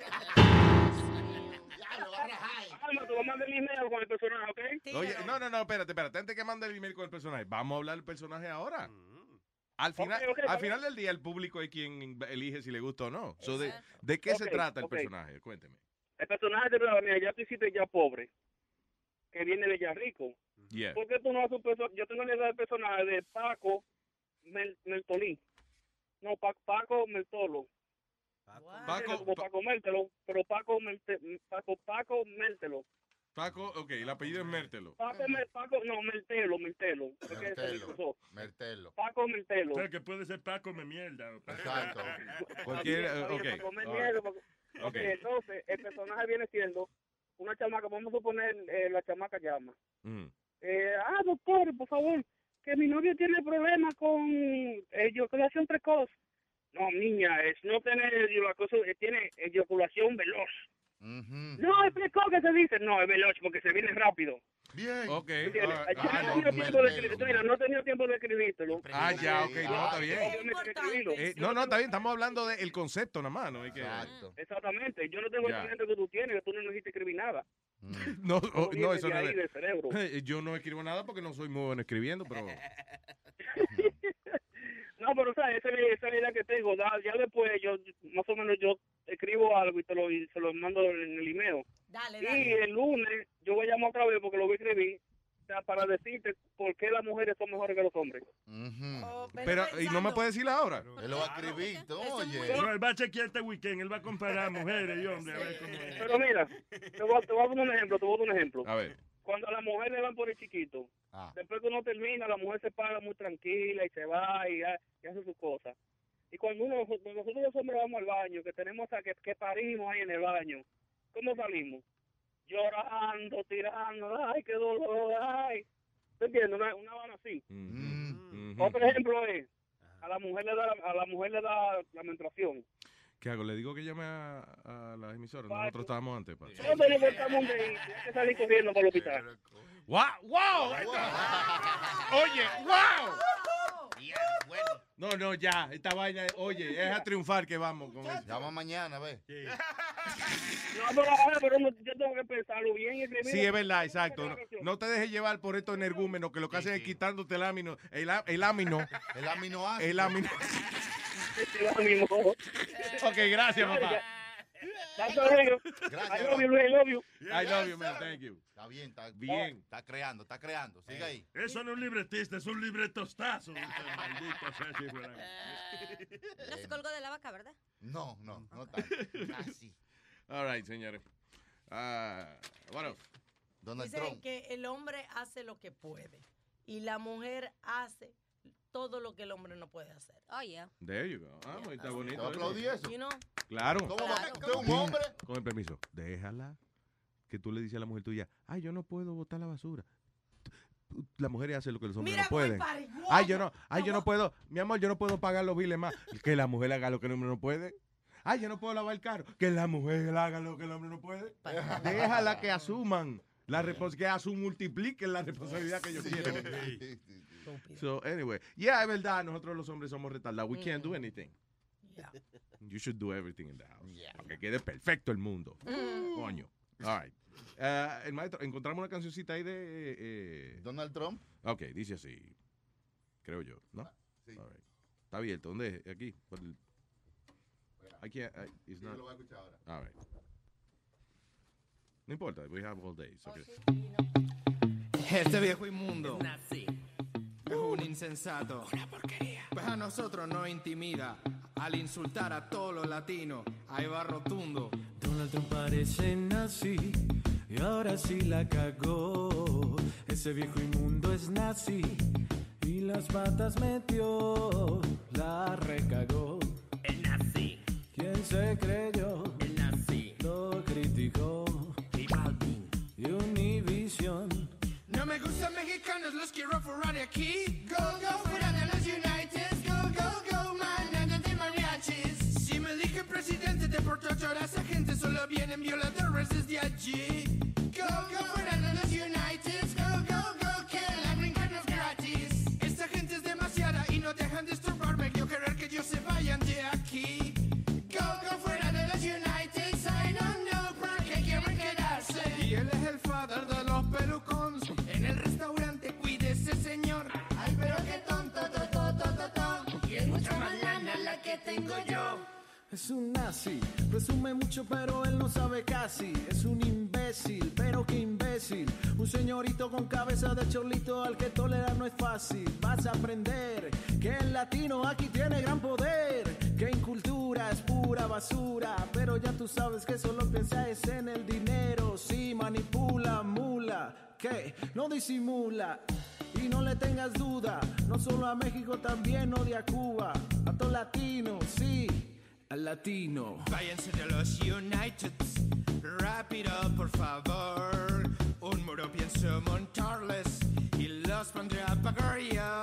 Alma, te voy a mandar el email con el personaje, ¿ok? Oye, no, no, no, espérate, espérate. Antes que mande el email con el personaje, vamos a hablar del personaje ahora. Al final, Ok, ok, al vamos. final del día, el público es quien elige si le gusta o no. So, de, ¿De qué se Ok, trata el ok. personaje? Cuénteme. El personaje de la mía, ya tú hiciste ya pobre, que viene de ya rico. Yeah. ¿Por qué tú no haces un personaje? Yo tengo la idea del personaje de Paco Mel Meltolí. No, Pa- Paco Meltolo. Paco- Como Paco Meltelo, pero Paco Melte, Paco, Paco Meltelo. Paco, ok, el apellido es Mértelo. Paco, Mel- Paco, no, Meltelo, Meltelo. Es que se me Mertelo. cruzó. Mertelo. Paco Meltelo. O sea, que puede ser Paco me mierda. o Paco- Exacto. Cualquier, eh, Oye, ok. Paco me all niego, right. Paco- Ok. Ok, entonces, el personaje viene siendo una chamaca, vamos a suponer, eh, la chamaca llama. Mm. Eh, ah, doctor, por favor, que mi novio tiene problemas con eyaculación precoz. No, niña, es no tener eyaculación, eh, tiene eyaculación veloz. No, es precoz que se dice, no, es veloz porque se viene rápido. Bien. Ok. ¿Entiendes? all right. Yo Ah, no no, he tenido tiempo de Mértelo. escribirlo. Mira, no he tenido tiempo de escribírtelo. Ah, ya, ok, no, está bien. Obviamente que escribirlo. Eh, no, no, está bien, estamos hablando del concepto nada más, ¿no? Es que, Exactamente, yo no tengo Ya. el talento que tú tienes, que tú no necesitas escribir nada. no, oh, Todo no, viene eso de no ahí, es. del cerebro. Eh, Yo no escribo nada porque no soy muy bueno escribiendo, pero... No, pero o sea, esa, es- esa es la idea que tengo. Da- Ya después yo, más o menos, yo escribo algo y te lo, y se lo mando en el email. Dale, Y dale. el lunes yo voy a llamar otra vez porque lo voy a escribir, o sea, para decirte por qué las mujeres son mejores que los hombres. Pero, ¿y no me puedes decir ahora? Él lo va a escribir, tú, oye. No, él va a chequear este weekend, él va a comparar mujeres y hombres a ver cómo es. Pero mira, te voy, a- te voy a dar un ejemplo, te voy a dar un ejemplo. A ver. Cuando a la mujer le dan por el chiquito, Ah. después que uno termina, la mujer se para muy tranquila y se va y, ha- y hace sus cosas. Y cuando uno, cuando nosotros los hombres vamos al baño, que tenemos a que, que parimos ahí en el baño, ¿cómo salimos? Llorando, tirando, ay, qué dolor, ay. ¿Te entiendes? Una, una vaina así. Otro ejemplo es, a la mujer le da, a la mujer le da la menstruación. ¿Qué hago? ¿Le digo que llame a, a la emisora? Nosotros estábamos antes. pa. Nosotros le cortamos un dedito, hay que salir corriendo para el hospital. ¡Wow! ¡Wow! Oye, wow. No, no, ya, esta vaina, oye, es a triunfar que vamos con eso. Llama mañana, ve. No, pero, ahora, pero no, yo tengo que pensarlo bien y escribirlo. Sí, es verdad, exacto. No, no te dejes llevar por estos energúmenos que lo que hacen es quitándote el amino. El, a- el amino. El aminoácido. El amino. El amino. Ok, gracias, papá. That's all, Leo. Gracias. I love you, Luis, I love you. I love you, man. Thank you. Está bien, está Bien. Está creando, está creando. Sigue ahí. Eso no es un libretista, es un libretostazo. Maldito sea, si fuera. No se colgó de la vaca, ¿verdad? No, no, no está. Casi. All right, señores. Ah, bueno. Donald Dice Trump. que el hombre hace lo que puede y la mujer hace todo lo que el hombre no puede hacer. Oh, yeah. There you go. Ah, está bonito. ¿Te aplaudí eso? You know? Claro. ¿Cómo va? Claro. ¿Usted es un hombre? Con el permiso. Déjala. Que tú le dices a la mujer tuya, ay, yo no puedo botar la basura. La mujer hace lo que los hombres Mira, no pueden. voy para igual. Ay, yo no, ay, yo no puedo, mi amor, yo no puedo pagar los biles más. Que la mujer haga lo que el hombre no puede. Ay, yo no puedo lavar el carro. Que la mujer haga lo que el hombre no puede. Déjala que asuman la responsabilidad, que asun multipliquen la responsabilidad que ellos quieren. So, anyway, yeah, es verdad, nosotros los hombres somos retardados. We can't do anything. Yeah. You should do everything in the house. Que quede perfecto el mundo. Mm. Coño. All right. Uh, el maestro, encontramos una cancioncita ahí de... Eh, Donald Trump. Ok, dice así. Creo yo, ¿no? Ah, sí. All right. Está abierto. ¿Dónde es? Aquí. I can't, I, it's Sí, not... lo voy a escuchar ahora. All right. No importa, we have all day. Okay. Este viejo inmundo es un insensato. Una porquería. Pues a nosotros nos intimida al insultar a todos los latinos. Ahí va rotundo. Donald Trump parece nazi y ahora sí la cagó. Ese viejo inmundo es nazi y las patas metió. La recagó. El nazi. ¿Quién se creyó? El nazi. Lo criticó. Y Univision. No me gustan mexicanos, los quiero fuera de aquí. Go, go, fuera de los United. Go, go, go, manada de mariachis. Si me elige presidente, deporto a toda esa gente. Solo vienen violadores desde allí. Go, go, fuera de los United. Go, go, go, que la brinca no es gratis. Esta gente es demasiada y no dejan de estorbarme. Yo querer que ellos se vayan de aquí. Go, go, fuera de los United. I don't know por qué quieren quedarse. Y él es el father de los pelucons. En el restaurante cuídese, señor. Ay, pero qué tonto, to, to, to, to, to. Y es mucha más lana la que tengo yo. Es un nazi, presume mucho pero él no sabe casi. Es un imbécil, pero qué imbécil. Un señorito con cabeza de cholito al que tolerar no es fácil. Vas a aprender que el latino aquí tiene gran poder. Que incultura es pura basura, pero ya tú sabes que solo piensa es en el dinero. Sí, manipula, mula, que no disimula. Y no le tengas duda, no solo a México, también odia a Cuba. A todo latino, sí, al latino. Váyanse de los United, rápido por favor. Un muro pienso montarles y los pondré a pagar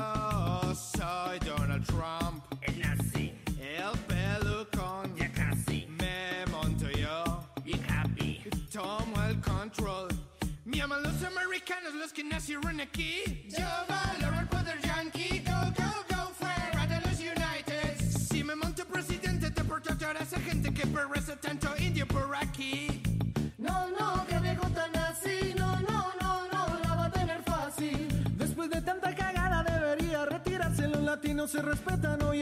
yo. Soy Donald Trump, el nazi, el pelucón. Ya casi me monto yo, bien happy. Tomo el control. Me aman los americanos, los que nacieron aquí. Yo valoro el poder yankee. Go, go, go, fuera de los United. Si me monto presidente, deporto a toda esa gente que perece tanto indio por aquí. No, no, que viejo tan nazi. No, no, no, no, la va a tener fácil. Después de tanta cagada debería retirarse. Los latinos se respetan hoy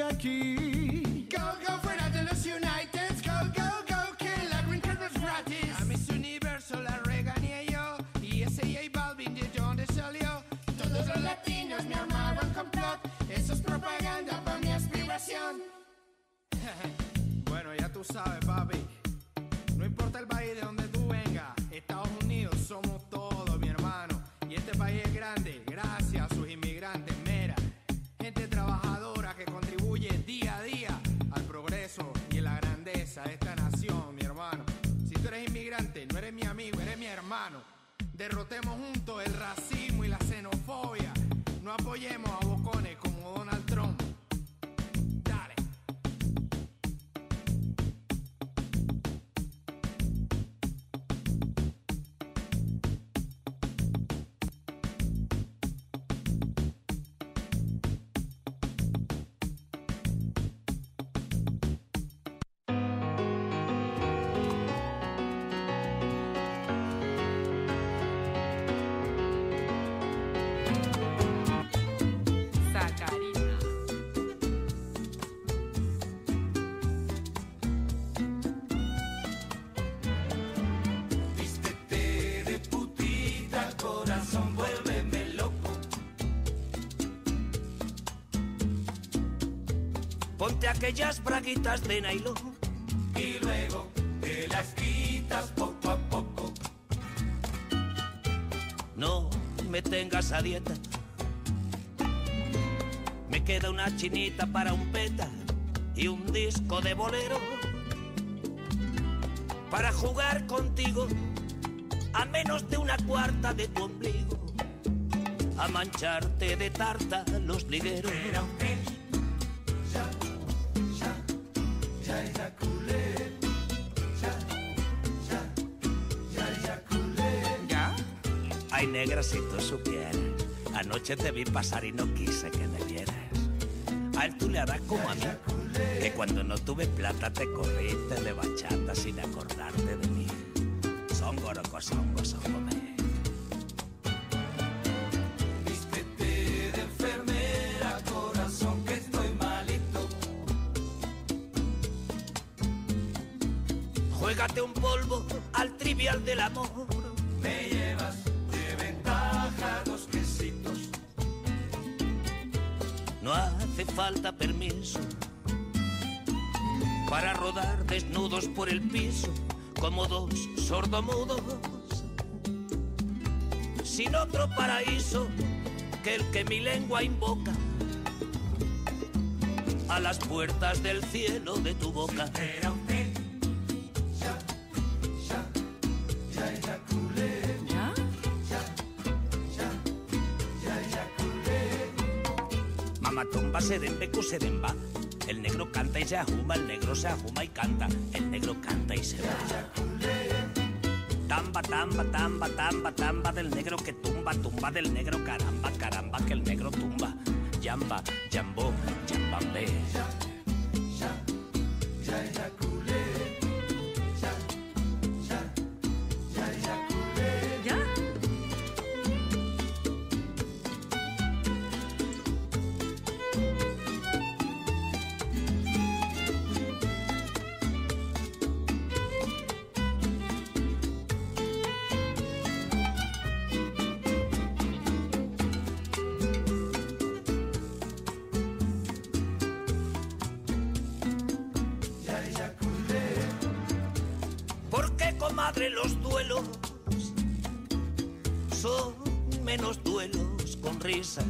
aquí. Go, go, fuera de los United. Go, go, go, que la green card no es gratis. A Miss Universo la regañé yo. Y ese J Balvin, ¿de dónde salió? Todos los latinos me armaron complot. Eso es propaganda para mi aspiración. Bueno, ya tú sabes, papi. No importa el país de donde tú vengas, Estados Unidos somos todos, mi hermano. Y este país es grande gracias a sus inmigrantes, mera. Gente trabajadora que contribuye día a día al progreso y a la grandeza de esta nación, mi hermano. Si tú eres inmigrante, no eres mi amigo, eres mi hermano. Derrotemos juntos el racismo y la xenofobia. No apoyemos a bocones como Donald Trump. Dale. Sacarina. Vístete de putita, corazón, vuélveme loco. Ponte aquellas braguitas de nylon Y luego te las quitas poco a poco. no me tengas a dieta. Me queda una chinita para un peta y un disco de bolero para jugar contigo a menos de una cuarta de tu ombligo, a mancharte de tarta los ligueros. Ya, ya, ya eyaculé. Ya, ya, ya eyaculé. ¿Ya? Ay, negra, si tú supieras, anoche te vi pasar y no quise que me vieras. A él tú le harás como a mí, que cuando no tuve plata te corriste de bachata sin acordarte de mí. songo, roco, songo, songo, me. Vístete de enfermera, corazón, que estoy malito. Juégate un polvo al trivial del amor. Me llevas de ventaja dos quesitos. No hace falta permiso para rodar desnudos por el piso como dos sordomudos, sin otro paraíso que el que mi lengua invoca a las puertas del cielo de tu boca. Era usted. Ya, ya, ya eyaculé. ¿Ya? Ya, ya, ya eyaculé. Mamatomba, sedembeco, sedemba. El negro canta y se ajuma, el negro se ajuma y canta. El negro canta y se va. Tamba, tamba, tamba, tamba, tamba del negro que tumba, tumba del negro, caramba, caramba que el negro tumba. Yamba, yambó, yambambé. Ya, ya, ya eyaculé. Ya, ya, ya eyaculé. ¿Ya? Ya eyaculé. ¿Por qué, comadre, los duelos son menos duelos con risas?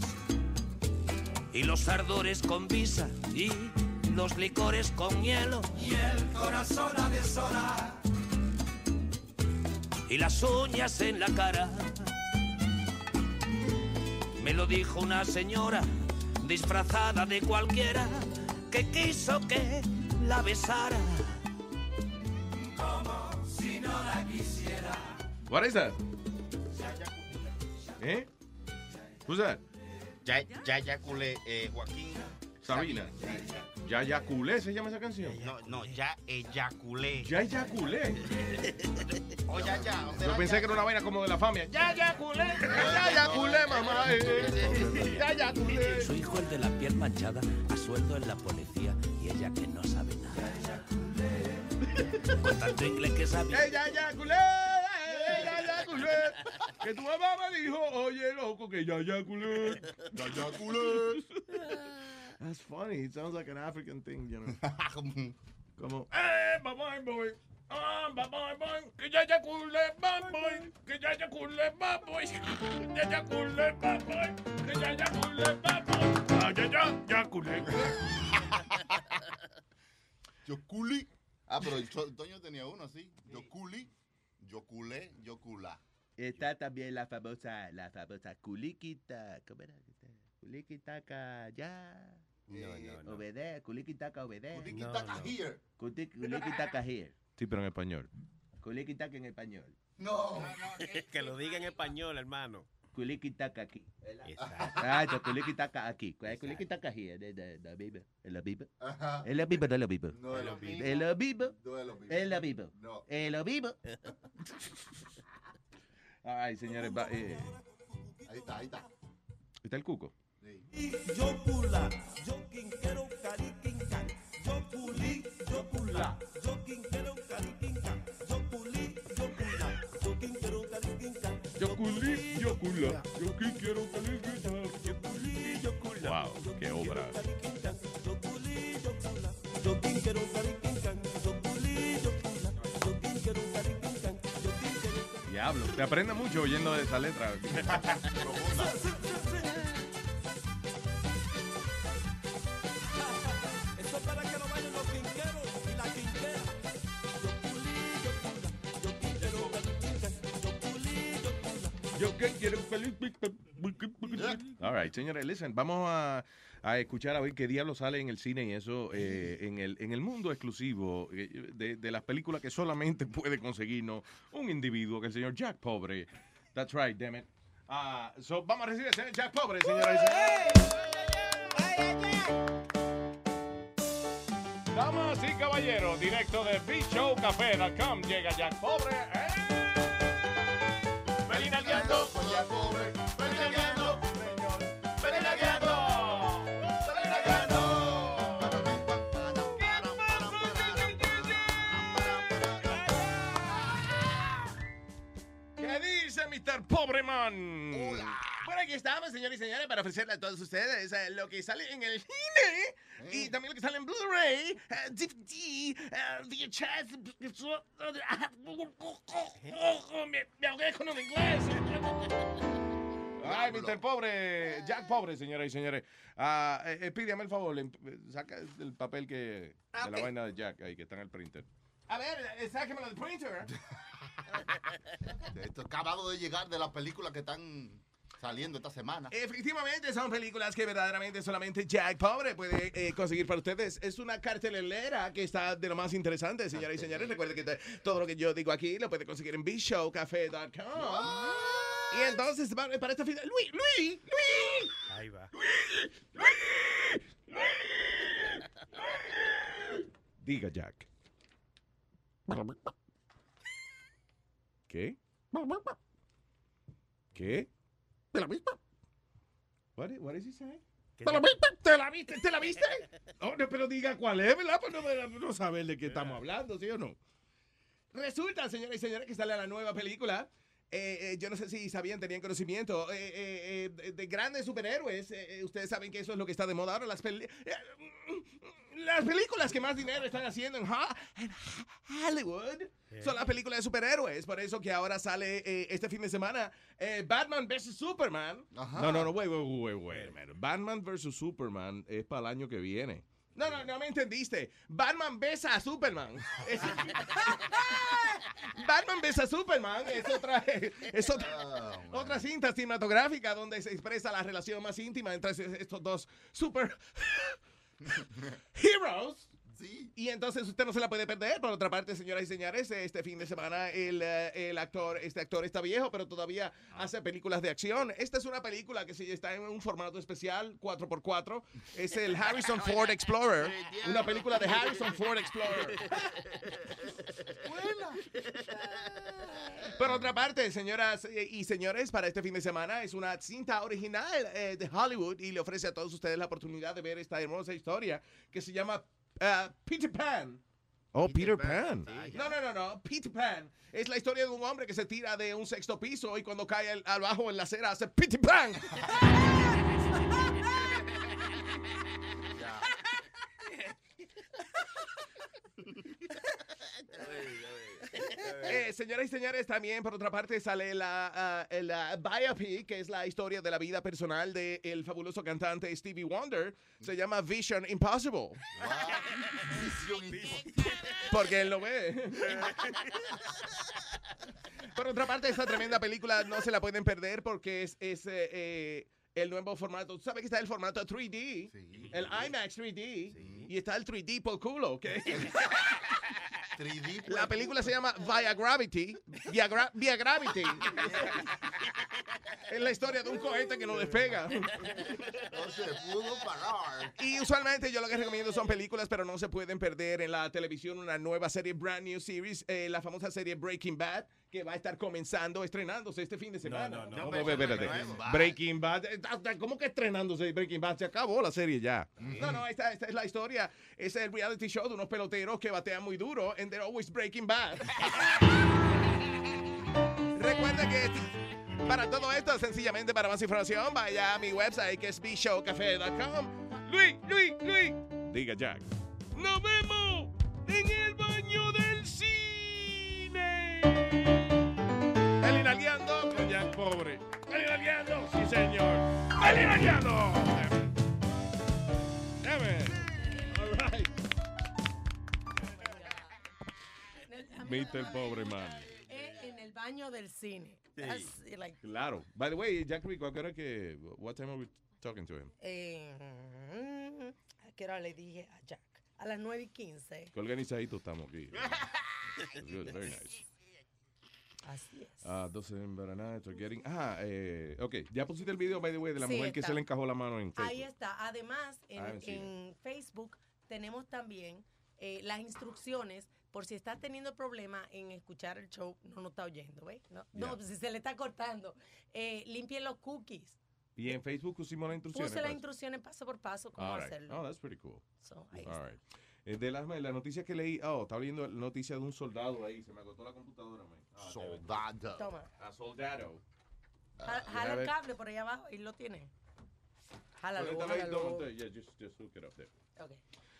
Y los ardores con visa y los licores con hielo. Y el corazón a deshora. Y las uñas en la cara. Me lo dijo una señora disfrazada de cualquiera que quiso que la besara. Como si no la quisiera. What is that? ¿Eh? Who's that? Ya, ya eyaculé, eh, Joaquín. Sabina. Ya eyaculé, ¿se llama esa canción? No, no, ya eyaculé. Ya eyaculé. O ya, ya. o Yo será pensé ya. que era una vaina como de la familia. Ya eyaculé. Ya eyaculé, mamá. eh. Ya eyaculé. Su hijo, el de la piel manchada, a sueldo en la policía, y ella que no sabe nada. Con tanto inglés que sabía. Ya eyaculé. Ya eyaculé. Que tu mamá me dijo, oye, loco, que ya eyaculé. Ya eyaculé. That's funny. It sounds like an African thing, you know. Como, eh, mamá, boy. Ah, mamá, boy. Que ya eyaculé, boy. Que ya eyaculé, boy. Ya eyaculé, boy. Que ya eyaculé, boy. Ah, ya, ya, eyaculé. Yo culí. Ah, pero el To- Toño tenía uno así. Yo culí, yo culé, yo culá. Está también la famosa, la famosa culiquita. ¿Cómo era? Culiquitaca, ya. No, no, no. Obedece, culiquitaca, obedece. Culiquitaca here. Cuti- Culiquitaca here. Sí, pero en español. Culiquitaca en español. No. Que lo diga en español, hermano. Culiquitaca aquí. Exacto. Ah, yo culiquitaca aquí. Culiquitaca here. De, de, de la Biblia. ¿Es la Biblia? Ajá. ¿Es la Biblia o no es la Biblia? No es lo mismo. ¿Es la Biblia? No es lo mismo. ¿Es la Biblia? No. ¿Es la Biblia? Ay, señores, va, eh, Ahí está, ahí está. ¿está el cuco? Sí. Yo pula, yo quinquero cariquincan, yo pulí, yo pula, yo quinquero cariquincan, yo pulí, yo pula, yo quinquero cariquincan, Yo culí, yo cula. Yo que quiero calificar. yo pulí, yo cula, Wow, qué obra. cariquincan, yo pulí, yo pula, yo quinquero cariquincan, yo pulí, yo pula, yo quinquero cariquincan, yo quinquero. Diablo, te aprende mucho oyendo esa letra. Eso es para que no vayan los quinqueros y la quinquera. Yo pulí, yo pula, yo quinquero cariquincan, yo pulí, yo pula. Yo que quiero feliz. All right, señores, listen, vamos a, a escuchar a ver qué diablo sale en el cine y eso eh, en, el, en el mundo exclusivo eh, de, de las películas que solamente puede conseguirnos un individuo, que es el señor Jack Pobre. That's right, damn it. Ah, so, vamos a recibir al señor Jack Pobre, señoras y señores. Damas y caballeros, directo de beach show café punto com llega Jack Pobre. ¡Eh! Pelín Nalgueando con Jack Pobre. Pelín Nalgueando, señor. Pelín Nalgueando. Pelín Nalgueando. ¿Qué dice mister Pobreman? Hola. Bueno, aquí estamos, señores y señores, para ofrecerle a todos ustedes eh, lo que sale en el cine y también lo que sale en Blu-ray, eh, D V D, eh, V H S. Me, me ahogué con el inglés. Ay, mister Pobre, Jack Pobre, señoras y señores. Uh, eh, pídame el favor, le, saca el papel que Ah, de la ok. vaina de Jack ahí que está en el printer. A ver, eh, sáquemelo del printer. Esto acabado de llegar de las películas que están saliendo esta semana. Efectivamente, son películas que verdaderamente solamente Jack Pobre puede eh, conseguir para ustedes. Es una cartelera que está de lo más interesante, señoras y señores. Recuerden que te- todo lo que yo digo aquí lo puede conseguir en b show cafe punto com. Y entonces, para, para esta final, Luis, Luis, Luis. Ahí va. Diga, Jack. ¿Qué? ¿Qué? ¿Te la viste? What, what is he saying? ¿Te la viste? ¿Te la viste? ¿Te la viste? Oh, no, pero diga cuál es, ¿verdad? Pues no, no saber de qué estamos hablando, ¿sí o no? Resulta, señoras y señores, que sale la nueva película. Eh, eh, yo no sé si sabían, tenían conocimiento eh, eh, eh, de grandes superhéroes. Eh, eh, ustedes saben que eso es lo que está de moda ahora. Las, peli eh, las películas que más dinero están haciendo en, ha en Hollywood son las películas de superhéroes. Por eso que ahora sale eh, este fin de semana eh, Batman versus Superman. Ajá. No, no, no, wait, wait, wait, wait, man. Batman versus Superman es para el año que viene. No, no, no me entendiste. Batman besa a Superman. Es- Batman besa a Superman es otra, es otra, otra cinta cinematográfica donde se expresa la relación más íntima entre estos dos super heroes. Sí. Y entonces usted no se la puede perder. Por otra parte, señoras y señores, este fin de semana el, eh, el actor, este actor está viejo, pero todavía hace películas de acción. Esta es una película que sí está en un formato especial, cuatro por cuatro. Es el Harrison Ford Explorer. Una película de Harrison Ford Explorer. Por otra parte, señoras y señores, para este fin de semana es una cinta original eh, de Hollywood y le ofrece a todos ustedes la oportunidad de ver esta hermosa historia que se llama uh, Peter Pan. Oh, Peter, Pan. No, no, no, no. Peter Pan. Es la historia de un hombre que se tira de un sexto piso y cuando cae al, abajo en la acera hace Peter Pan. Eh, señoras y señores, también por otra parte sale la, uh, la biopic, que es la historia de la vida personal del fabuloso cantante Stevie Wonder. Se llama Vision Impossible. Porque él lo ve. Por otra parte, esta tremenda película no se la pueden perder porque es, es eh, eh, el nuevo formato. ¿Tú sabes que está el formato tres D? Sí. El IMAX tres D. Sí. Y está el tres D por culo, ¿ok? tres D la película se llama Via Gravity. Via, Gra Via Gravity. Es la historia de un cohete que no despega. No se pudo parar. Y usualmente yo lo que recomiendo son películas, pero no se pueden perder en la televisión una nueva serie, brand new series, eh, la famosa serie Breaking Bad, que va a estar comenzando, estrenándose este fin de semana. No, no, no. ¿Cómo? Espérate. Breaking Bad. ¿Cómo que estrenándose Breaking Bad? Se acabó la serie ya. Mm-hmm. No, no, esta, esta es la historia. Es el reality show de unos peloteros que batean muy duro and they're always breaking bad. Recuerda que para todo esto, sencillamente para más información, vaya a mi website que es b show cafe punto com. Luis, Luis, Luis. Diga, Jack. ¡Nos vemos en el baño del cine! El Inaliando con Jack Pobre. El Inaliando, sí señor. El Inaliando. Dame. All right. mister Pobre Man. En el baño del cine. That's, like, Claro. By the way, Jack Rico, ¿a qué hora que, what time are we talking to him? eh, ¿a qué hora le dije a Jack? A las nueve y quince. Qué organizadito estamos aquí. That's good, very nice. Así es. Ah, doce en Baraná, estoy getting. Ah, eh, ok. Ya pusiste el video, by the way, de la Sí, mujer que está. se le encajó la mano en Facebook. Ahí está. Además, en, Ah, sí. en Facebook tenemos también eh, las instrucciones por si está teniendo problemas en escuchar el show, no nos está oyendo, ¿ves? No, Yeah. no si se le está cortando. Eh, limpie los cookies. Y en Facebook pusimos las instrucciones. Puse las pues. instrucciones paso por paso cómo All right. hacerlo. Oh, that's pretty cool. So, ahí All está. right. Eh, de las la noticia que leí, oh, estaba leyendo la noticia de un soldado ahí, se me agotó la computadora, man. Ah, Soldado. Toma. A soldado. Jala, you jala have el it? cable por ahí abajo y lo tiene. Jálalo, Conéctalo ahí, jálalo. don't- yeah, just, just hook it up there. Okay.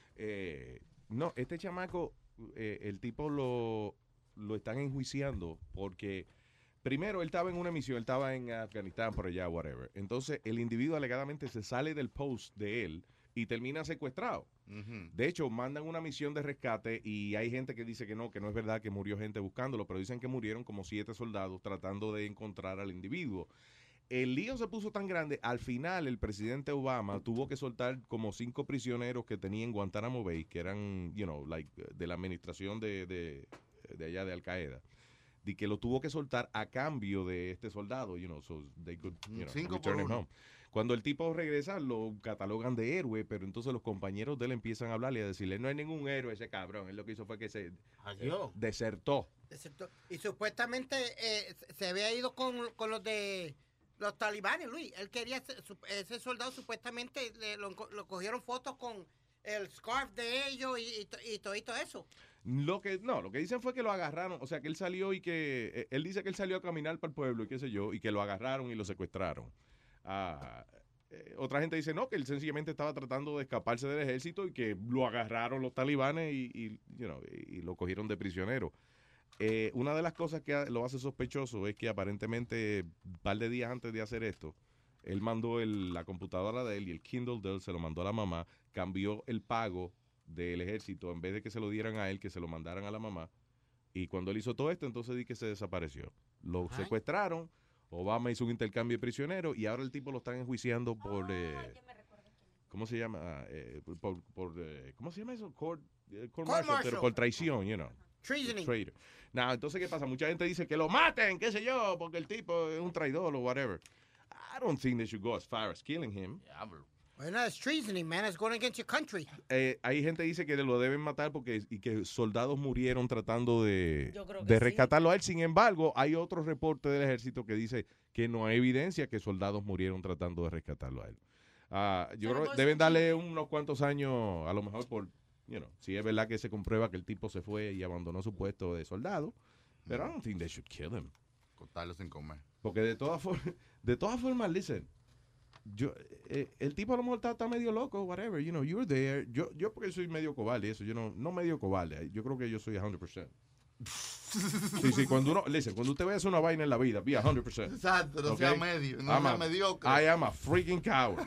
Eh, no, este chamaco, eh, el tipo lo, lo están enjuiciando porque primero él estaba en una misión, él estaba en Afganistán, por allá, whatever. Entonces el individuo alegadamente se sale del post de él y termina secuestrado. De hecho, mandan una misión de rescate y hay gente que dice que no, que no es verdad que murió gente buscándolo, pero dicen que murieron como siete soldados tratando de encontrar al individuo. El lío se puso tan grande, al final el presidente Obama tuvo que soltar como cinco prisioneros que tenía en Guantánamo Bay, que eran, you know, like, de la administración de, de, de allá de Al Qaeda, y que lo tuvo que soltar a cambio de este soldado, you know, so they could, you know, Cinco return por him uno. home. Cuando el tipo regresa, lo catalogan de héroe, pero entonces los compañeros de él empiezan a hablarle y a decirle, no hay ningún héroe ese cabrón, él lo que hizo fue que se Adiós. eh, desertó. Excepto- Y supuestamente eh, se había ido con, con los de los talibanes, Luis. Él quería, ser- su- ese soldado supuestamente le- lo, enco- lo cogieron fotos con el scarf de ellos y, y, to- y todo, y todo eso. Lo que, no, lo que dicen fue que lo agarraron, o sea, que él salió y que, eh, él dice que él salió a caminar para el pueblo y qué sé yo, y que lo agarraron y lo secuestraron. Ah, eh, otra gente dice no, que él sencillamente estaba tratando de escaparse del ejército y que lo agarraron los talibanes y, y, you know, y, y lo cogieron de prisionero. Eh, una de las cosas que lo hace sospechoso es que aparentemente un par de días antes de hacer esto, él mandó el- la computadora de él y el Kindle de él, se lo mandó a la mamá, cambió el pago del ejército, en vez de que se lo dieran a él, que se lo mandaran a la mamá. Y cuando él hizo todo esto, entonces di que se desapareció. Lo Ay. secuestraron, Obama hizo un intercambio de prisioneros y ahora el tipo lo están enjuiciando por... eh, ¿Cómo se llama? Ah, eh, por, por, eh, ¿Cómo se llama eso? Court, eh, court Court martial, martial. pero por traición, you know. Treasoning. Traitor. Now, entonces, ¿qué pasa? Mucha gente dice que lo maten, qué sé yo, porque el tipo es un traidor o whatever. I don't think they should go as far as killing him. Bueno, es treasoning, man. It's going against your country. Eh, hay gente que dice que lo deben matar porque y que soldados murieron tratando de, Yo creo que de sí. rescatarlo a él. Sin embargo, hay otro reporte del ejército que dice que no hay evidencia que soldados murieron tratando de rescatarlo a él. Ah, yo creo que deben darle unos cuantos años, a lo mejor por, you know, si es verdad que se comprueba que el tipo se fue y abandonó su puesto de soldado. Pero I don't think they should kill him. Cortarlo sin comer. Porque de todas formas, de todas formas, listen, yo, eh, el tipo a lo mejor está, está medio loco, whatever, you know, you're there. Yo, yo porque soy medio cobarde, eso, yo no, no medio cobarde, yo creo que yo soy one hundred percent. Sí, sí, cuando uno, listen, cuando usted vaya a hacer una vaina en la vida, be one hundred percent. Exacto, no ¿Ok? sea medio, no I'm sea a- mediocre. I am a freaking coward.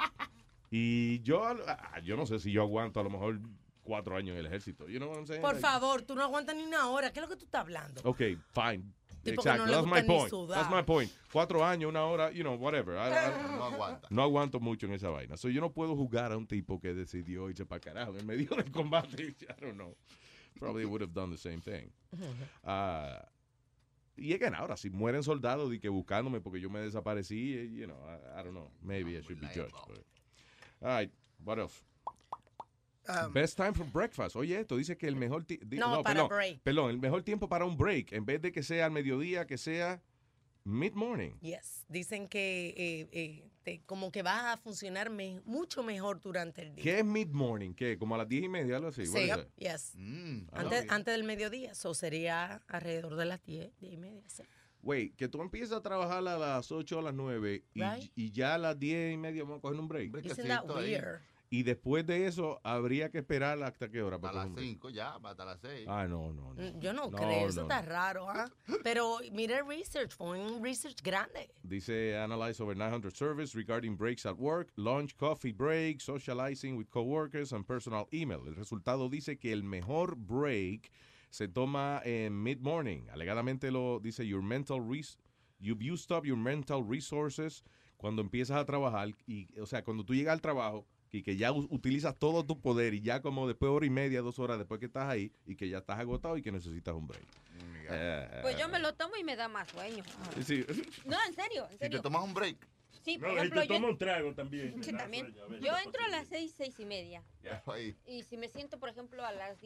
Y yo, ah, yo no sé si yo aguanto a lo mejor cuatro años en el ejército. You know what I'm saying? Por Like, favor, tú no aguantas ni una hora. ¿Qué es lo que tú estás hablando? Ok, fine. Tipo que Exacto, no le that's gusta my ni point. sudar. That's my point. Cuatro años, una hora, you know, whatever. I- I- No aguanta. No aguanto mucho en esa vaina. So, yo no puedo jugar a un tipo que decidió irse para carajo en medio del combate. I don't know. Probably would have done the same thing. Ah, y again, ahora, si mueren soldados y que buscándome porque yo me desaparecí, eh, you know, I, I don't know. Maybe I should be judged. But. All right, what else? Um, Best time for breakfast. Oye, esto dice que el mejor ti- di- No, para perdón, break. perdón, el mejor tiempo para un break, en vez de que sea al mediodía, que sea mid-morning. Yes. Dicen que eh, eh, te- como que va a funcionar me- mucho mejor durante el día. ¿Qué es mid-morning? ¿Qué? ¿Como a las diez y media, algo así? What Sí, is it? yes. Mm, Ah, Antes, ok. antes del mediodía, eso sería alrededor de las diez, diez y media. Sí. Wait, que tú empiezas a trabajar a las ocho o a las nueve y, Right. y ya a las diez y media vamos a coger un break. Isn't that weird? Y después de eso, habría que esperar hasta qué hora para A coger las un break. cinco ya, hasta las seis. Ah, no, no, no. Mm, Yo no, No, creo, eso no, está no. raro, ¿ah? Pero mira el research, fue un research grande. Dice, analyze over nine hundred surveys regarding breaks at work, lunch, coffee break, socializing with coworkers, and personal email. El resultado dice que el mejor break se toma en mid-morning. Alegadamente lo dice, your mental res you've used up your mental resources cuando empiezas a trabajar. Y, o sea, cuando tú llegas al trabajo y que ya u- utilizas todo tu poder y ya como después de hora y media, dos horas después que estás ahí y que ya estás agotado y que necesitas un break. Eh, Pues yo me lo tomo y me da más sueño. sí. No, en serio, en Si serio. te tomas un break. Sí, por No, y ejemplo, te yo, toma un trago también. sí, me da también. sueño, a ver. Yo entro a las seis, seis y media. Ahí. Y si me siento, por ejemplo, a las diez,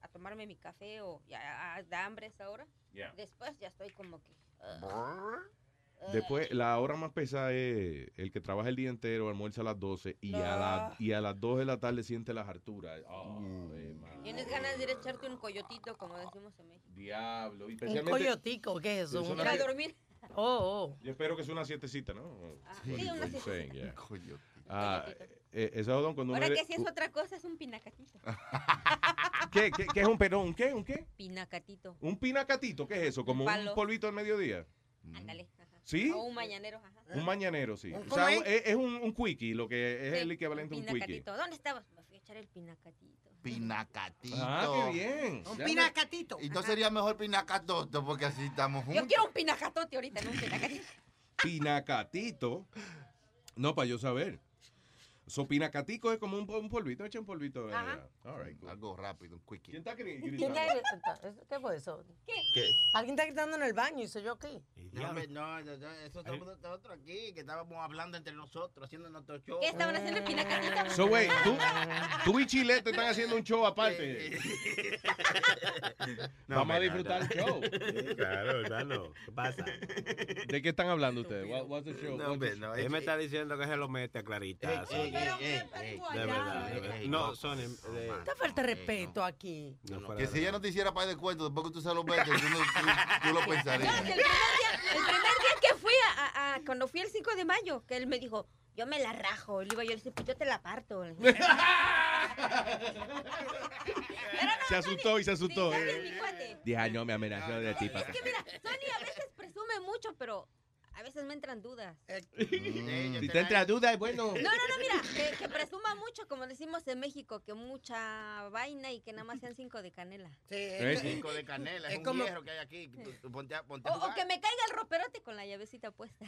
a tomarme mi café o ya a- da hambre esa hora. Yeah. Después ya estoy como que... ah, Después, la hora más pesada es el que trabaja el día entero, almuerza a las doce y, a, la, y a las dos de la tarde siente las harturas. Oh, eh, man. Tienes ganas de ir a echarte un coyotito, como decimos en México. Diablo. Y Un especialmente, coyotico, ¿qué es eso? Es Un- una- Para dormir. Oh, oh. Yo espero que sea una sietecita, ¿no? sí, What you- una what you sietecita. saying, yeah. Ah, eh, ese jodón cuando uno Ahora le- que si es otra cosa, es un pinacatito. ¿Qué, qué, qué es un perón? ¿Un qué? ¿Un qué? Pinacatito. ¿Un pinacatito? ¿Qué es eso? ¿Como Un un palo. polvito al mediodía? Ándale. ajá. ¿Sí? O un mañanero, ajá. Un mañanero, sí. ¿Un O sea, cómo un- es, es un, un quickie, lo que es Sí, el equivalente a un quickie. pinacatito. ¿Dónde estabas? Me fui a echar el pinacatito. Pinacatito. Ah, qué bien. Un pinacatito. Y no sería mejor pinacatoto porque así estamos Yo juntos. quiero un pinacatote ahorita, no un pinacatito. Pinacatito. No, para yo saber. So, pinacatico es como un, un polvito, echa un polvito. eh, Ajá. all right, cool. Algo rápido, un quickie. ¿Quién está gri- ¿Quién gritando? está- ¿Qué fue eso? ¿Qué? Alguien está gritando en el baño y soy yo aquí. No, hombre, no, no, no, eso estamos nosotros aquí, que estábamos hablando entre nosotros, haciendo nuestro show. ¿Qué estaban haciendo el pinacatito? So, wait, tú, tú y Chilete están haciendo un show aparte. No, Vamos a hombre, no, disfrutar no. el show. Sí, claro, hermano. ¿Qué pasa? ¿De qué están hablando ustedes? What- what's the show? No, What's hombre, the- no. Él me está diciendo que se lo mete a Clarita. Ey, ey, ey, ey, ey. De verdad, de verdad. No, Sony. de- Esta falta de respeto aquí. no fuera Que de si ella no te hiciera par de cuentos, después que tú se lo metes, tú, no- tú- tú lo pensarías. No, que el primer día, el primer día que fui a, a- a- cuando fui el cinco de mayo, que él me dijo, yo me la rajo. Y le iba yo, le dije, pues yo te la parto. Le dije, Se asustó y se asustó. Sony es mi cuate. Diez años me amenazó de ti, Es que mira, Sony a veces presume mucho, pero a veces me entran dudas. Si te entra duda, es bueno. No, no, no, mira, que, que presuma mucho, como decimos en México, que mucha vaina y que nada más sean cinco de canela. Sí, ¿Eh? Cinco de canela, es, Es un como- hierro que hay aquí. Tú- tú ponte a, ponte a O, o jugar. que me caiga el roperote con la llavecita puesta.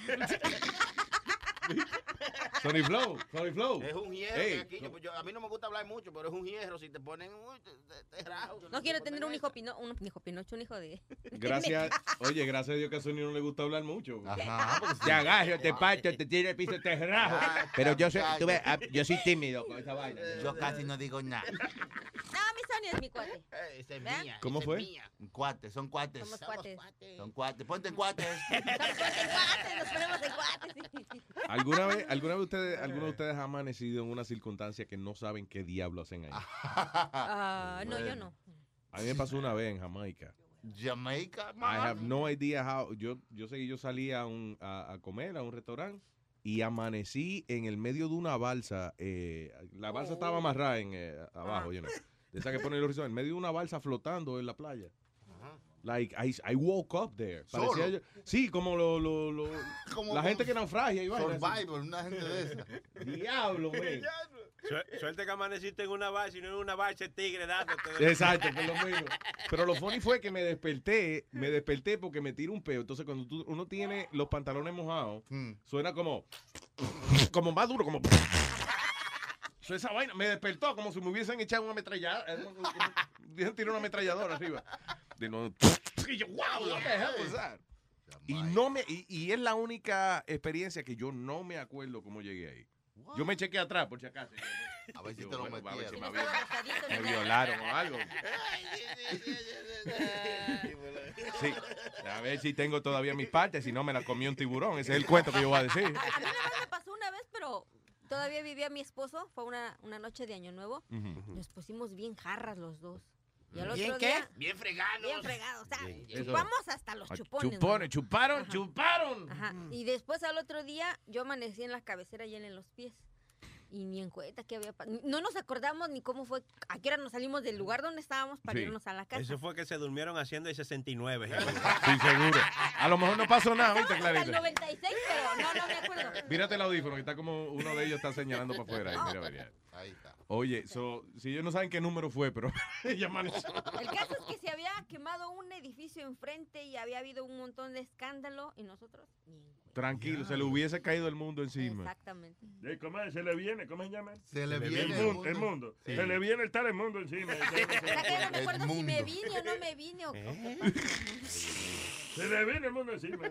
Sony Flow, Sony Flow. Es un hierro Ey, que hay aquí. Yo- yo- a mí no me gusta hablar mucho, pero es un hierro. Si te ponen, uy, te, te- te rajo. No quiero tener un hijo pino, un hijo pinocho, un hijo de... Gracias, oye, gracias a Dios que a Sony no le gusta hablar mucho. Ajá, porque Te agarro, te parto, te tiro el piso, te rajo. Pero yo soy, Cállate. tú ves, ah, yo soy tímido con esa vaina. yo casi no digo nada. No, mi Sony es mi cuate. Eh, esa es ¿Vean? mía. ¿Cómo esa fue? Es mía. Un cuate, son cuates. Somos Somos cuates. cuates. Son cuates. Ponte en cuates. Somos cuates, nos ponemos de cuates. ¿Alguna vez, alguna vez ustedes, alguno de ustedes ha amanecido en una circunstancia que no saben qué diablo hacen ahí? Ah, no, yo no. A mí me pasó una vez en Jamaica. Jamaica, I man. have no idea how. Yo, yo sé que yo salí a, un, a, a comer a un restaurante y amanecí en el medio de una balsa. Eh, la balsa estaba amarrada en, eh, abajo, you know, de esa que ponen los restaurantes, en medio de una balsa flotando en la playa. Like, I, I woke up there. ¿Solo? Parecía yo- sí, como lo, lo, lo- Como la con gente que naufragia y vaina. Survivor, una gente de esa. Diablo, man. Su- Suerte que amaneciste en una balsa y no en una balsa de tigre dándote. de- Exacto, por lo menos. Pero lo funny fue que me desperté, me desperté porque me tiré un peo. Entonces, cuando tú- uno tiene los pantalones mojados, Hmm. suena como, como más duro, como. So, esa vaina me despertó como si me hubiesen echado una ametralladora. Hubiesen tirado una ametralladora arriba. De nuevo, y yo, wow, what the hell was that? Y, no me, y, y es la única experiencia que yo no me acuerdo cómo llegué ahí. Yo me chequé atrás, por si acaso. A ver si Yo, te lo bueno, a ver si metieron. me, había- me violaron o algo. Sí, a ver si tengo todavía mis partes, si no me las comió un tiburón. Ese es el cuento que yo voy a decir. A mí nada más me pasó una vez, pero todavía vivía mi esposo. Fue una, una noche de Año Nuevo. Ujú. Nos pusimos bien jarras los dos. Y al ¿Bien otro qué? día, Bien fregados. bien fregados. O sea, Eso. chupamos hasta los Ah, chupones. ¿no? Chupones, chuparon, Ajá. chuparon. Ajá. Y después al otro día yo amanecí en la cabecera y él en los pies. Y ni en cuenta que había pasado. No nos acordamos ni cómo fue, a qué hora nos salimos del lugar donde estábamos para Sí. irnos a la casa. Eso fue que se durmieron haciendo el sesenta y nueve. Sí, seguro. A lo mejor no pasó nada, ¿viste, Estábamos hasta el Clarita? noventa y seis, pero no, no me acuerdo. Mírate el audífono, que está como uno de ellos está señalando para afuera. Ahí, mira, mira. Ahí está. Oye, so, si ellos no saben qué número fue, pero ella amaneció. El caso es que se había quemado un edificio enfrente y había habido un montón de escándalo y nosotros ni en cuenta. Tranquilo, se le hubiese caído el mundo encima. Exactamente. Eh, ¿Cómo es? Se le viene, ¿cómo se llama? Se le el viene mundo. El mundo. Sí. Se le viene el tal el mundo encima. O sea que no me El acuerdo si me mundo. vine o no me vine o ¿Eh? Se le viene el mundo encima.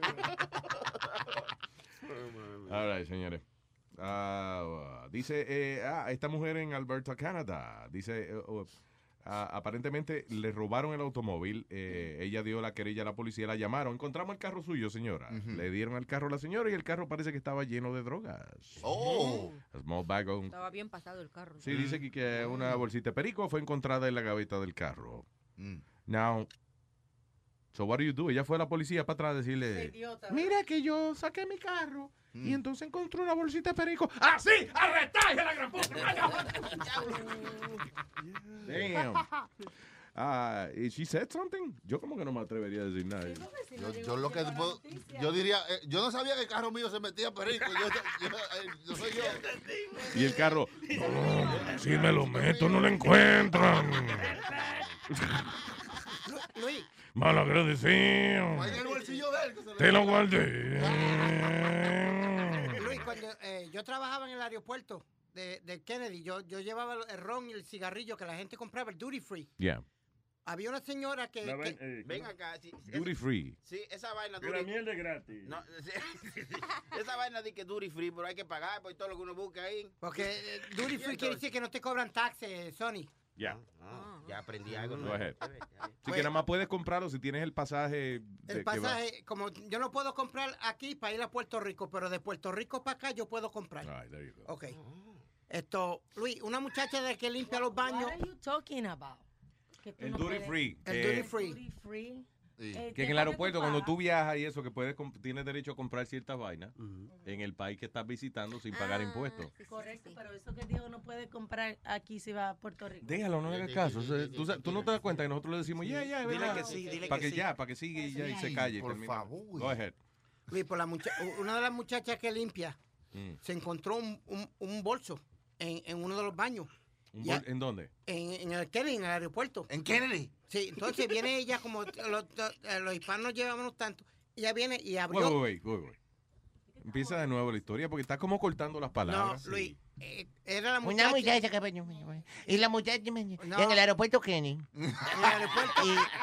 All right, señores. Ah, uh, dice, eh, ah, esta mujer en Alberta, Canadá, dice, eh, oh, a- aparentemente le robaron el automóvil. Eh, ella dio la querella a la policía, la llamaron. Encontramos el carro suyo, señora. Le dieron el carro a la señora y el carro parece que estaba lleno de drogas. Oh. A small bag of- Estaba bien pasado el carro. Sí, dice aquí que una bolsita de perico fue encontrada en la gaveta del carro. Now, so what do you do? Ella fue a la policía para atrás a decirle, mira que yo saqué mi carro y entonces encontré una bolsita de perico. ¡Ah, sí! ¡Arrestá, hija de la gran puta! Damn. Ah, ¿y she said something? Yo como que no me atrevería a decir nada. Yo, yo lo que puedo- yo diría, eh, yo no sabía que el carro mío se metía perico. Yo, yo, eh, yo soy yo. Y el carro, no, si me lo meto no lo encuentran. Luis. Malagradecido. Ahí en el bolsillo de él, que se le- Te lo guardé. Luis, cuando eh, yo trabajaba en el aeropuerto de, de Kennedy, yo, yo llevaba el ron y el cigarrillo que la gente compraba, el duty free. Yeah. Había una señora que... La que- vaina, eh, Ven acá. Sí, Duty free. Sí, esa vaina Que la duty miel es gratis. No, sí, sí, sí. Esa vaina de que duty free, pero hay que pagar por todo lo que uno busca ahí. Porque eh, duty free quiere decir que no te cobran taxes, Sony. Ya. Ah, ya aprendí algo. Go nuevo. ahead. Así que nada más puedes comprarlo si tienes el pasaje. de El que va- pasaje, como yo no puedo comprar aquí para ir a Puerto Rico, pero de Puerto Rico para acá yo puedo comprar. All right, there you go. Ok. Esto, Luis, una muchacha de que limpia los baños. What are you talking about? Que tú El no duty puedes- free. El que- duty free. Duty free. Eh, Que en ¿qué el es lo aeropuerto, tú cuando pagas? tú viajas y eso, que puedes comp- tienes derecho a comprar ciertas vainas en el país que estás visitando sin pagar Ah, impuestos. Correcto, pero eso que Diego no puede comprar aquí si va a Puerto Rico. Déjalo, no le hagas caso. O sea, tú, sa- tú no te das cuenta que nosotros le decimos, ya, ya, Dile ¿verdad? que sí, dile Para que que sí. ya, para que siga y ya y se Ay, calle. y por termina. favor. Go ahead. Luis, por la mucha- una de las muchachas que limpia Mm. se encontró un, un- un bolso en, en uno de los baños. Un Ya. bol- ¿En dónde? En, en el Kennedy, en el aeropuerto. ¿En Kennedy? Sí, entonces viene ella, como los, los, los hispanos llevamos tanto, ella viene y abrió. Wait, wait, wait, wait. Empieza de nuevo la historia porque está como cortando las No, palabras. Luis, eh, era la Una muchacha. muchacha que... Y la muchacha No. en el aeropuerto Kenny. En el aeropuerto.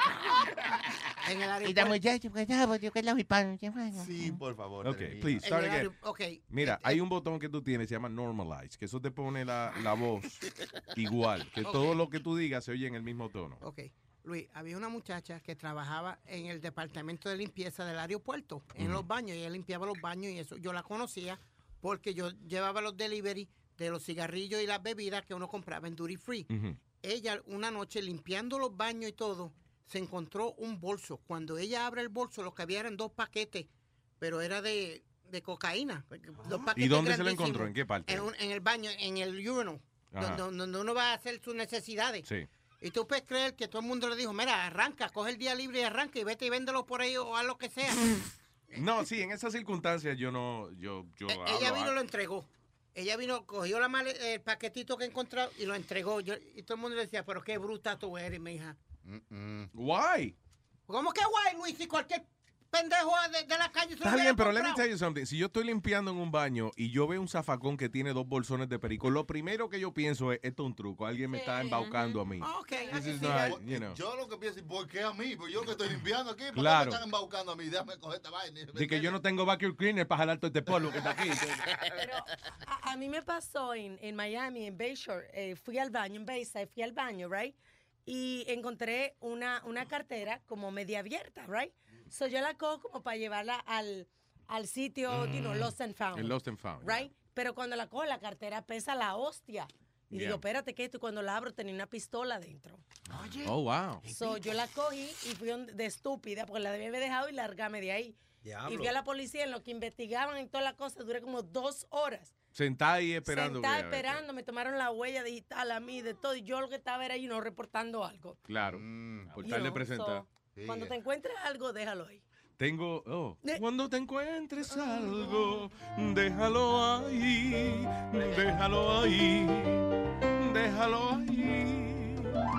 en el Y la aeropuerto. muchacha, pues, ah, pues, yo que los hispanos. Sí, por favor. Ok, termina. please, en start el again. aer- ok. Mira, hay un botón que tú tienes, se llama Normalize, que eso te pone la, la voz igual, que todo lo que tú digas se oye en el mismo tono. Ok. Luis, había una muchacha que trabajaba en el departamento de limpieza del aeropuerto, en Ujú. los baños, y ella limpiaba los baños y eso. Yo la conocía porque yo llevaba los delivery de los cigarrillos y las bebidas que uno compraba en Duty Free. Ujú. Ella, una noche, limpiando los baños y todo, se encontró un bolso. Cuando ella abre el bolso, lo que había eran dos paquetes, pero era de, de cocaína. Dos ¿Y paquetes dónde se lo grandísimos. encontró? ¿En qué parte? En, un- en el baño, en el urinal, Ajá. donde, donde uno va a hacer sus necesidades. Sí. Y tú puedes creer que todo el mundo le dijo, mira, arranca, coge el día libre y arranca y vete y véndelo por ahí o haz lo que sea. No, sí, en esas circunstancias yo no, yo, yo E- hablo, ella vino y ah, lo entregó. Ella vino, cogió la male- el paquetito que encontró y lo entregó. Yo, y todo el mundo le decía, pero qué bruta tú eres, mi hija. Why? ¿Cómo que guay, Luis? Si cualquier pendejo de, de la calle se lo Está hubiera bien, pero let me comprado. tell you something. Si yo estoy limpiando en un baño y yo veo un zafacón que tiene dos bolsones de perico, lo primero que yo pienso es, esto es un truco. Alguien me está embaucando a mí. Ok. This is Sí, not, porque you know. Yo lo que pienso es, ¿por qué a mí? Pues yo que estoy limpiando aquí, ¿por qué Claro. me están embaucando a mí? Déjame coger esta vaina. De que yo no tengo vacuum cleaner para jalar todo este polvo que está aquí. Pero a, a mí me pasó en, en Miami, en Bayshore, eh, fui al baño, en Bayside, fui al baño, right? Y encontré una, una cartera como media abierta, right? So yo la cojo como para llevarla al, al sitio, you know, Lost and Found. El Lost and Found. Right? Pero cuando la cojo, la cartera pesa la hostia. Y Yeah. digo, espérate, que esto, y cuando la abro tenía una pistola dentro. Oh, wow. So yo la cogí y fui un- de estúpida, porque la debía haber dejado y largarme de ahí. Diablo. Y fui a la policía en lo que investigaban y toda la cosa, duré como dos horas. Sentada ahí esperando. Sentada que- esperando, me tomaron la huella digital a mí, de todo, y yo lo que estaba era ahí, no reportando algo. Claro. Mm, por You tal de know, presentar. so, cuando te encuentres algo, déjalo ahí. Tengo. Oh. Eh. Cuando te encuentres algo, déjalo ahí. Déjalo ahí. Déjalo ahí.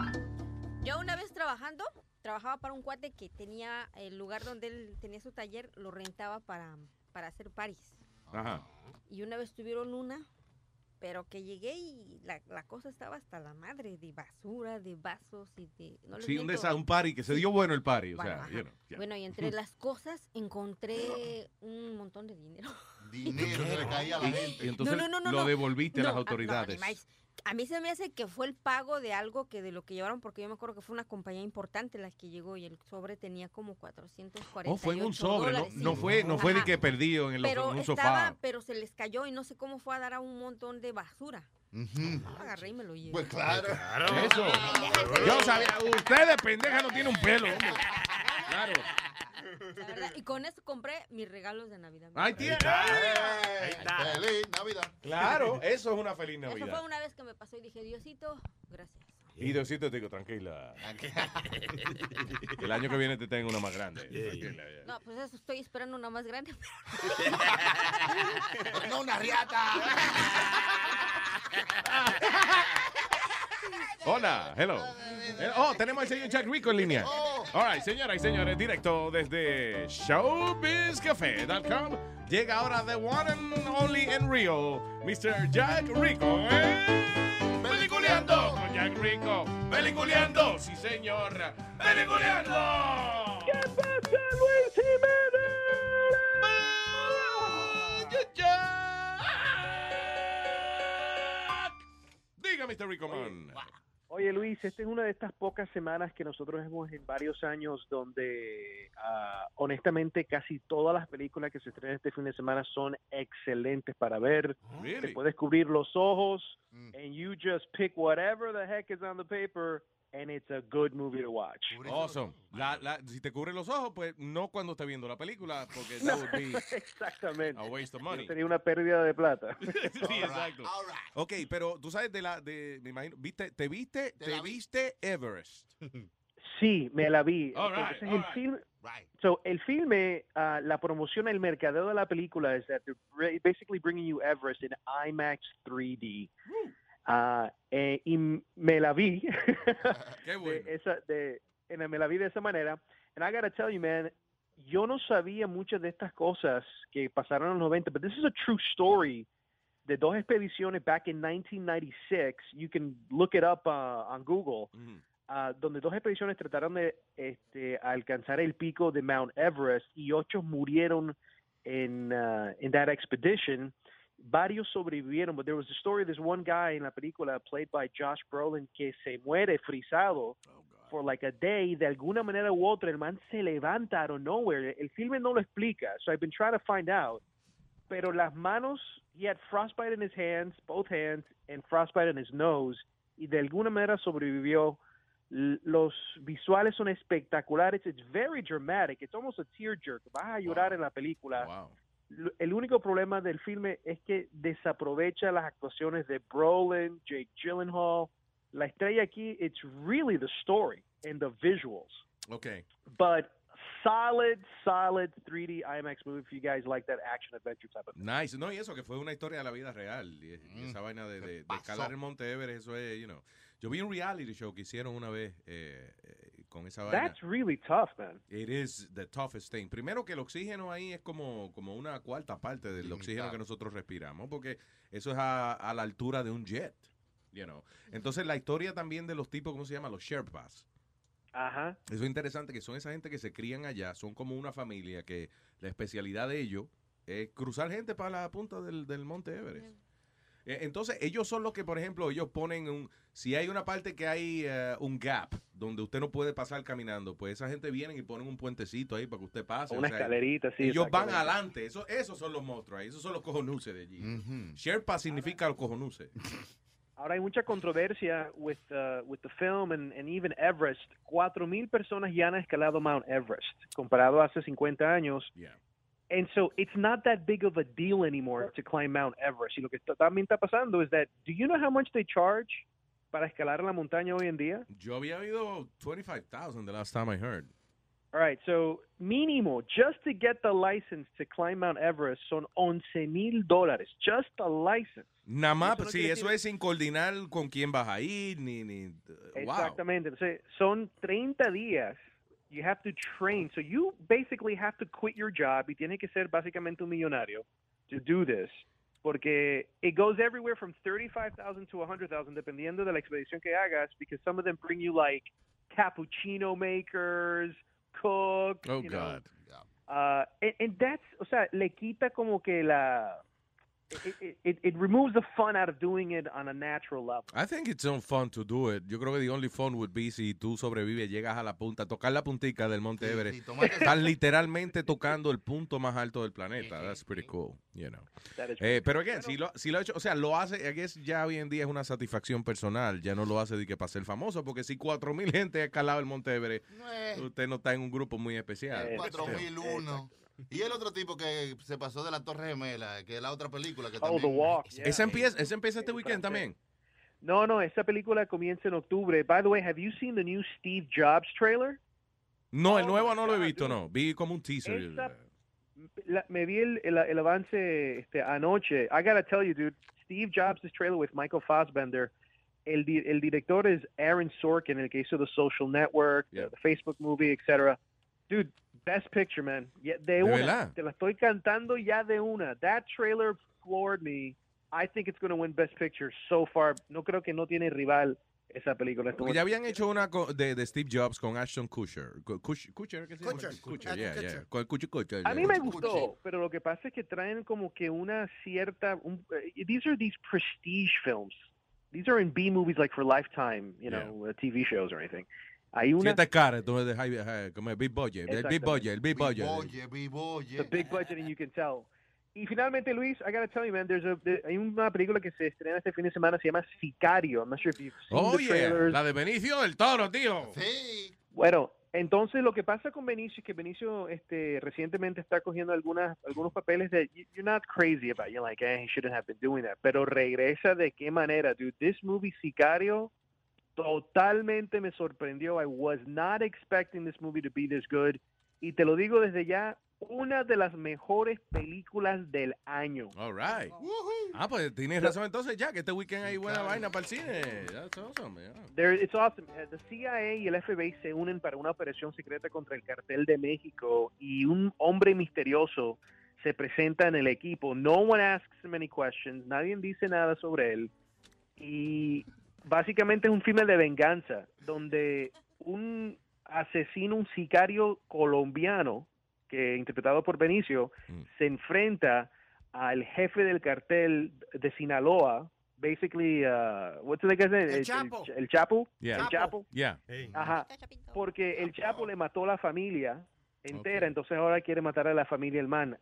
Yo una vez trabajando, trabajaba para un cuate que tenía el lugar donde él tenía su taller, lo rentaba para, para hacer paris. Ajá. Y una vez tuvieron una, pero que llegué y la, la cosa estaba hasta la madre, de basura, de vasos y de... No les Sí, un, miento. desa- un party, que se dio bueno el party. O Bueno, sea, ajá. you know, yeah. Bueno, y entre las cosas encontré un montón de dinero. Dinero que le caía a la Y- gente. Y entonces No, no, no, lo no. devolviste a No, las ah, no, autoridades. además, A mí se me hace que fue el pago de algo que de lo que llevaron, porque yo me acuerdo que fue una compañía importante la que llegó y el sobre tenía como cuatrocientos cuarenta y ocho Oh, fue en un sobre, dólares, no, no sí. fue, no fue de Ajá. que perdido en, el, pero en un estaba, sofá. pero se les cayó y no sé cómo fue a dar a un montón de basura. Uh-huh. Lo agarré y me lo llevé. Pues claro. Claro. Eso. Yo sabía, ustedes pendejas no tienen un pelo. hombre. Claro. La verdad, y con eso compré mis regalos de Navidad. Ay, tía. Ahí está. Feliz Navidad. Claro, eso es una feliz Eso Navidad. fue una vez que me pasó y dije, Diosito, gracias. Y Diosito te digo, tranquila. El año que viene te tengo una más grande. Tranquila, ya. No, pues eso estoy esperando una más grande. No, una riata. Hola, hello. Eh, Oh, tenemos al señor Jack Rico en línea. All right, señoras y señores, directo desde showbiz cafe punto com. Llega ahora the one and only and real, mister Jack Rico. ¿Eh? ¡Peliculeando! Con Jack Rico. ¡Peliculeando! Sí, señor. ¡Peliculeando! ¿Qué pasa, Luis Jiménez? Diga, mister Rico Man. Oye, Luis, esta es una de estas pocas semanas que nosotros hemos en varios años donde, ah, honestamente, casi todas las películas que se estrenan este fin de semana son excelentes para ver. Really? Te puedes cubrir los ojos and you just pick whatever the heck is on the paper and it's a good movie to watch. Awesome. La, la, si te cubre los ojos, pues no cuando esté viendo la película, porque that would be Exactamente. a waste of money. Sería una pérdida de plata. Sí, exacto. Ok, pero tú sabes de la, de, me imagino, ¿viste, te viste, te viste Everest? Sí, me la vi. All right, Entonces, all el right. film, so, el filme, ah, la promoción, el mercadeo de la película es that they're re- basically bringing you Everest in IMAX three D. Ah, eh, y m- me la vi. Qué bueno. de esa, de, en- me la vi de esa manera. And I gotta tell you, man, yo no sabía muchas de estas cosas que pasaron en los noventa, but this is a true story de dos expediciones back in nineteen ninety-six. You can look it up uh, on Google. Uh, donde dos expediciones trataron de este, alcanzar el pico de Mount Everest y ocho murieron en uh, in that expedition. Varios sobrevivieron, but there was a story of this one guy en la película played by Josh Brolin que se muere frisado for like a day. De alguna manera u otra, el man se levanta out of nowhere. El filme no lo explica, so I've been trying to find out. Pero las manos, he had frostbite in his hands, both hands, and frostbite in his nose, y de alguna manera sobrevivió. L- Los visuales son espectaculares. It's very dramatic. It's almost a tearjerker. Vas a llorar en la película. L- El único problema del filme es que desaprovecha las actuaciones de Brolin, Jake Gyllenhaal. La estrella aquí, it's really the story and the visuals. Ok. But solid, solid three D IMAX movie if you guys like that action adventure type of thing. Nice. No, y eso que fue una historia de la vida real. Y, y esa vaina de, de, de escalar el Monte Everest, eso es, you know. Yo vi un reality show que hicieron una vez eh, eh, con esa vaina. That's really tough, man. It is the toughest thing. Primero que el oxígeno ahí es como, como una cuarta parte del oxígeno que nosotros respiramos, porque eso es a, a la altura de un jet, you know. Entonces la historia también de los tipos, ¿cómo se llama? Los Sherpas. Ajá. Eso es interesante, que son esa gente que se crían allá, son como una familia que la especialidad de ellos es cruzar gente para la punta del, del Monte Everest. Eh, Entonces, ellos son los que, por ejemplo, ellos ponen un... Si hay una parte que hay eh, un gap donde usted no puede pasar caminando, pues esa gente viene y ponen un puentecito ahí para que usted pase. Una o sea, escalerita, sí, Ellos van exactamente. adelante. Eso, esos son los monstruos ahí. Esos son los cojonuces de allí. Sherpa significa los cojonuces. Ahora hay mucha controversia with uh, with the film and, and even Everest. Cuatro mil personas ya han escalado Mount Everest, comparado a hace cincuenta años. Yeah. And so it's not that big of a deal anymore to climb Mount Everest. Y lo que está- también está pasando es that, do you know how much they charge para escalar la montaña hoy en día? Yo había oído twenty-five thousand the last time I heard. All right, so mínimo, just to get the license to climb Mount Everest son once mil dólares. Just a license. Nada más, Eso no sí, quiere eso decir- es sin coordinar con quién vas a ir, ni... ni uh, wow. Exactamente. Entonces, son treinta días. You have to train. So you basically have to quit your job y tienes que ser básicamente un millonario to do this. Porque it goes everywhere from thirty-five thousand to one hundred thousand dependiendo de la expedición que hagas, because some of them bring you like cappuccino makers, cooks, Oh, you know. God. Uh, and, and that's, o sea, le quita como que la it, it, it, it removes the fun out of doing it on a natural level. I think it's so fun to do it. Yo creo que the only fun would be si tú sobrevives, llegas a la punta, tocar la puntica del Monte Sí, Everest. sí, tomate- Estás literalmente tocando el punto más alto del planeta. That's pretty cool, you know. That is Eh, pero again, si lo, si lo ha hecho, o sea, lo hace, I guess ya hoy en día es una satisfacción personal, ya no lo hace de que para ser famoso, porque si cuatro mil gente ha escalado el Monte Everest, Eh. usted no está en un grupo muy especial. cuatro mil uno. Y el otro tipo que se pasó de la Torre Gemela, que es la otra película que Oh, también... The Walk. yeah. ¿Ese empieza, ese empieza este weekend también? No, no, esa película comienza en octubre. By the way, have you seen the new Steve Jobs trailer? No, el Oh nuevo my no lo he God, visto, dude. no. Vi como un teaser. Esa- La- me vi el, el, el avance este, anoche. I gotta tell you, dude, Steve Jobs' trailer with Michael Fassbender. El, di- el director es Aaron Sorkin, el que hizo The Social Network, Yeah. the Facebook movie, etcétera. Dude, best picture, man. Ya- de ¿De una. verdad? Te la estoy cantando ya de una. That trailer floored me. I think it's going to win Best Picture so far. No creo que no tiene rival esa película. Porque ya habían hecho una co- de, de Steve Jobs con Ashton Kutcher. Cu- Kush- Kutcher, ¿qué se llama? Kutcher. Kutcher, Ashton yeah, Kutcher. yeah. Con Kutcher, Kutcher, A mí yeah. me gustó, pero lo que pasa es que traen como que una cierta... Un, eh, these are these prestige films. These are in B movies like for Lifetime, you know, uh, T V shows or anything. Hay una... Siete caras, tú de high- high- como el Big Budget, el Big Exactamente. Budget, el Big Budget. Biboye, biboye. It's a big budget and you can tell. Y finalmente, Luis, I gotta tell you, man, there's a, there- hay una película que se estrena este fin de semana, se llama Sicario. I'm not sure if you've seen Oh, the yeah, trailers. la de Benicio del Toro, tío. Sí. Bueno, entonces lo que pasa con Benicio es que Benicio este, recientemente está cogiendo algunas, algunos papeles de you- you're not crazy about. You're like, eh, he shouldn't have been doing that. Pero regresa de qué manera, dude. This movie, Sicario, totalmente me sorprendió. I was not expecting this movie to be this good. Y te lo digo desde ya, una de las mejores películas del año. All right. Ah, pues tienes razón entonces ya, que este weekend hay buena vaina para el cine. That's awesome, yeah. There, it's awesome. Uh, The C I A y el F B I se unen para una operación secreta contra el cartel de México y un hombre misterioso se presenta en el equipo. No one asks him any questions. Nadie dice nada sobre él. Y básicamente es un filme de venganza donde un asesino, un sicario colombiano que interpretado por Benicio se enfrenta al jefe del cartel de Sinaloa, basically, uh, what's the guy's name? El Chapo. El, Chapo. Yeah. El Chapo. Yeah. Ajá. Porque el Chapo le mató a la familia entera, entonces ahora quiere matar a la familia el man.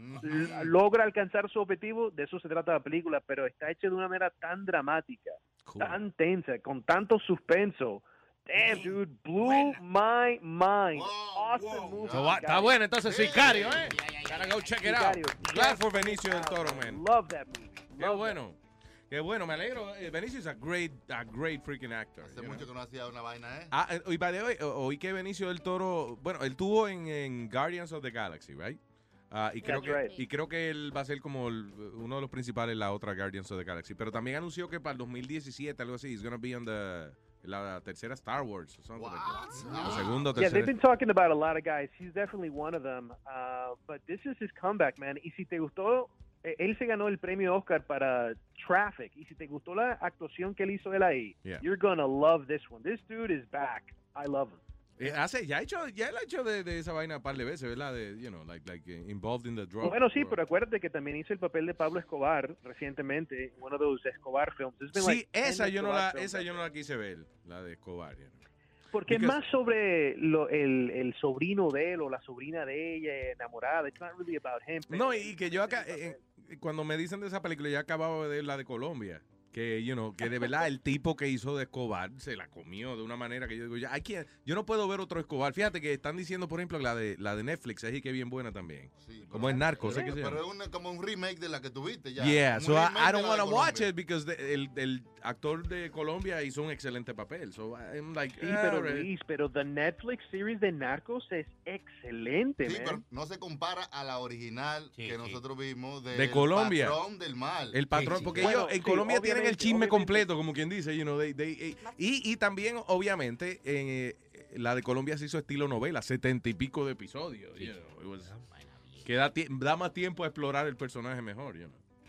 L- Logra alcanzar su objetivo, de eso se trata la película, pero está hecha de una manera tan dramática, tan tensa, con tanto suspenso. Damn, dude, blew my mind. Awesome movie. So, va- está bueno entonces Sicario, ¿eh? Gotta go check it out. Sicario. Glad for Benicio del Toro, man. Love that movie. Qué bueno. Qué bueno, me alegro. Eh, Benicio is a great, a great freaking actor. Hace you mucho know. que no hacía una vaina, ¿eh? Ah, eh, y by the way, o- oí que Benicio del Toro, bueno, él tuvo en, en Guardians of the Galaxy, right? Ah, y creo That's que right. y creo que él va a ser como el- uno de los principales en la otra Guardians of the Galaxy, pero también anunció que para el dos mil diecisiete algo así, he's gonna be on the la tercera Star Wars o something like that. O segundo, Yeah, they've tercera. been talking about a lot of guys. He's definitely one of them. Uh, but this is his comeback, man. Y si te gustó, eh, él se ganó el premio Oscar para Traffic. Y si te gustó la actuación que él hizo él ahí, Yeah. you're gonna love this one. This dude is back. I love him. Eh, hace, ya ha hecho, ya él ha hecho de, de esa vaina un par de veces, ¿verdad? De, you know, like, like eh, involved in the drug. Bueno, sí, pero acuérdate que también hizo el papel de Pablo Escobar recientemente, one of those Escobar films. There's been Sí, like ten esa yo no Escobar la, films esa out yo no la quise ver, la de Escobar. you know. Porque es Because- más sobre lo, el, el sobrino de él o la sobrina de ella enamorada. It's not really about him. No, y y que yo acá, eh, eh, cuando me dicen de esa película, ya acababa de ver la de Colombia. Que, you know, que de verdad el tipo que hizo de Escobar se la comió de una manera que yo digo, ya, hay que, yo no puedo ver otro Escobar. Fíjate que están diciendo, por ejemplo, la de la de Netflix, ahí que es bien buena también. Como es Narcos, sé que se Pero llama. es una- como un remake de la que tuviste ya. Yeah, Un so I, remake I de don't la want de to watch Colombia. it because the- el, el actor de Colombia hizo un excelente papel. So I'm like, Sí, ah, pero alright. Luis, pero the Netflix series de Narcos es excelente, Sí, man. pero no se compara a la original que nosotros vimos de de Colombia. El patrón del mal. El patrón, porque ellos en Colombia tienen el chisme completo, como quien dice, you know, they- they- eh, y, y también, obviamente, eh, la de Colombia se hizo estilo novela, setenta y pico de episodios. you know, it was- que da, tie- da más tiempo a explorar el personaje mejor, you know.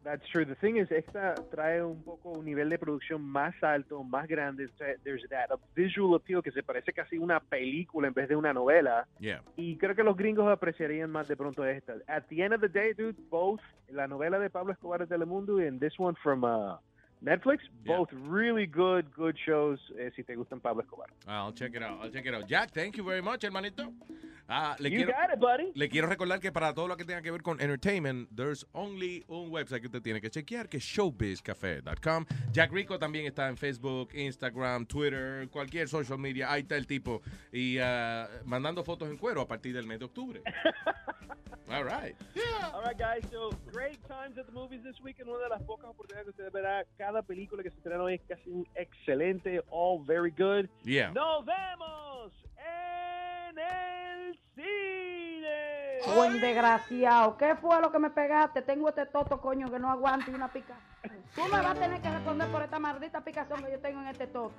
That's true. The thing is, esta trae un poco un nivel de producción más alto, más grande. There's that a visual appeal que se parece casi una película en vez de una novela. Yeah. Y creo que los gringos apreciarían más de pronto esta. At the end of the day, dude, both la novela de Pablo Escobar de Telemundo and this one from uh, Netflix, Yeah. both really good, good shows. Eh, si te gustan Pablo Escobar. I'll check it out. I'll check it out. Jack, thank you very much, hermanito. Ah, le, You quiero, got it, buddy. le quiero recordar que para todo lo que tenga que ver con entertainment, there's only un website que usted tiene que chequear, que es showbiz cafe punto com. Jack Rico también está en Facebook, Instagram, Twitter, cualquier social media. Ahí está el tipo. Y uh, mandando fotos en cuero a partir del mes de octubre. All right. All right, guys. So, great times at the movies this weekend. Una de las pocas oportunidades que ustedes verán. Cada película que se estrena hoy es casi un excelente. All very good. Yeah. Nos vemos en el cine. Buen desgraciado, ¿qué fue lo que me pegaste? Tengo este toto, coño, que no aguanto y una pica. Tú me vas a tener que responder por esta maldita picazón que yo tengo en este toto.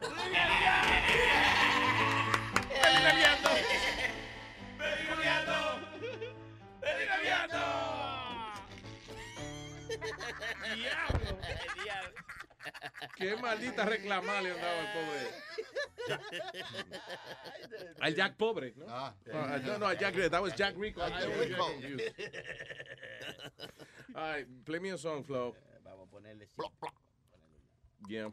Qué maldita reclamada le han dado al pobre. Al Jack pobre, ¿no? Ah, Uh, no, no, Jack Rico. That was Jack Rico. I Jack always Rico. get confused. All right, play me a song, Flo. Vamos a ponerle. Yeah.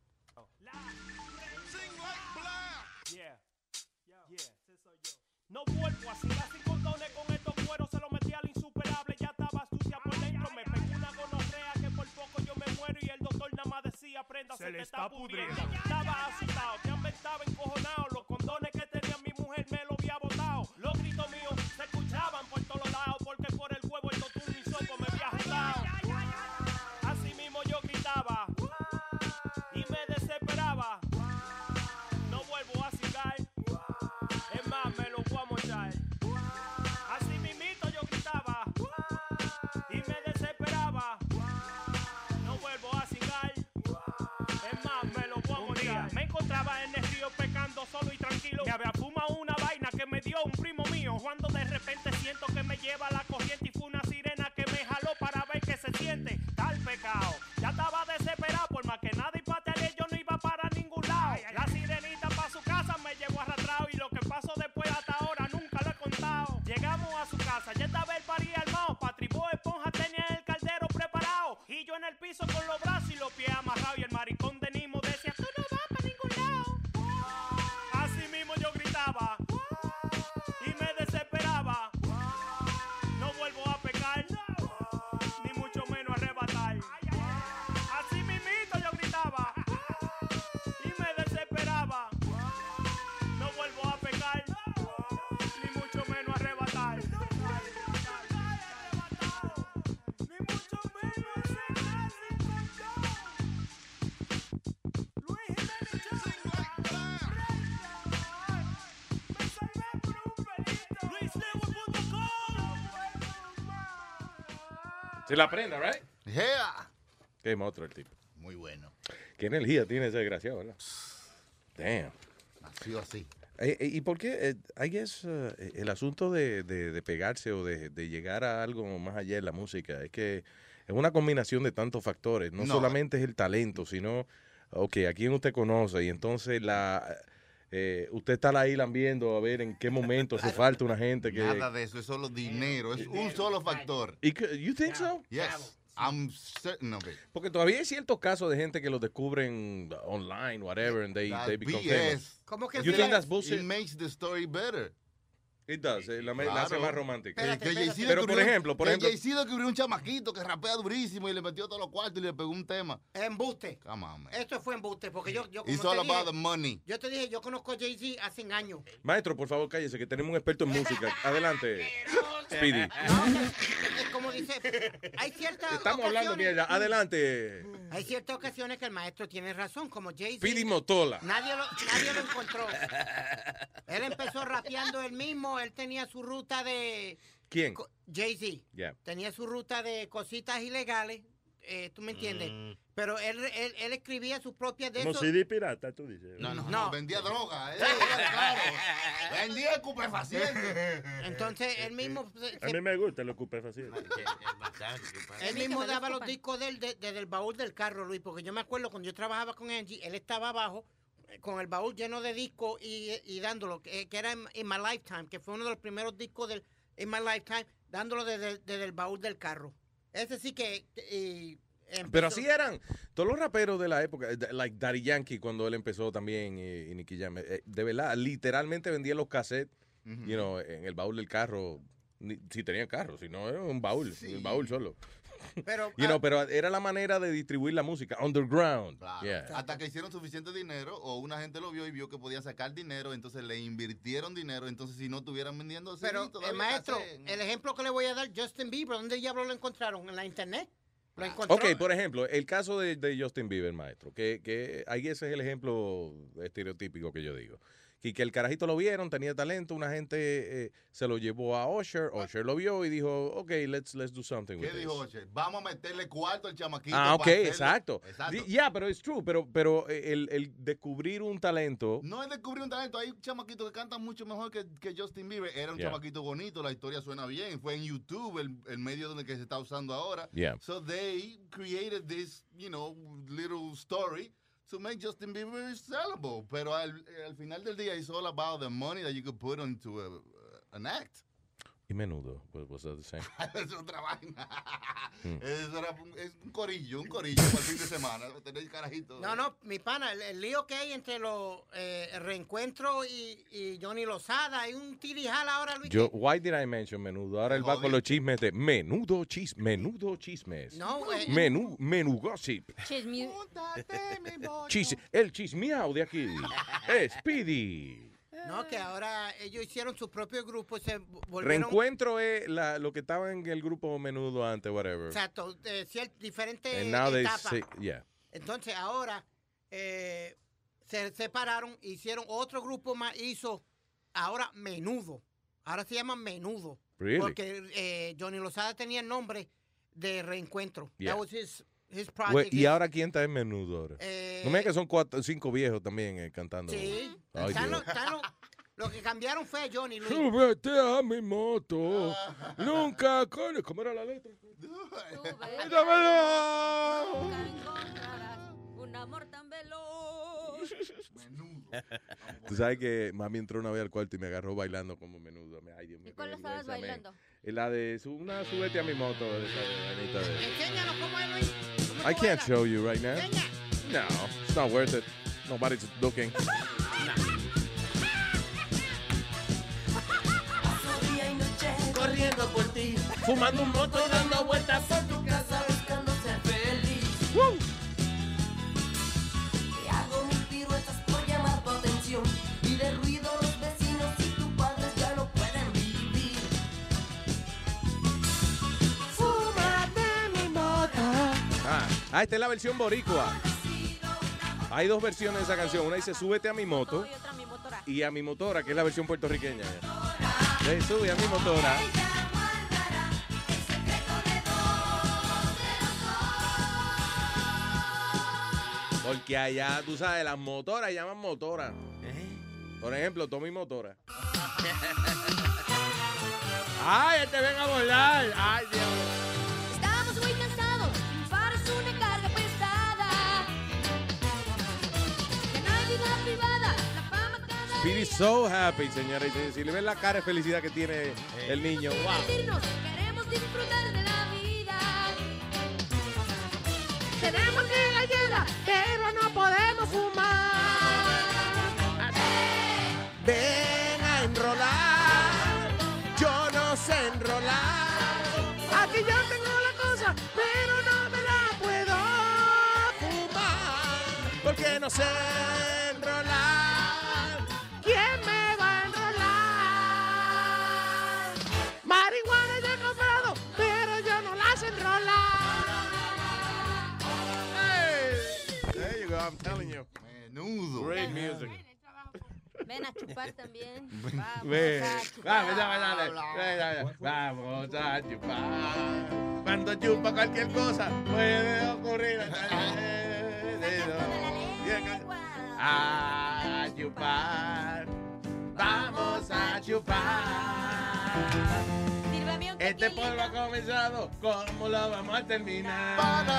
Yeah. Yeah. No vuelvo a seguir así condones con estos cueros. Se lo metí al insuperable. Ya estaba sucia por dentro. Me pegó una gonorrea que por poco yo me muero. Y el doctor nada más decía: prenda, se, se te está pudriendo. Estaba asustado, ya me estaba encojonado. Los condones que tenía mi mujer me lo había botado. Los gritos míos se escuchaban por todos lados. Porque por el huevo el doctor mi sopo me había juntado. Así mismo yo gritaba y me desesperaba. No vuelvo a cigar. Es más, me lo voy a mochar. Así mismito yo gritaba y me desesperaba. No vuelvo a cigar. Es más, me lo voy a mochar. Me encontraba en el río pecando solo y tranquilo. Me había fumado una vaina que me dio un primo mío. Cuando de repente siento que me lleva la corriente y fue una sirena que me jaló para ver qué se siente. Tal pecado. Ya estaba desesperado por más que nada y patearé yo no iba para ningún lado. La sirenita para su casa me llevó arrastrado y lo que pasó después hasta ahora nunca lo he contado. Llegamos a su casa, ya estaba el pari armado. Patribó esponja tenía el caldero preparado. Y yo en el piso con los brazos y los pies amarrados. Y el maricón de Nimo decía: tú no vas para ningún lado. Así mismo yo gritaba y me desesperaba. No vuelvo a pecar, ni mucho menos arrebatar. Así mismito yo gritaba y me desesperaba. No vuelvo a pecar, ni mucho menos arrebatar. Ni mucho menos cenar sin condón. Luis Jiménez me salvé por un pelito. luis network punto com. Se la prenda, right? Yeah. Qué monstruo el tipo. Muy bueno. Qué energía tiene ese desgraciado, ¿verdad? Damn. Nació así. Eh, eh, ¿Y por qué? Eh, I guess, uh, el asunto de, de, de pegarse o de, de llegar a algo más allá de la música es que es una combinación de tantos factores. No, No. solamente es el talento, sino, ok, a quién usted conoce y entonces la... Eh, usted está ahí lambiendo a ver en qué momento hace falta una gente que... Nada de eso, es solo dinero. Es un solo factor. ¿Y que- you think so? Yes. I'm certain of it. Porque todavía hay ciertos casos de gente que los descubren online, whatever, and they, That they become B famous. S. ¿Cómo que You sí think es? that's bullshit? It makes the story better. It does. eh, La, la hace Claro. más romántica. Que- que Jay-Z Pero por descubrió- ejemplo, por que ejemplo... Jay-Z descubrió un chamaquito que rapea durísimo y le metió todos los cuartos y le pegó un tema. Embuste. Come on, man. Esto fue embuste, porque yo, yo como It's te all dije, about the money. yo te dije, yo conozco a Jay-Z hace años. Maestro, por favor, cállese, que tenemos un experto en música. Adelante, Speedy. Es como dice, hay ciertas Estamos hablando ocasiones- mierda. Adelante, Hay ciertas ocasiones que el maestro tiene razón, como Jay-Z. Speedy Motola. Nadie lo, nadie lo encontró. Él empezó rapeando él mismo, él tenía su ruta de... ¿Quién? Jay-Z. Yeah. Tenía su ruta de cositas ilegales, eh, ¿tú me entiendes? Mm. Pero él, él, él escribía sus propias de Como esos. C D pirata, tú dices. No, no, no, No. vendía droga. Eh, claro. Vendía estupefacientes. Entonces, él mismo... se- A mí me gusta el estupefaciente. Él mismo daba los discos de él de- desde el baúl del carro, Luis, porque yo me acuerdo cuando yo trabajaba con Angie, él estaba abajo eh, con el baúl lleno de discos y, y dándolo, que, que era in, In My Lifetime, que fue uno de los primeros discos del In My Lifetime, dándolo desde, desde el baúl del carro. Ese sí que... y empezó- Pero así eran todos los raperos de la época, eh, like Daddy Yankee cuando él empezó también y, y Nicky Jam. eh, De verdad, literalmente vendían los cassettes, Ujú. you know, en el baúl del carro. Ni- si tenían carro, si no era un baúl, Sí. un baúl solo. Pero, You know, ah, pero era la manera de distribuir la música, underground. Claro. Yeah. Hasta que hicieron suficiente dinero o una gente lo vio y vio que podía sacar dinero, entonces le invirtieron dinero, entonces si no estuvieran vendiendo pero C D, el todavía maestro, cassette. el ejemplo que le voy a dar, Justin Bieber, ¿dónde diablos lo encontraron? ¿En la internet? Lo encontró. Ok, por ejemplo, el caso de, de Justin Bieber, maestro, que, que ahí ese es el ejemplo estereotípico que yo digo. Y que el carajito lo vieron, tenía talento, una gente eh, se lo llevó a Usher, Usher lo vio y dijo, ok, let's, let's do something with ¿Qué this. dijo Oche? Vamos a meterle cuarto al chamaquito. Ah, ok, para hacerle- exacto. Exacto. Ya, yeah, pero es true, pero, pero el, el descubrir un talento... No es descubrir un talento. Hay chamaquitos que cantan mucho mejor que, que Justin Bieber. Era un Yeah. chamaquito bonito, la historia suena bien. Fue en YouTube, el, el medio donde que se está usando ahora. Yeah. So they created this, you know, little story to make Justin Bieber sellable. Pero al, al final del día, it's all about the money that you could put into a, an act. Y Menudo, was, was that the same? Es otra vaina. Hmm. Eso era un, es un corillo, un corillo para el fin de semana. Tener carajito. No, no, mi pana, el, el lío que hay entre los eh, el Reencuentro y, y Johnny Lozada, hay un tirijal ahora, Luis. Yo, why did I mention Menudo? Ahora él va con los chismes de Menudo chis, Menudo chismes. No, eh, Menú, menú gossip. Chisme. Chis, el chismeado de aquí. Es Speedy. No, que ahora ellos hicieron su propio grupo y se volvieron... Reencuentro es la, lo que estaba en el grupo Menudo antes, whatever. Exacto, eh, cier- diferentes And now they etapas. say, yeah. Entonces ahora eh, se separaron, hicieron otro grupo más, hizo ahora Menudo. Ahora se llama Menudo. Really? Porque eh, Johnny Lozada tenía el nombre de Reencuentro. Yeah. That was his, his We- project. ¿Y ahora quién está en Menudo ahora? Eh, no me digas que son cuatro, cinco viejos también eh, cantando. Sí. Ay, Están Dios. los- están los- lo que cambiaron fue a Johnny Luis. Súbete a mi moto. Nunca, coño, ¿cómo era la letra? ¡Dámelo! Un amor tan veloz. Tú sabes que mami entró una vez al cuarto y me agarró bailando como Menudo. Ay, Dios mío. ¿Y cuál qué estabas vergüenza, bailando? man. Eh, La de su- una súbete a mi moto. De esa vainita de- Enséñanos cómo es Luis. ¿Cómo I tú can't bailas? show you right now. Enseña. No, it's not worth it. Nobody's looking. Día y noche Corriendo por ti. fumando un moto y dando vueltas por tu casa buscando ser feliz. Y hago mis piruetas por llamar tu atención y de ruido los vecinos y tus padres ya no pueden vivir. Fúmate mi moto. Ah, ah, esta es la versión boricua. Hay dos versiones de esa canción. Una dice súbete a mi moto y a mi motora, que es la versión puertorriqueña. Le sube a mi motora. Porque allá, tú sabes, las motoras llaman motora. Por ejemplo, toma mi motora. ¡Ay, este ven a volar! ¡Ay, Dios! Estamos muy cansados, sin paro es una carga pesada. Ya no hay vida privada, la fama cada Speedy so happy, señora. Y si le ven la cara de felicidad que tiene el niño, wow. divertirnos, queremos disfrutar de la vida. Tenemos que la ayuda, pero no podemos fumar. Ven a enrolar. Yo no sé enrolar. Aquí yo tengo la cosa, pero no me la puedo fumar. Porque no sé enrolar. ¿Quién me va a enrolar? Marihuana ya he comprado, pero yo no la sé enrolar. There you go, I'm telling you. Menudo. Great music. Menudo. Ven a chupar también. Vamos Ve. a chupar. Vamos, dale, dale, dale. Vamos a chupar. Cuando chupa cualquier cosa puede ocurrir. A chupar. Vamos a chupar. Sírvame un Este tequilita. polvo ha comenzado. ¿Cómo lo vamos a terminar?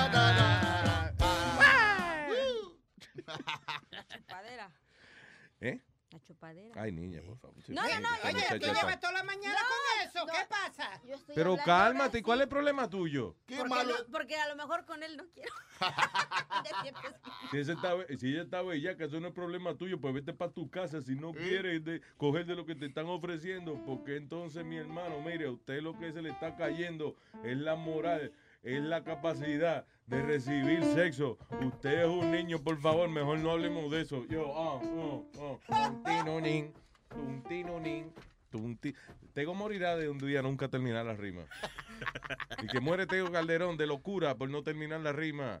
Chupadera. ¿Eh? La chupadera. Ay, niña, por favor. No, no, no, Esta Oye, muchacha tú está- llevas toda la mañana con eso. ¿Qué pasa? Yo estoy Pero hablando cálmate, ahora ¿y cuál sí. es el problema tuyo? Porque, no- porque a lo mejor con él no quiero. Si, ese está, si ella está bella, que eso no es problema tuyo, pues vete para tu casa si no quieres de, coger de lo que te están ofreciendo, porque entonces, mi hermano, mire, a usted lo que se le está cayendo es la moral, es la capacidad de recibir sexo. Usted es un niño, por favor, mejor no hablemos de eso. Yo, ah, oh, oh. Tuntinonín, tuntinonín, tunti- Tego morirá de un día nunca terminar la rima. Y que muere Tego Calderón de locura por no terminar la rima.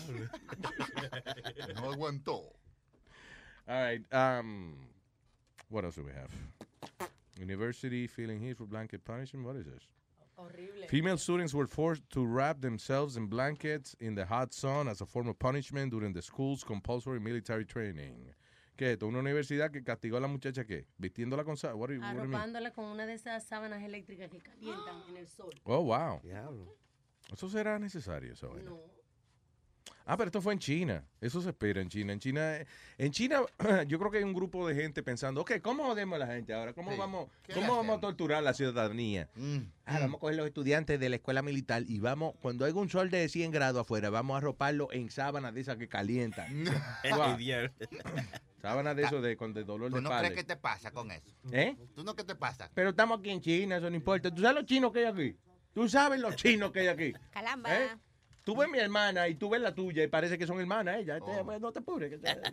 No aguantó. All right. Um, what else do we have? University feeling heat for blanket punishment. What is this? Horrible. Female students were forced to wrap themselves in blankets in the hot sun as a form of punishment during the school's compulsory military training. ¿Qué es esto? ¿Una universidad que castigó a la muchacha qué? ¿Vistiéndola con sábana? What do you- what do you mean? Arropándola con una de esas sábanas eléctricas que calientan en el sol. Oh, wow. ¿Eso será necesario? Esa vaina? No. Ah, pero esto fue en China. Eso se espera en China. En China, en China yo creo que hay un grupo de gente pensando, ok, ¿cómo jodemos a la gente ahora? ¿Cómo Sí. vamos, ¿Qué cómo le vamos a torturar a la ciudadanía? Ah, vamos a coger los estudiantes de la escuela militar y vamos, cuando hay un sol de cien grados afuera, vamos a arroparlo en sábanas de esas que calientan. Wow. Sábanas de eso de, con de dolor ¿Tú de no espalda. crees que te pasa con eso? ¿Eh? ¿Tú no qué te pasa? Pero estamos aquí en China, eso no importa. ¿Tú sabes los chinos que hay aquí? ¿Tú sabes los chinos que hay aquí? Calamba. ¿Eh? Tú ves mi hermana y tú ves la tuya y parece que son hermanas ellas. Este, pues, no te apures. que te-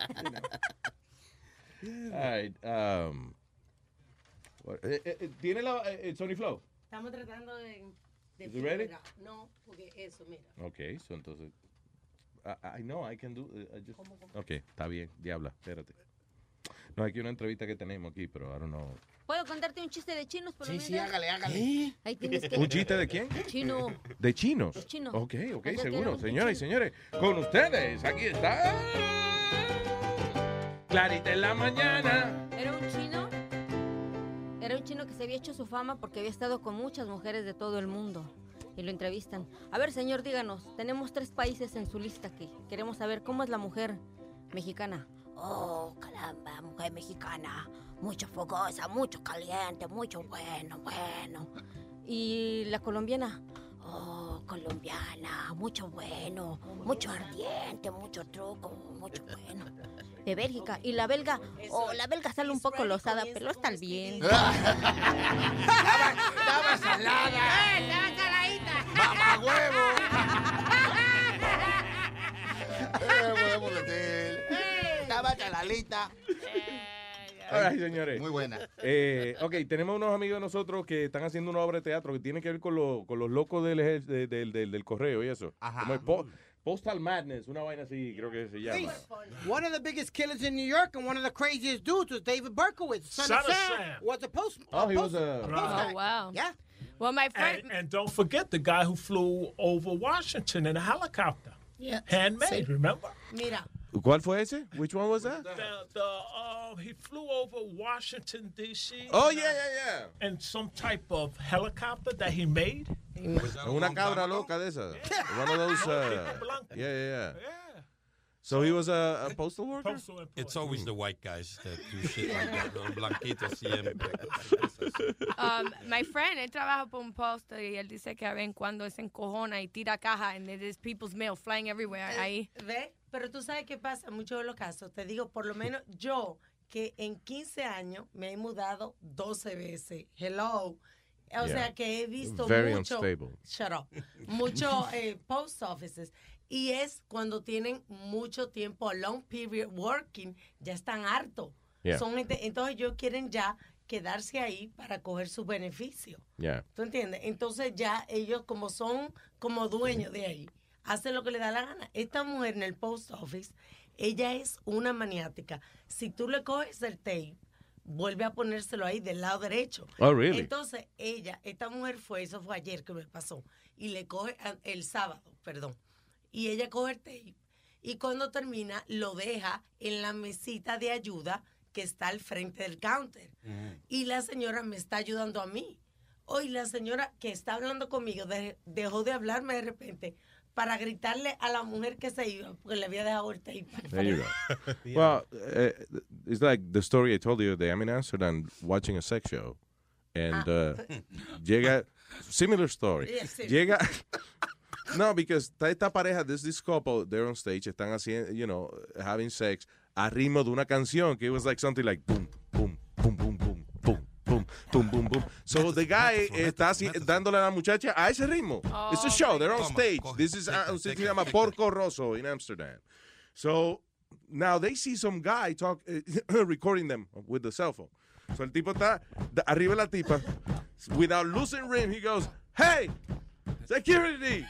All right, um, what- eh, eh, eh, ¿Tiene la eh, Sony Flow? Estamos tratando de... de Is it ready? figurar. No, porque eso, mira. Ok, so entonces... I, I know, I can do... uh, I just- Ok, está bien, diabla, espérate. No, aquí una entrevista que tenemos aquí, pero I don't know. ¿Puedo contarte un chiste de chinos por lo Sí, menos? sí, hágale, hágale. ¿Eh? Ahí tienes que... ¿Un chiste de quién? Chino. ¿De chinos? De chinos. Ok, ok, Allá seguro. quiero un Señoras y señores, con ustedes, aquí está... Clarita en la mañana. Era un chino. Era un chino que se había hecho su fama porque había estado con muchas mujeres de todo el mundo. Y lo entrevistan. A ver, señor, díganos. Tenemos tres países en su lista que queremos saber cómo es la mujer mexicana. Oh, caramba, mujer mexicana. Mucho fogosa, mucho caliente, mucho bueno, bueno. Y la colombiana. Oh, colombiana, mucho bueno, mucho ardiente, mucho truco, mucho bueno. De Bélgica. Y la belga, oh, la belga sale un poco losada, pero está bien. Estaba salada. ¡Eh, estaba saladita! ¡Mamá huevo! Estaba saladita. All right, señores. Muy buena. Eh, ok, tenemos unos amigos de nosotros que están haciendo una obra de teatro que tiene que ver con, lo- con los locos del, ejer- de- del, del, del correo y eso. Ajá. Como el po- Postal Madness, una vaina así, creo que se llama. One of the biggest killers in New York and one of the craziest dudes was David Berkowitz. Son, Son of of Sam. Sam. Was a post. Oh, he was post- a- post Right. guy. Oh, wow. Yeah. Well, my friend. And, and don't forget the guy who flew over Washington in a helicopter. Yeah. Handmade, remember? Mira, ¿Cuál fue ese? Which one was that? The, the, uh, he flew over Washington, D C Oh, yeah, yeah, yeah. in some type of helicopter that he made. Una cabra loca de esas. One of those. Uh, yeah, yeah, yeah. So he was a, a postal worker? It's always the white guys that do shit like that. Los blanquitos siempre. Um, my friend, él trabaja por un posto y él dice que a vez en cuando se encojona y tira caja and there's people's mail flying everywhere ahí. ¿ve? Pero tú sabes qué pasa en muchos de los casos. Te digo, por lo menos yo, que en quince años me he mudado doce veces. Hello. O Yeah. sea que he visto Very mucho. unstable. Shut up. Mucho eh, post offices. Y es cuando tienen mucho tiempo, long period working, ya están hartos. Yeah. Son gente- entonces ellos quieren ya quedarse ahí para coger su beneficio. Yeah. ¿Tú entiendes? Entonces ya ellos como son como dueños de ahí, hacen lo que le da la gana. Esta mujer en el post office Ella es una maniática. Si tú le coges el tape, vuelve a ponérselo ahí del lado derecho. Oh, really? Entonces, ella, esta mujer fue, eso fue ayer que me pasó, y le coge, el sábado, perdón, y ella coge el tape, y cuando termina, lo deja en la mesita de ayuda que está al frente del counter. Y la señora me está ayudando a mí. Hoy la señora que está hablando conmigo de- dejó de hablarme de repente para gritarle a la mujer que se iba porque le había dejado el tape. There you go. Well, uh, it's like the story I told you the I'm in Amsterdam watching a sex show. And uh, llega, similar story. Yeah, similar. Llega, no, because está esta pareja, this, this couple, they're on stage, están haciendo, you know, having sex a ritmo de una canción que it was like something like boom, boom, boom, boom, boom, boom, boom, boom, boom, boom. So the guy está así, dándole a la muchacha a ese ritmo. It's a show, they're on stage. This is, uh, se llama Porco Rosso in Amsterdam. So now they see some guy talk, uh, recording them with the cell phone. So el tipo está de- arriba de la tipa. Without losing rhythm, he goes, "Hey, security!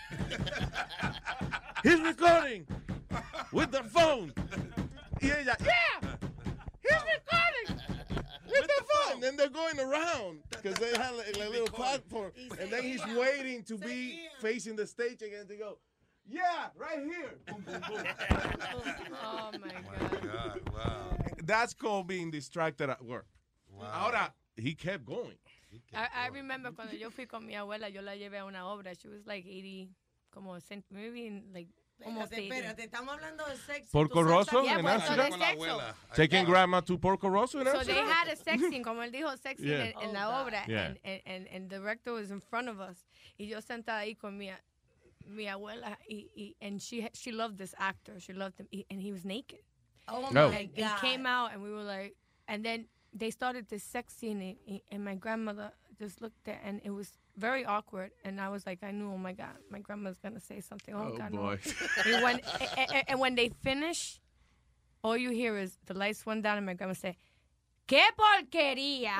He's recording with the phone." Y ella, "Yeah, he's recording with the phone." And they're going around because they have like, a little platform. And then he's waiting to be facing the stage again to go, "Yeah, right here." Boom, boom, boom. Oh, my God. God, wow. That's called being distracted at work. Ahora, he kept going. I, I remember cuando yo fui con mi abuela, yo la llevé a una obra. She was like eighty, como cent- maybe in like almost Espérate, eighty. espérate, estamos hablando de sexo. Porco Tú Rosso Yeah, en pues, so Amsterdam. de sexo. Taking grandma to Porco Rosso in So Amsterdam. they had a sex scene, como él dijo, sex scene Yeah. en, en Oh, la obra, Yeah. and, and, and, and the director was in front of us. Y yo sentada ahí con mi, mi abuela, y, y, and she she loved this actor. She loved him, y- and he was naked. Oh, No. my And God. he came out, and we were like, and then they started this sex scene, and, and my grandmother just looked there, and it was very awkward. And I was like, I knew, oh my God, my grandma's gonna say something. Oh, Oh, God, boy. no. And when and, and- and when they finish, all you hear is the lights went down, and my grandma said, "¡Qué porquería!"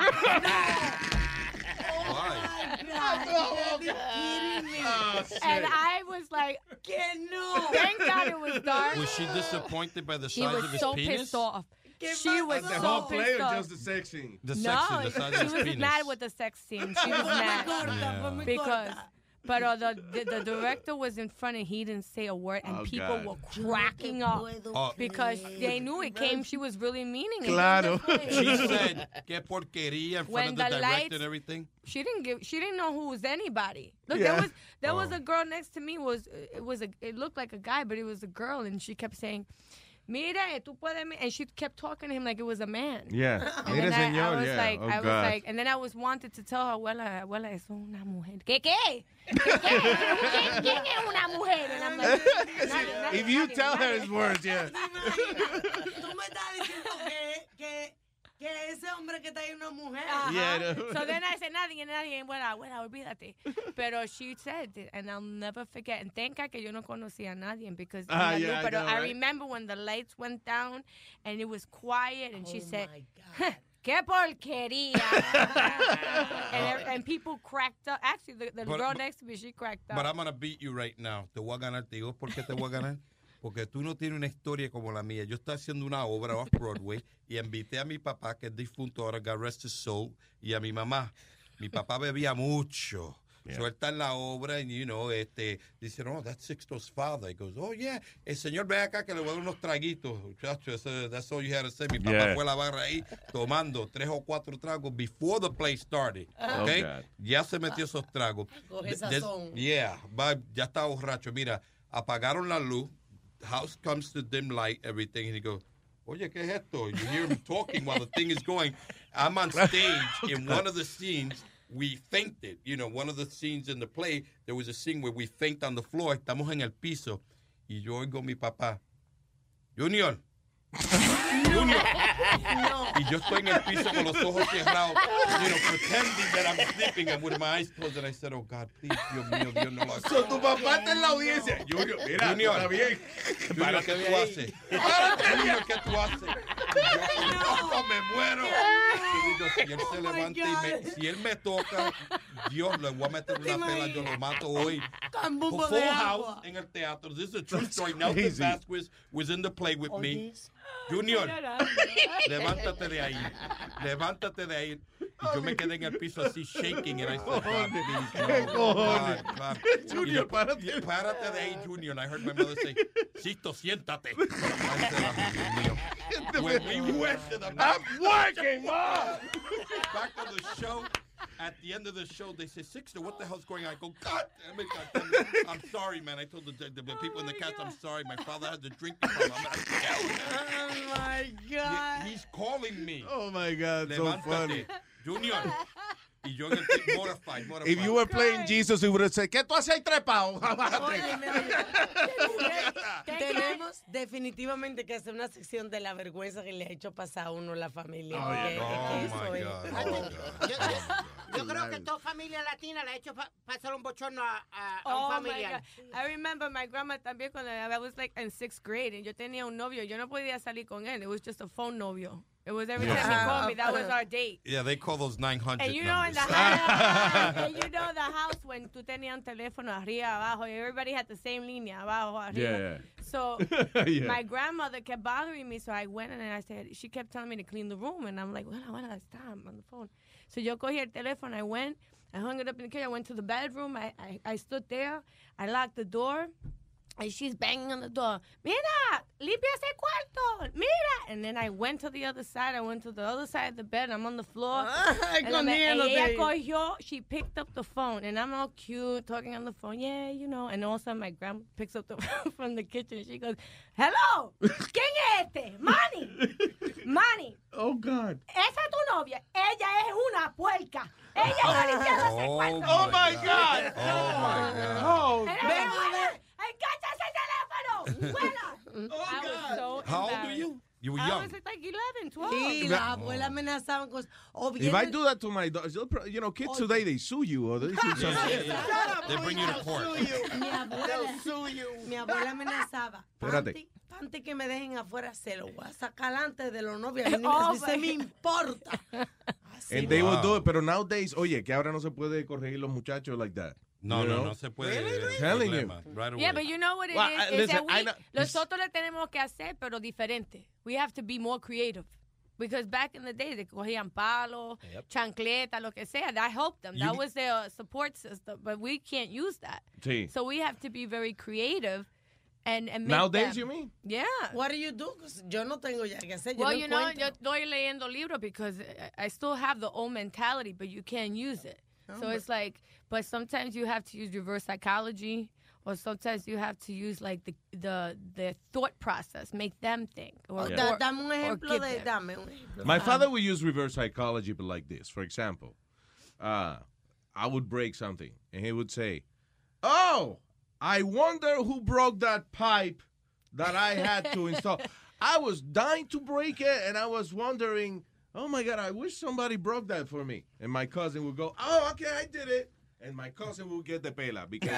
And I was like, que no. Thank God it was dark. Was she disappointed by the He size was of his so penis? pissed off. She was The so whole play pissed or off. just the sex scene? The sex no, scene, the size of she his was penis. mad with the sex scene. She was mad Yeah. because, but uh, the, the the director was in front and he didn't say a word, and Oh, people God. were cracking up Oh. because they knew it came. She was really meaning it. Claro. She said, "Qué porquería" in front When of the the director lights- and everything. She didn't give. She didn't know who was anybody. Look, Yeah. there was there was Oh. a girl next to me. Was it was a it looked like a guy, but it was a girl, and she kept saying, "Mira, tú puedes," mi-" and she kept talking to him like it was a man. Yeah. And Mira, then I, I señor, was yeah. like, Oh, I was God. like, and then I was wanted to tell her, abuela, abuela, es una mujer. ¿Qué qué? ¿Qué? ¿Quién, quién es una mujer? And I'm like, nadie, nadie, If you nadie, tell her nadie. his words, yeah. Tú me estás diciendo que, que, que ese hombre que está ahí es una mujer. Ajá. Yeah, no. So then I said, nadie, nadie, abuela, abuela, olvídate. Pero she said, it, and I'll never forget. And thank God que yo no conocía a nadie because Ah, I knew, yeah, I but know, I right? remember when the lights went down and it was quiet, and she Oh, said, my God. "Qué porquería!" and, and people cracked up. Actually, the, the But- girl but- next to me, she cracked up. But I'm gonna beat you right now. Te voy a ganar. Te digo por qué te voy a ganar. Porque tú no tienes una historia como la mía. Yo estaba haciendo una obra off Broadway y invité a mi papá, que es difunto ahora, God rest his soul, y a mi mamá. Mi papá bebía mucho. Yeah. So él está en la obra y, you know, este, dice, "No, that's Sixto's father." He goes, "Oh, yeah. El señor ve acá que le voy a dar unos traguitos." Muchacho, eso- that's all you had to say. Mi papá Yeah. fue a la barra ahí tomando tres o cuatro tragos before the play started. Oh, Okay? God. Ya se metió esos tragos. Coge De- des- sazón. yeah, va, ya estaba borracho. Mira, apagaron la luz. House comes to dim light, everything. And he goes, "Oye, ¿qué es esto?" You hear him talking while the thing is going. I'm on stage in one of the scenes. We fainted. You know, one of the scenes in the play, there was a scene where we faint on the floor. Estamos en el piso. Y yo oigo a mi papá, "Junior, Junior. Y yo estoy en el piso con los ojos cerrados, you know, pretending that I'm sleeping and with my eyes closed. And I said, oh, God, please, Dios mío, Dios no lo haga. So, tu papá está en la audiencia. Junior, mira, Junior, está bien. Junior, ¿qué tú haces? Junior, ¿qué tú haces? Yo me muero. Y digo, si él se levanta y me, si él me toca, Dios, le voy a meter una pela, yo lo mato hoy. Con bombo Full de House agua. en el teatro. This is a true story. Nelson crazy. Vasquez was in the play with me. Junior, levántate de ahí. Levántate de ahí. Y yo me quedé en el piso así shaking. And I said, God, please, ¿Qué no, cojones? God, God. Junior, Y yo, párate. Párate de ahí, Junior. And I heard my mother say, Sisto, siéntate. I said, oh, Dios mío. When we went to the back, I'm working, Mom. back of the show, at the end of the show, they say, Sixter, what the hell's going on? I go, God damn it, God damn it. I'm sorry, man. I told the, the, the people in the cast, I'm sorry. My father had to drink before I'm not Oh, my God. He's calling me. Oh, my God, so Levántate. funny. Junior. Y yo en el mortified, mortified. If you were playing Jesus, you would have said, ¿qué tú haces ahí trepado? Óyeme, oye. Tenemos definitivamente que hacer una sección de la vergüenza que le ha hecho pasar a uno la familia. Oh, porque yeah. es que Oh, eso my es- God. Yo, yo- yo creo que toda familia latina le ha hecho pa- pasar un bochorno a, a, a un Oh my familiar. God. I remember my grandma también cuando I was like in sixth grade and yo tenía un novio. Yo no podía salir con él. It was just a phone novio. It was every Yeah. time he called me, that was our date. Yeah, they call those nine hundred And you know in numbers. the house, and you know the house when tú tenías un teléfono arriba, abajo, everybody had the same línea, abajo, arriba. Yeah, yeah. So Yeah. my grandmother kept bothering me, so I went and I said, she kept telling me to clean the room, and I'm like, well, well, stop, I'm on the phone. So yo cogí el teléfono, I went, I hung it up in the kitchen, I went to the bedroom, I, I, I stood there, I locked the door, and she's banging on the door. Mira, limpia ese cuarto, mira. And then I went to the other side, I went to the other side of the bed, I'm on the floor. Ay, and, I'm- and ella comiéndote. cogió, she picked up the phone, and I'm all cute, talking on the phone, yeah, you know. And all of a sudden, my grandma picks up the phone from the kitchen, she goes, hello, ¿quién es este? Manny, Manny, Oh, God. esa es tu novia, ella es una puerca. Ella está limpiando ese Oh, cuarto. Oh, my God. Oh, my God. Oh, And I said, "Buena, engancha ese teléfono, buena." I was so How old were embarrassed. you? You were I young. was like eleven, twelve. Y la abuela amenazaban con... O If bien I do that to my daughters, they'll pro- you know, kids today, they sue you or they do something. They bring you to court. Mi abuela, mi abuela amenazaba. Espérate. Panty, panty que me dejen afuera, se lo voy a sacar antes de los novios. A mí ni Oh, me- se me my importa. And they will do it, pero nowadays, oye, que ahora no se puede corregir los muchachos like that. No, You no, know? no se puede. Really? Telling you. problema. Right away. Yeah, but you know what it Well, is? I- is listen, that we, I know- nosotros le tenemos que hacer, pero diferente. We have to be more creative. Because back in the day, they cogían palo, chancleta, lo que sea. That helped them. You that g- was their support system. But we can't use that. Sí. So we have to be very creative and, and make Nowadays, them- you mean? Yeah. What do you do? 'Cause yo no tengo ya que hacer. Yo Well, no you know, encuentro. yo estoy leyendo libro because I I still have the old mentality, but you can't use it. Oh, so but- it's like, but sometimes you have to use reverse psychology, or sometimes you have to use like the the the thought process, make them think. Or, Da- or- dame un or ejemplo give de... them. Dame un ejemplo. My father would use reverse psychology, but like this. For example, uh, I would break something, and he would say, "Oh, I wonder who broke that pipe that I had to install." I was dying to break it, and I was wondering, "Oh my God, I wish somebody broke that for me." And my cousin would go, "Oh, okay, I did it." And my cousin would get the pela because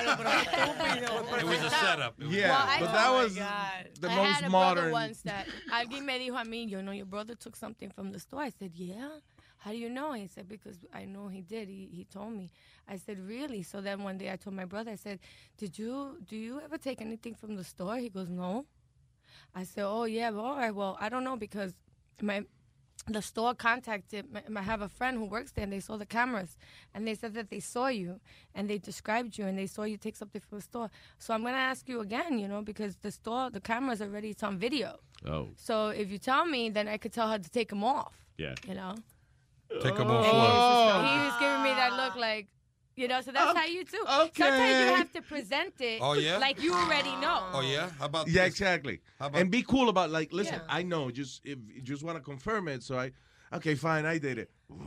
It was a setup. It was- yeah, Well, I- but that Oh my was God. the I most had a brother modern. once that alguien me dijo a mí, you know, your brother took something from the store. I said, yeah. How do you know? He said, because I know he did. He he told me. I said, really? So then one day I told my brother, I said, did you do you ever take anything from the store? He goes, no. I said, oh yeah, well, all right. Well, I don't know because my the store contacted. I have a friend who works there, and they saw the cameras, and they said that they saw you, and they described you, and they saw you take something from the store. So I'm gonna ask you again, you know, because the store, the cameras already, it's on video. Oh, So if you tell me, then I could tell her to take them off. yeah. You know. Take them And off he what? was, he was giving me that look like, you know. So that's how you do. Sometimes you okay. have to present it Oh, yeah? like you already know. Oh, yeah? How about Yeah, this? exactly. How about- And be cool about like, listen, Yeah. I know, just if you just want to confirm it, so I, okay, fine, I did it.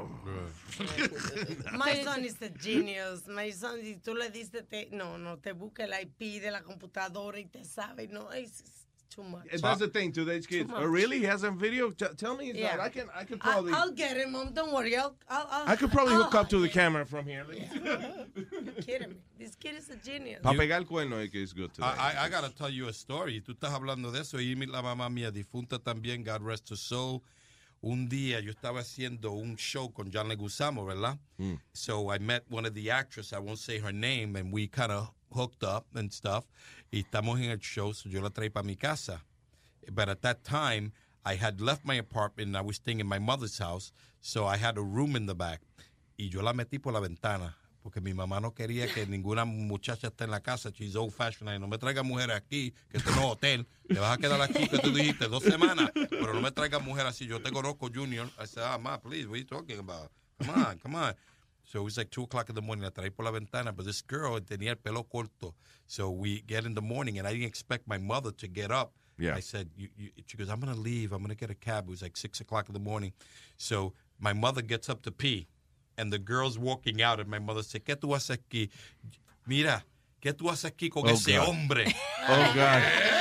My son is a genius. My son, si tú le dices, te, no, no, te busca el I P de la computadora y te sabe. No, es, too much. That's the thing, today's kids. much. Oh, really? He has a video? T- tell me. It's Yeah. not. I can. I can I, probably. I'll get it, Mom. Don't worry. I'll. I'll, I'll I could probably I'll, hook up to the camera from here. You're kidding me. This kid is a genius. Pa pegar el cuerno es que es good today. I, I, I gotta tell you a story. Tú estás hablando de eso y mi- la mamá mía difunta también, God rest her soul. Un día yo estaba haciendo un show con John Leguizamo, ¿verdad? Mm. So I met one of the actresses, I won't say her name, and we kind of hooked up and stuff. Y estamos en el show, so yo la traí para mi casa. But at that time, I had left my apartment and I was staying in my mother's house, so I had a room in the back. Y yo la metí por la ventana, porque mi mamá no quería que ninguna muchacha esté en la casa. She's old fashioned. Y no me traiga mujeres aquí, que esto no es hotel. Te vas a quedar aquí, que tú dijiste, dos semanas. Pero no me traiga mujeres así. Yo te conozco, Junior. I said, ah, ma, please, what are you talking about? Come on, come on. So it was like two o'clock in the morning. La traí por la ventana. But this girl tenía el pelo corto. So we get in the morning, and I didn't expect my mother to get up. Yeah. I said, you, you, she goes, I'm going to leave. I'm going to get a cab. It was like six o'clock in the morning. So my mother gets up to pee. And the girl's walking out, and my mother said, ¿qué tú haces aquí? Mira, ¿qué tú haces aquí con Oh, ese God. hombre? Oh, God.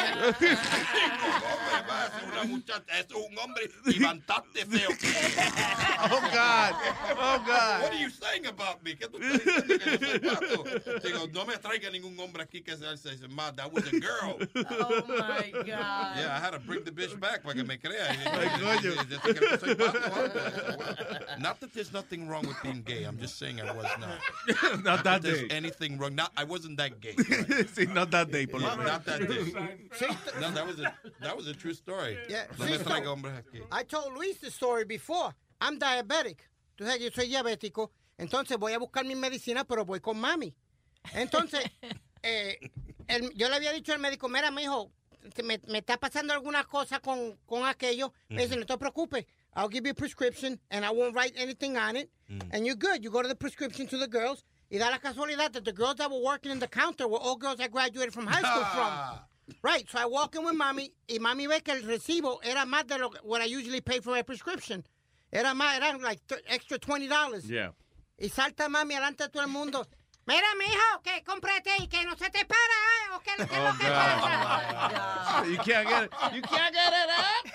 Una muchacha, es un hombre y bastante feo. Oh, God. Oh, God. What are you saying about me? ¿Qué tú estás diciendo que yo soy pato? Digo, no me traiga ningún hombre aquí que se hace. Ma, that was a girl. Oh, my God. Yeah, I had to bring the bitch back para que me crea. Ay, coño. Dice que yo soy pato o algo. Not that there's nothing wrong with being gay. I'm just saying I was not. Not that there's day. anything wrong. Not, I wasn't that gay. Sí, not that day, por lo Yeah, menos. not that day. No, that was a that was a true story. Yeah. No me Sí, traiga so- hombres aquí. I told Luis the story before. I'm diabetic. Tú sabes que yo soy diabético. Entonces voy a buscar mi medicina, pero voy con mami. Entonces, eh, el- yo le había dicho al médico, mira, mijo, que me, me está pasando alguna cosa con, con aquello. Me dice, no te preocupes. I'll give you a prescription and I won't write anything on it. And you're good. You go to the prescription to the girls. Y da la casualidad that the girls that were working in the counter were all girls I graduated from high school from. Right, so I walk in with mami, y mami ve que el recibo era más de lo what I usually pay for my prescription. Era más, era like th- extra twenty dollars. Yeah. Y salta mami delante de todo el mundo. Mira, mijo, que cómprate y que no se te para, ¿eh? ¿O qué, qué es Oh, lo que God. pasa? You can't get it. You can't get it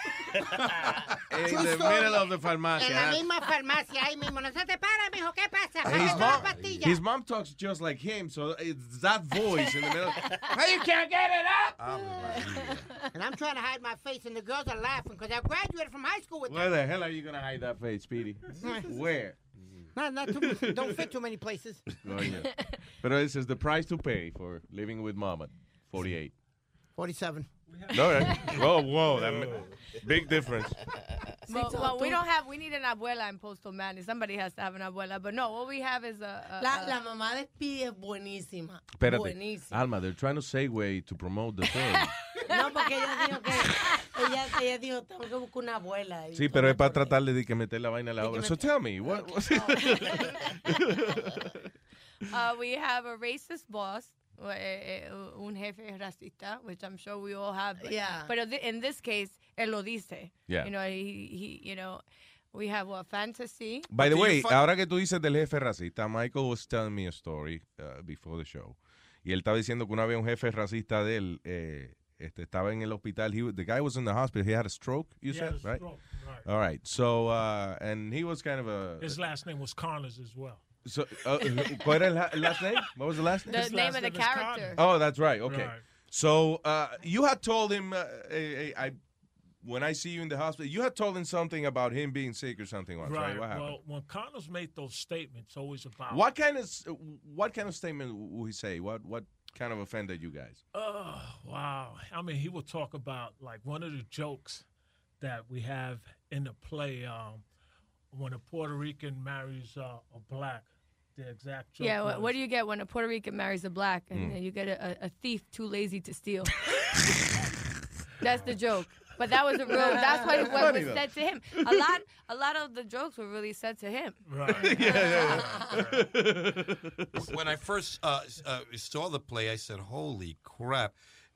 up. In True the story. middle of the En farmacia. la misma farmacia, ahí mismo. No se te para, mijo, ¿qué pasa? And his Pásate mom, la pastilla. his mom talks just like him, so it's that voice in the middle. Hey, you can't get it up. And I'm trying to hide my face, and the girls are laughing because I graduated from high school with Where them. the hell are you gonna hide that face, Speedy? Where? Not, not too, don't fit too many places. Coño. Pero this is the price to pay for living with mom at forty-eight. forty-seven. No, right? Whoa, whoa, that ma- big difference. Well, well, we don't have, we need an abuela in Postal Madness. Somebody has to have an abuela. But no, what we have is a... a, La, a la mamá de Speedy es buenísima. Espérate. Buenísima. Alma, they're trying to segue to promote the thing. No, porque ella dijo que ella, ella dijo, tengo que buscar una abuela. Y Sí, pero es para tratar de que meter la vaina a la obra. So tell me, what was it? Uh, we have a racist boss, eh, eh, un jefe racista, which I'm sure we all have. But, Yeah. But in this case, él lo dice. Yeah. You know, he, he, you know, we have what, fantasy. By the Do you way, fi- ahora que tú dices del jefe racista, Michael was telling me a story uh, before the show. Y él estaba diciendo que una vez un jefe racista de él eh, este, estaba en el hospital. He, the guy was in the hospital. He had a stroke, you He said, had a right? stroke, right. All right. So, uh, and he was kind of a... His last name was Connors as well. So, uh, ¿cuál era el la- last name? What was the last name? The His name last of the name is Connors. character. Oh, that's right. Okay. Right. So uh, you had told him, uh, hey, hey, I, when I see you in the hospital, you had told him something about him being sick or something once, right? Right. What happened? Well, when Connors made those statements, always about what kind of s- what kind of statement would he say? What what kind of offended you guys? Oh, wow. I mean, he would talk about like one of the jokes that we have in the play um, when a Puerto Rican marries uh, a black. The exact joke. Yeah, what, was, what do you get when a Puerto Rican marries a black and Mm. then you get a, a, a thief too lazy to steal? That's the joke. But that was a real. That's what, what Funny, was though. said to him. A lot, a lot of the jokes were really said to him. Right. yeah, When I first uh, s- uh, saw the play, I said, "Holy crap!"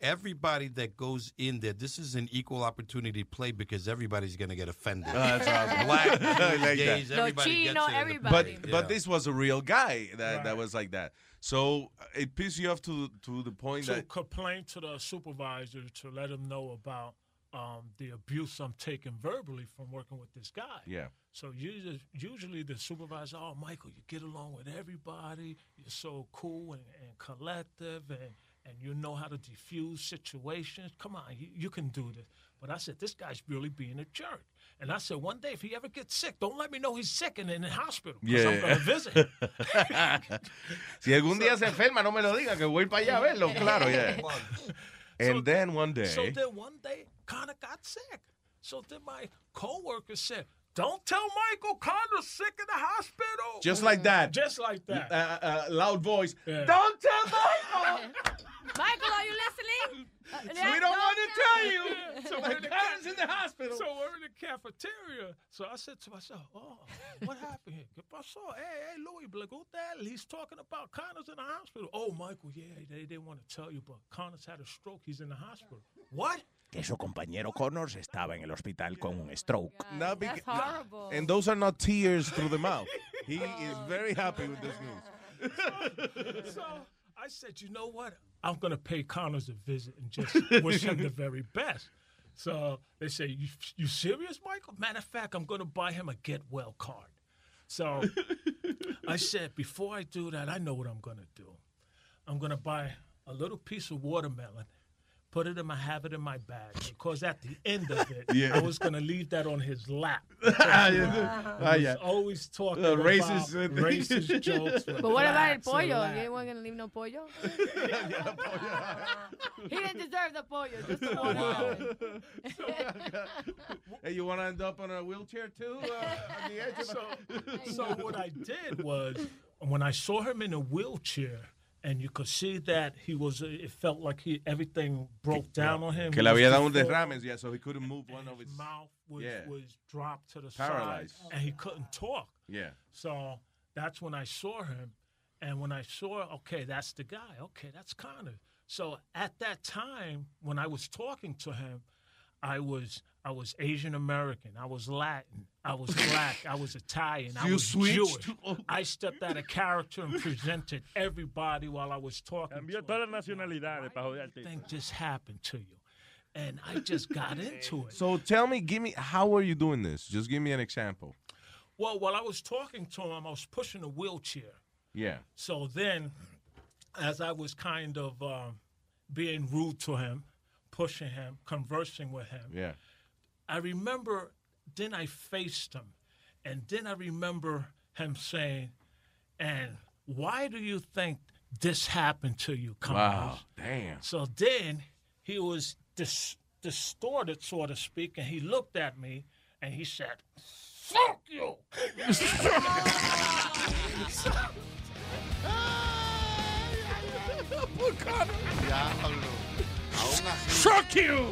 everybody that goes in there, this is an equal opportunity play because everybody's going to get offended. Oh, that's awesome. Black, I like gays, that. everybody gets it. But Yeah. but this was a real guy that, that was like that. So uh, it pissed you off to to the point To that complain to the supervisor to let him know about um, the abuse I'm taking verbally from working with this guy. Yeah. So usually, usually the supervisor, oh, Michael, you get along with everybody. You're so cool and, and collective, and, and you know how to diffuse situations. Come on, you, you can do this. But I said, this guy's really being a jerk. And I said, one day, if he ever gets sick, don't let me know he's sick and in the hospital. Because I'm going to visit him. si algún día se enferma, no me lo diga, que voy para allá a verlo, claro, yeah. And So- then one day, So then one day, Connor got sick. So then my coworker said, don't tell Michael Connor's sick in the hospital. just like that, Just like that. uh, uh, loud voice, Yeah. don't tell Michael. Michael, are you listening? Uh, We don't want to tell you. So My we're in the Connor's in the hospital. So we're in the cafeteria. So I said to myself, oh, what happened here? ¿Qué pasó? Hey, hey, Louis, Blagutel, he's talking about Connor's in the hospital. Oh, Michael, yeah, they didn't want to tell you, but Connor's had a stroke. He's in the hospital. What? Que su compañero Connors estaba en el hospital con un stroke. No, beca- That's horrible. And those are not tears through the mouth. He is very happy with this news. So I said, you know what? I'm going to pay Connors a visit and just wish him the very best. So they say, you, you serious, Michael? Matter of fact, I'm going to buy him a get well card. So I said, before I do that, I know what I'm going to do. I'm going to buy a little piece of watermelon, put it in my, have it in my bag, because at the end of it, Yeah. I was going to leave that on his lap. Ah, He yeah. Ah, was yeah. always talking Uh, about racist, uh, racist jokes. with But what about el blacks and pollo? Latin. You weren't going to leave no pollo? He didn't deserve the pollo. Just the watermelon. Hey, you want to end up on a wheelchair too? Uh, on the edge of so, a- so what I did was, when I saw him in a wheelchair, and you could see that he was, it felt like he everything broke down on him. Que He le was había dado un deformed. derrame, yeah, so he couldn't move one of his mouth was, yeah. was dropped to the Paralyzed. side, and he couldn't talk. Yeah. So that's when I saw him, and when I saw, okay, that's the guy. Okay, that's Connor. So at that time, when I was talking to him, I was I was Asian American, I was Latin, I was black, I was Italian, I You was switched? Jewish. I stepped out of character and presented everybody while I was talking. Cambió todas las nacionalidades para joder al tipo. Thing just happened to you, and I just got into it. So tell me, give me, how are you doing this? Just give me an example. Well, while I was talking to him, I was pushing a wheelchair. Yeah. So then, as I was kind of um, being rude to him, pushing him, conversing with him, Yeah. I remember, then I faced him, and then I remember him saying, and why do you think this happened to you, Connors? Wow. Damn. So then he was dis- distorted, so to speak, and he looked at me, and he said, fuck you! Fuck you!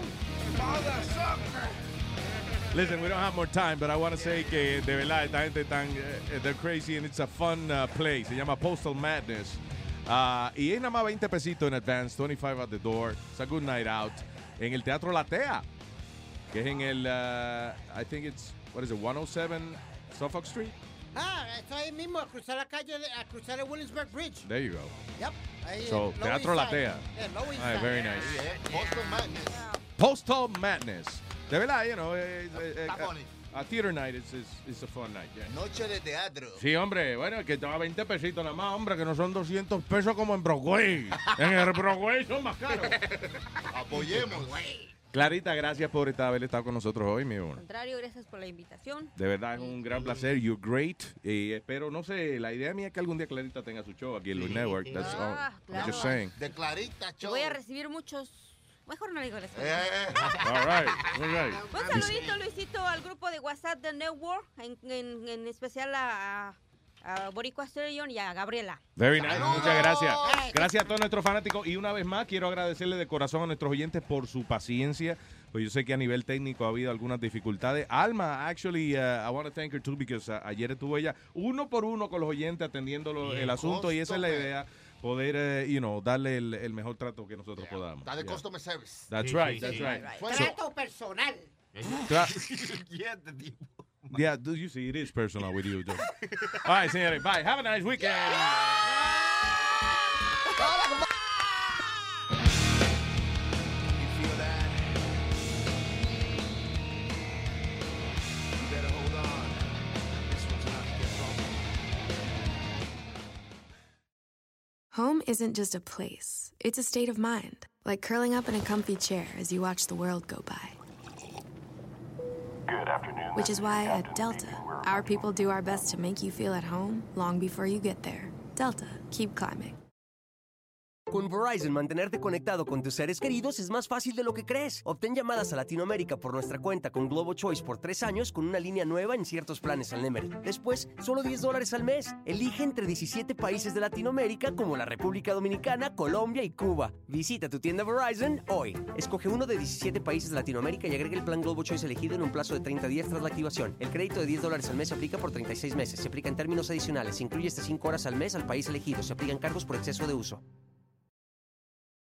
Listen, we don't have more time, but I want to say que de verdad esta gente tan uh, they're crazy and it's a fun uh, play. Se llama Postal Madness. Uh, y es nada más veinte pesitos en advance, twenty-five at the door. It's a good night out. En el Teatro La Tea, que es en el, uh, I think it's, what is it, one oh seven Suffolk Street? Ah, esto ahí mismo, a cruzar la calle, de- a cruzar el Williamsburg Bridge. There you go. Yep. Ahí, So, Lower Teatro East La Side. Tea. Yeah, Lower East All right, Side. very nice. Postal Madness. Postal Madness. De verdad, you know, eh, eh, eh, Está bonito. a theater night is, is, is a fun night, yeah. Noche de teatro. Sí, hombre, bueno, que estaba veinte pesitos nada más, hombre, que no son doscientos pesos como en Broadway. En el Broadway son más caros. Apoyemos. Clarita, gracias por estar, haber estado con nosotros hoy, mi amor. Al contrario, gracias por la invitación. De verdad es un gran placer. You're great. Y espero, no sé, la idea mía es que algún día Clarita tenga su show aquí en Luis Network. That's all. Ah, I'm claro. just saying. De Clarita Yo voy a recibir muchos. Mejor no le digo las cosas. All right, all right. Un saludito, Luisito, al grupo de WhatsApp de Network, en, en, en especial a, a Boricua Stereo y a Gabriela. Very nice, muchas gracias. Gracias a todos nuestros fanáticos. Y una vez más, quiero agradecerle de corazón a nuestros oyentes por su paciencia. Pues yo sé que a nivel técnico ha habido algunas dificultades. Alma, actually, uh, I want to thank her too, because uh, ayer estuvo ella uno por uno con los oyentes atendiendo lo- Y el el asunto. Y esa es la costo, idea. poder, eh, you know, darle el, el mejor trato que nosotros podamos. Está de Yeah. customer service. That's Sí, right, sí, that's sí. right. Trato personal. Tra- Yeah, the tipo. Yeah, do you see, it is personal with you, Joe. All right, señores, bye. Have a nice weekend. Home isn't just a place, it's a state of mind, like curling up in a comfy chair as you watch the world go by. Good afternoon. Which is why at Delta, our people do our best to make you feel at home long before you get there. Delta, keep climbing. Con Verizon, mantenerte conectado con tus seres queridos es más fácil de lo que crees. Obtén llamadas a Latinoamérica por nuestra cuenta con Globo Choice por tres años con una línea nueva en ciertos planes al Nemery. Después, solo diez dólares al mes. Elige entre diecisiete países de Latinoamérica como la República Dominicana, Colombia y Cuba. Visita tu tienda Verizon hoy. Escoge uno de diecisiete países de Latinoamérica y agrega el plan Globo Choice elegido en un plazo de treinta días tras la activación. El crédito de diez dólares al mes se aplica por treinta y seis meses. Se aplica en términos adicionales. Se incluye hasta cinco horas al mes al país elegido. Se aplican cargos por exceso de uso.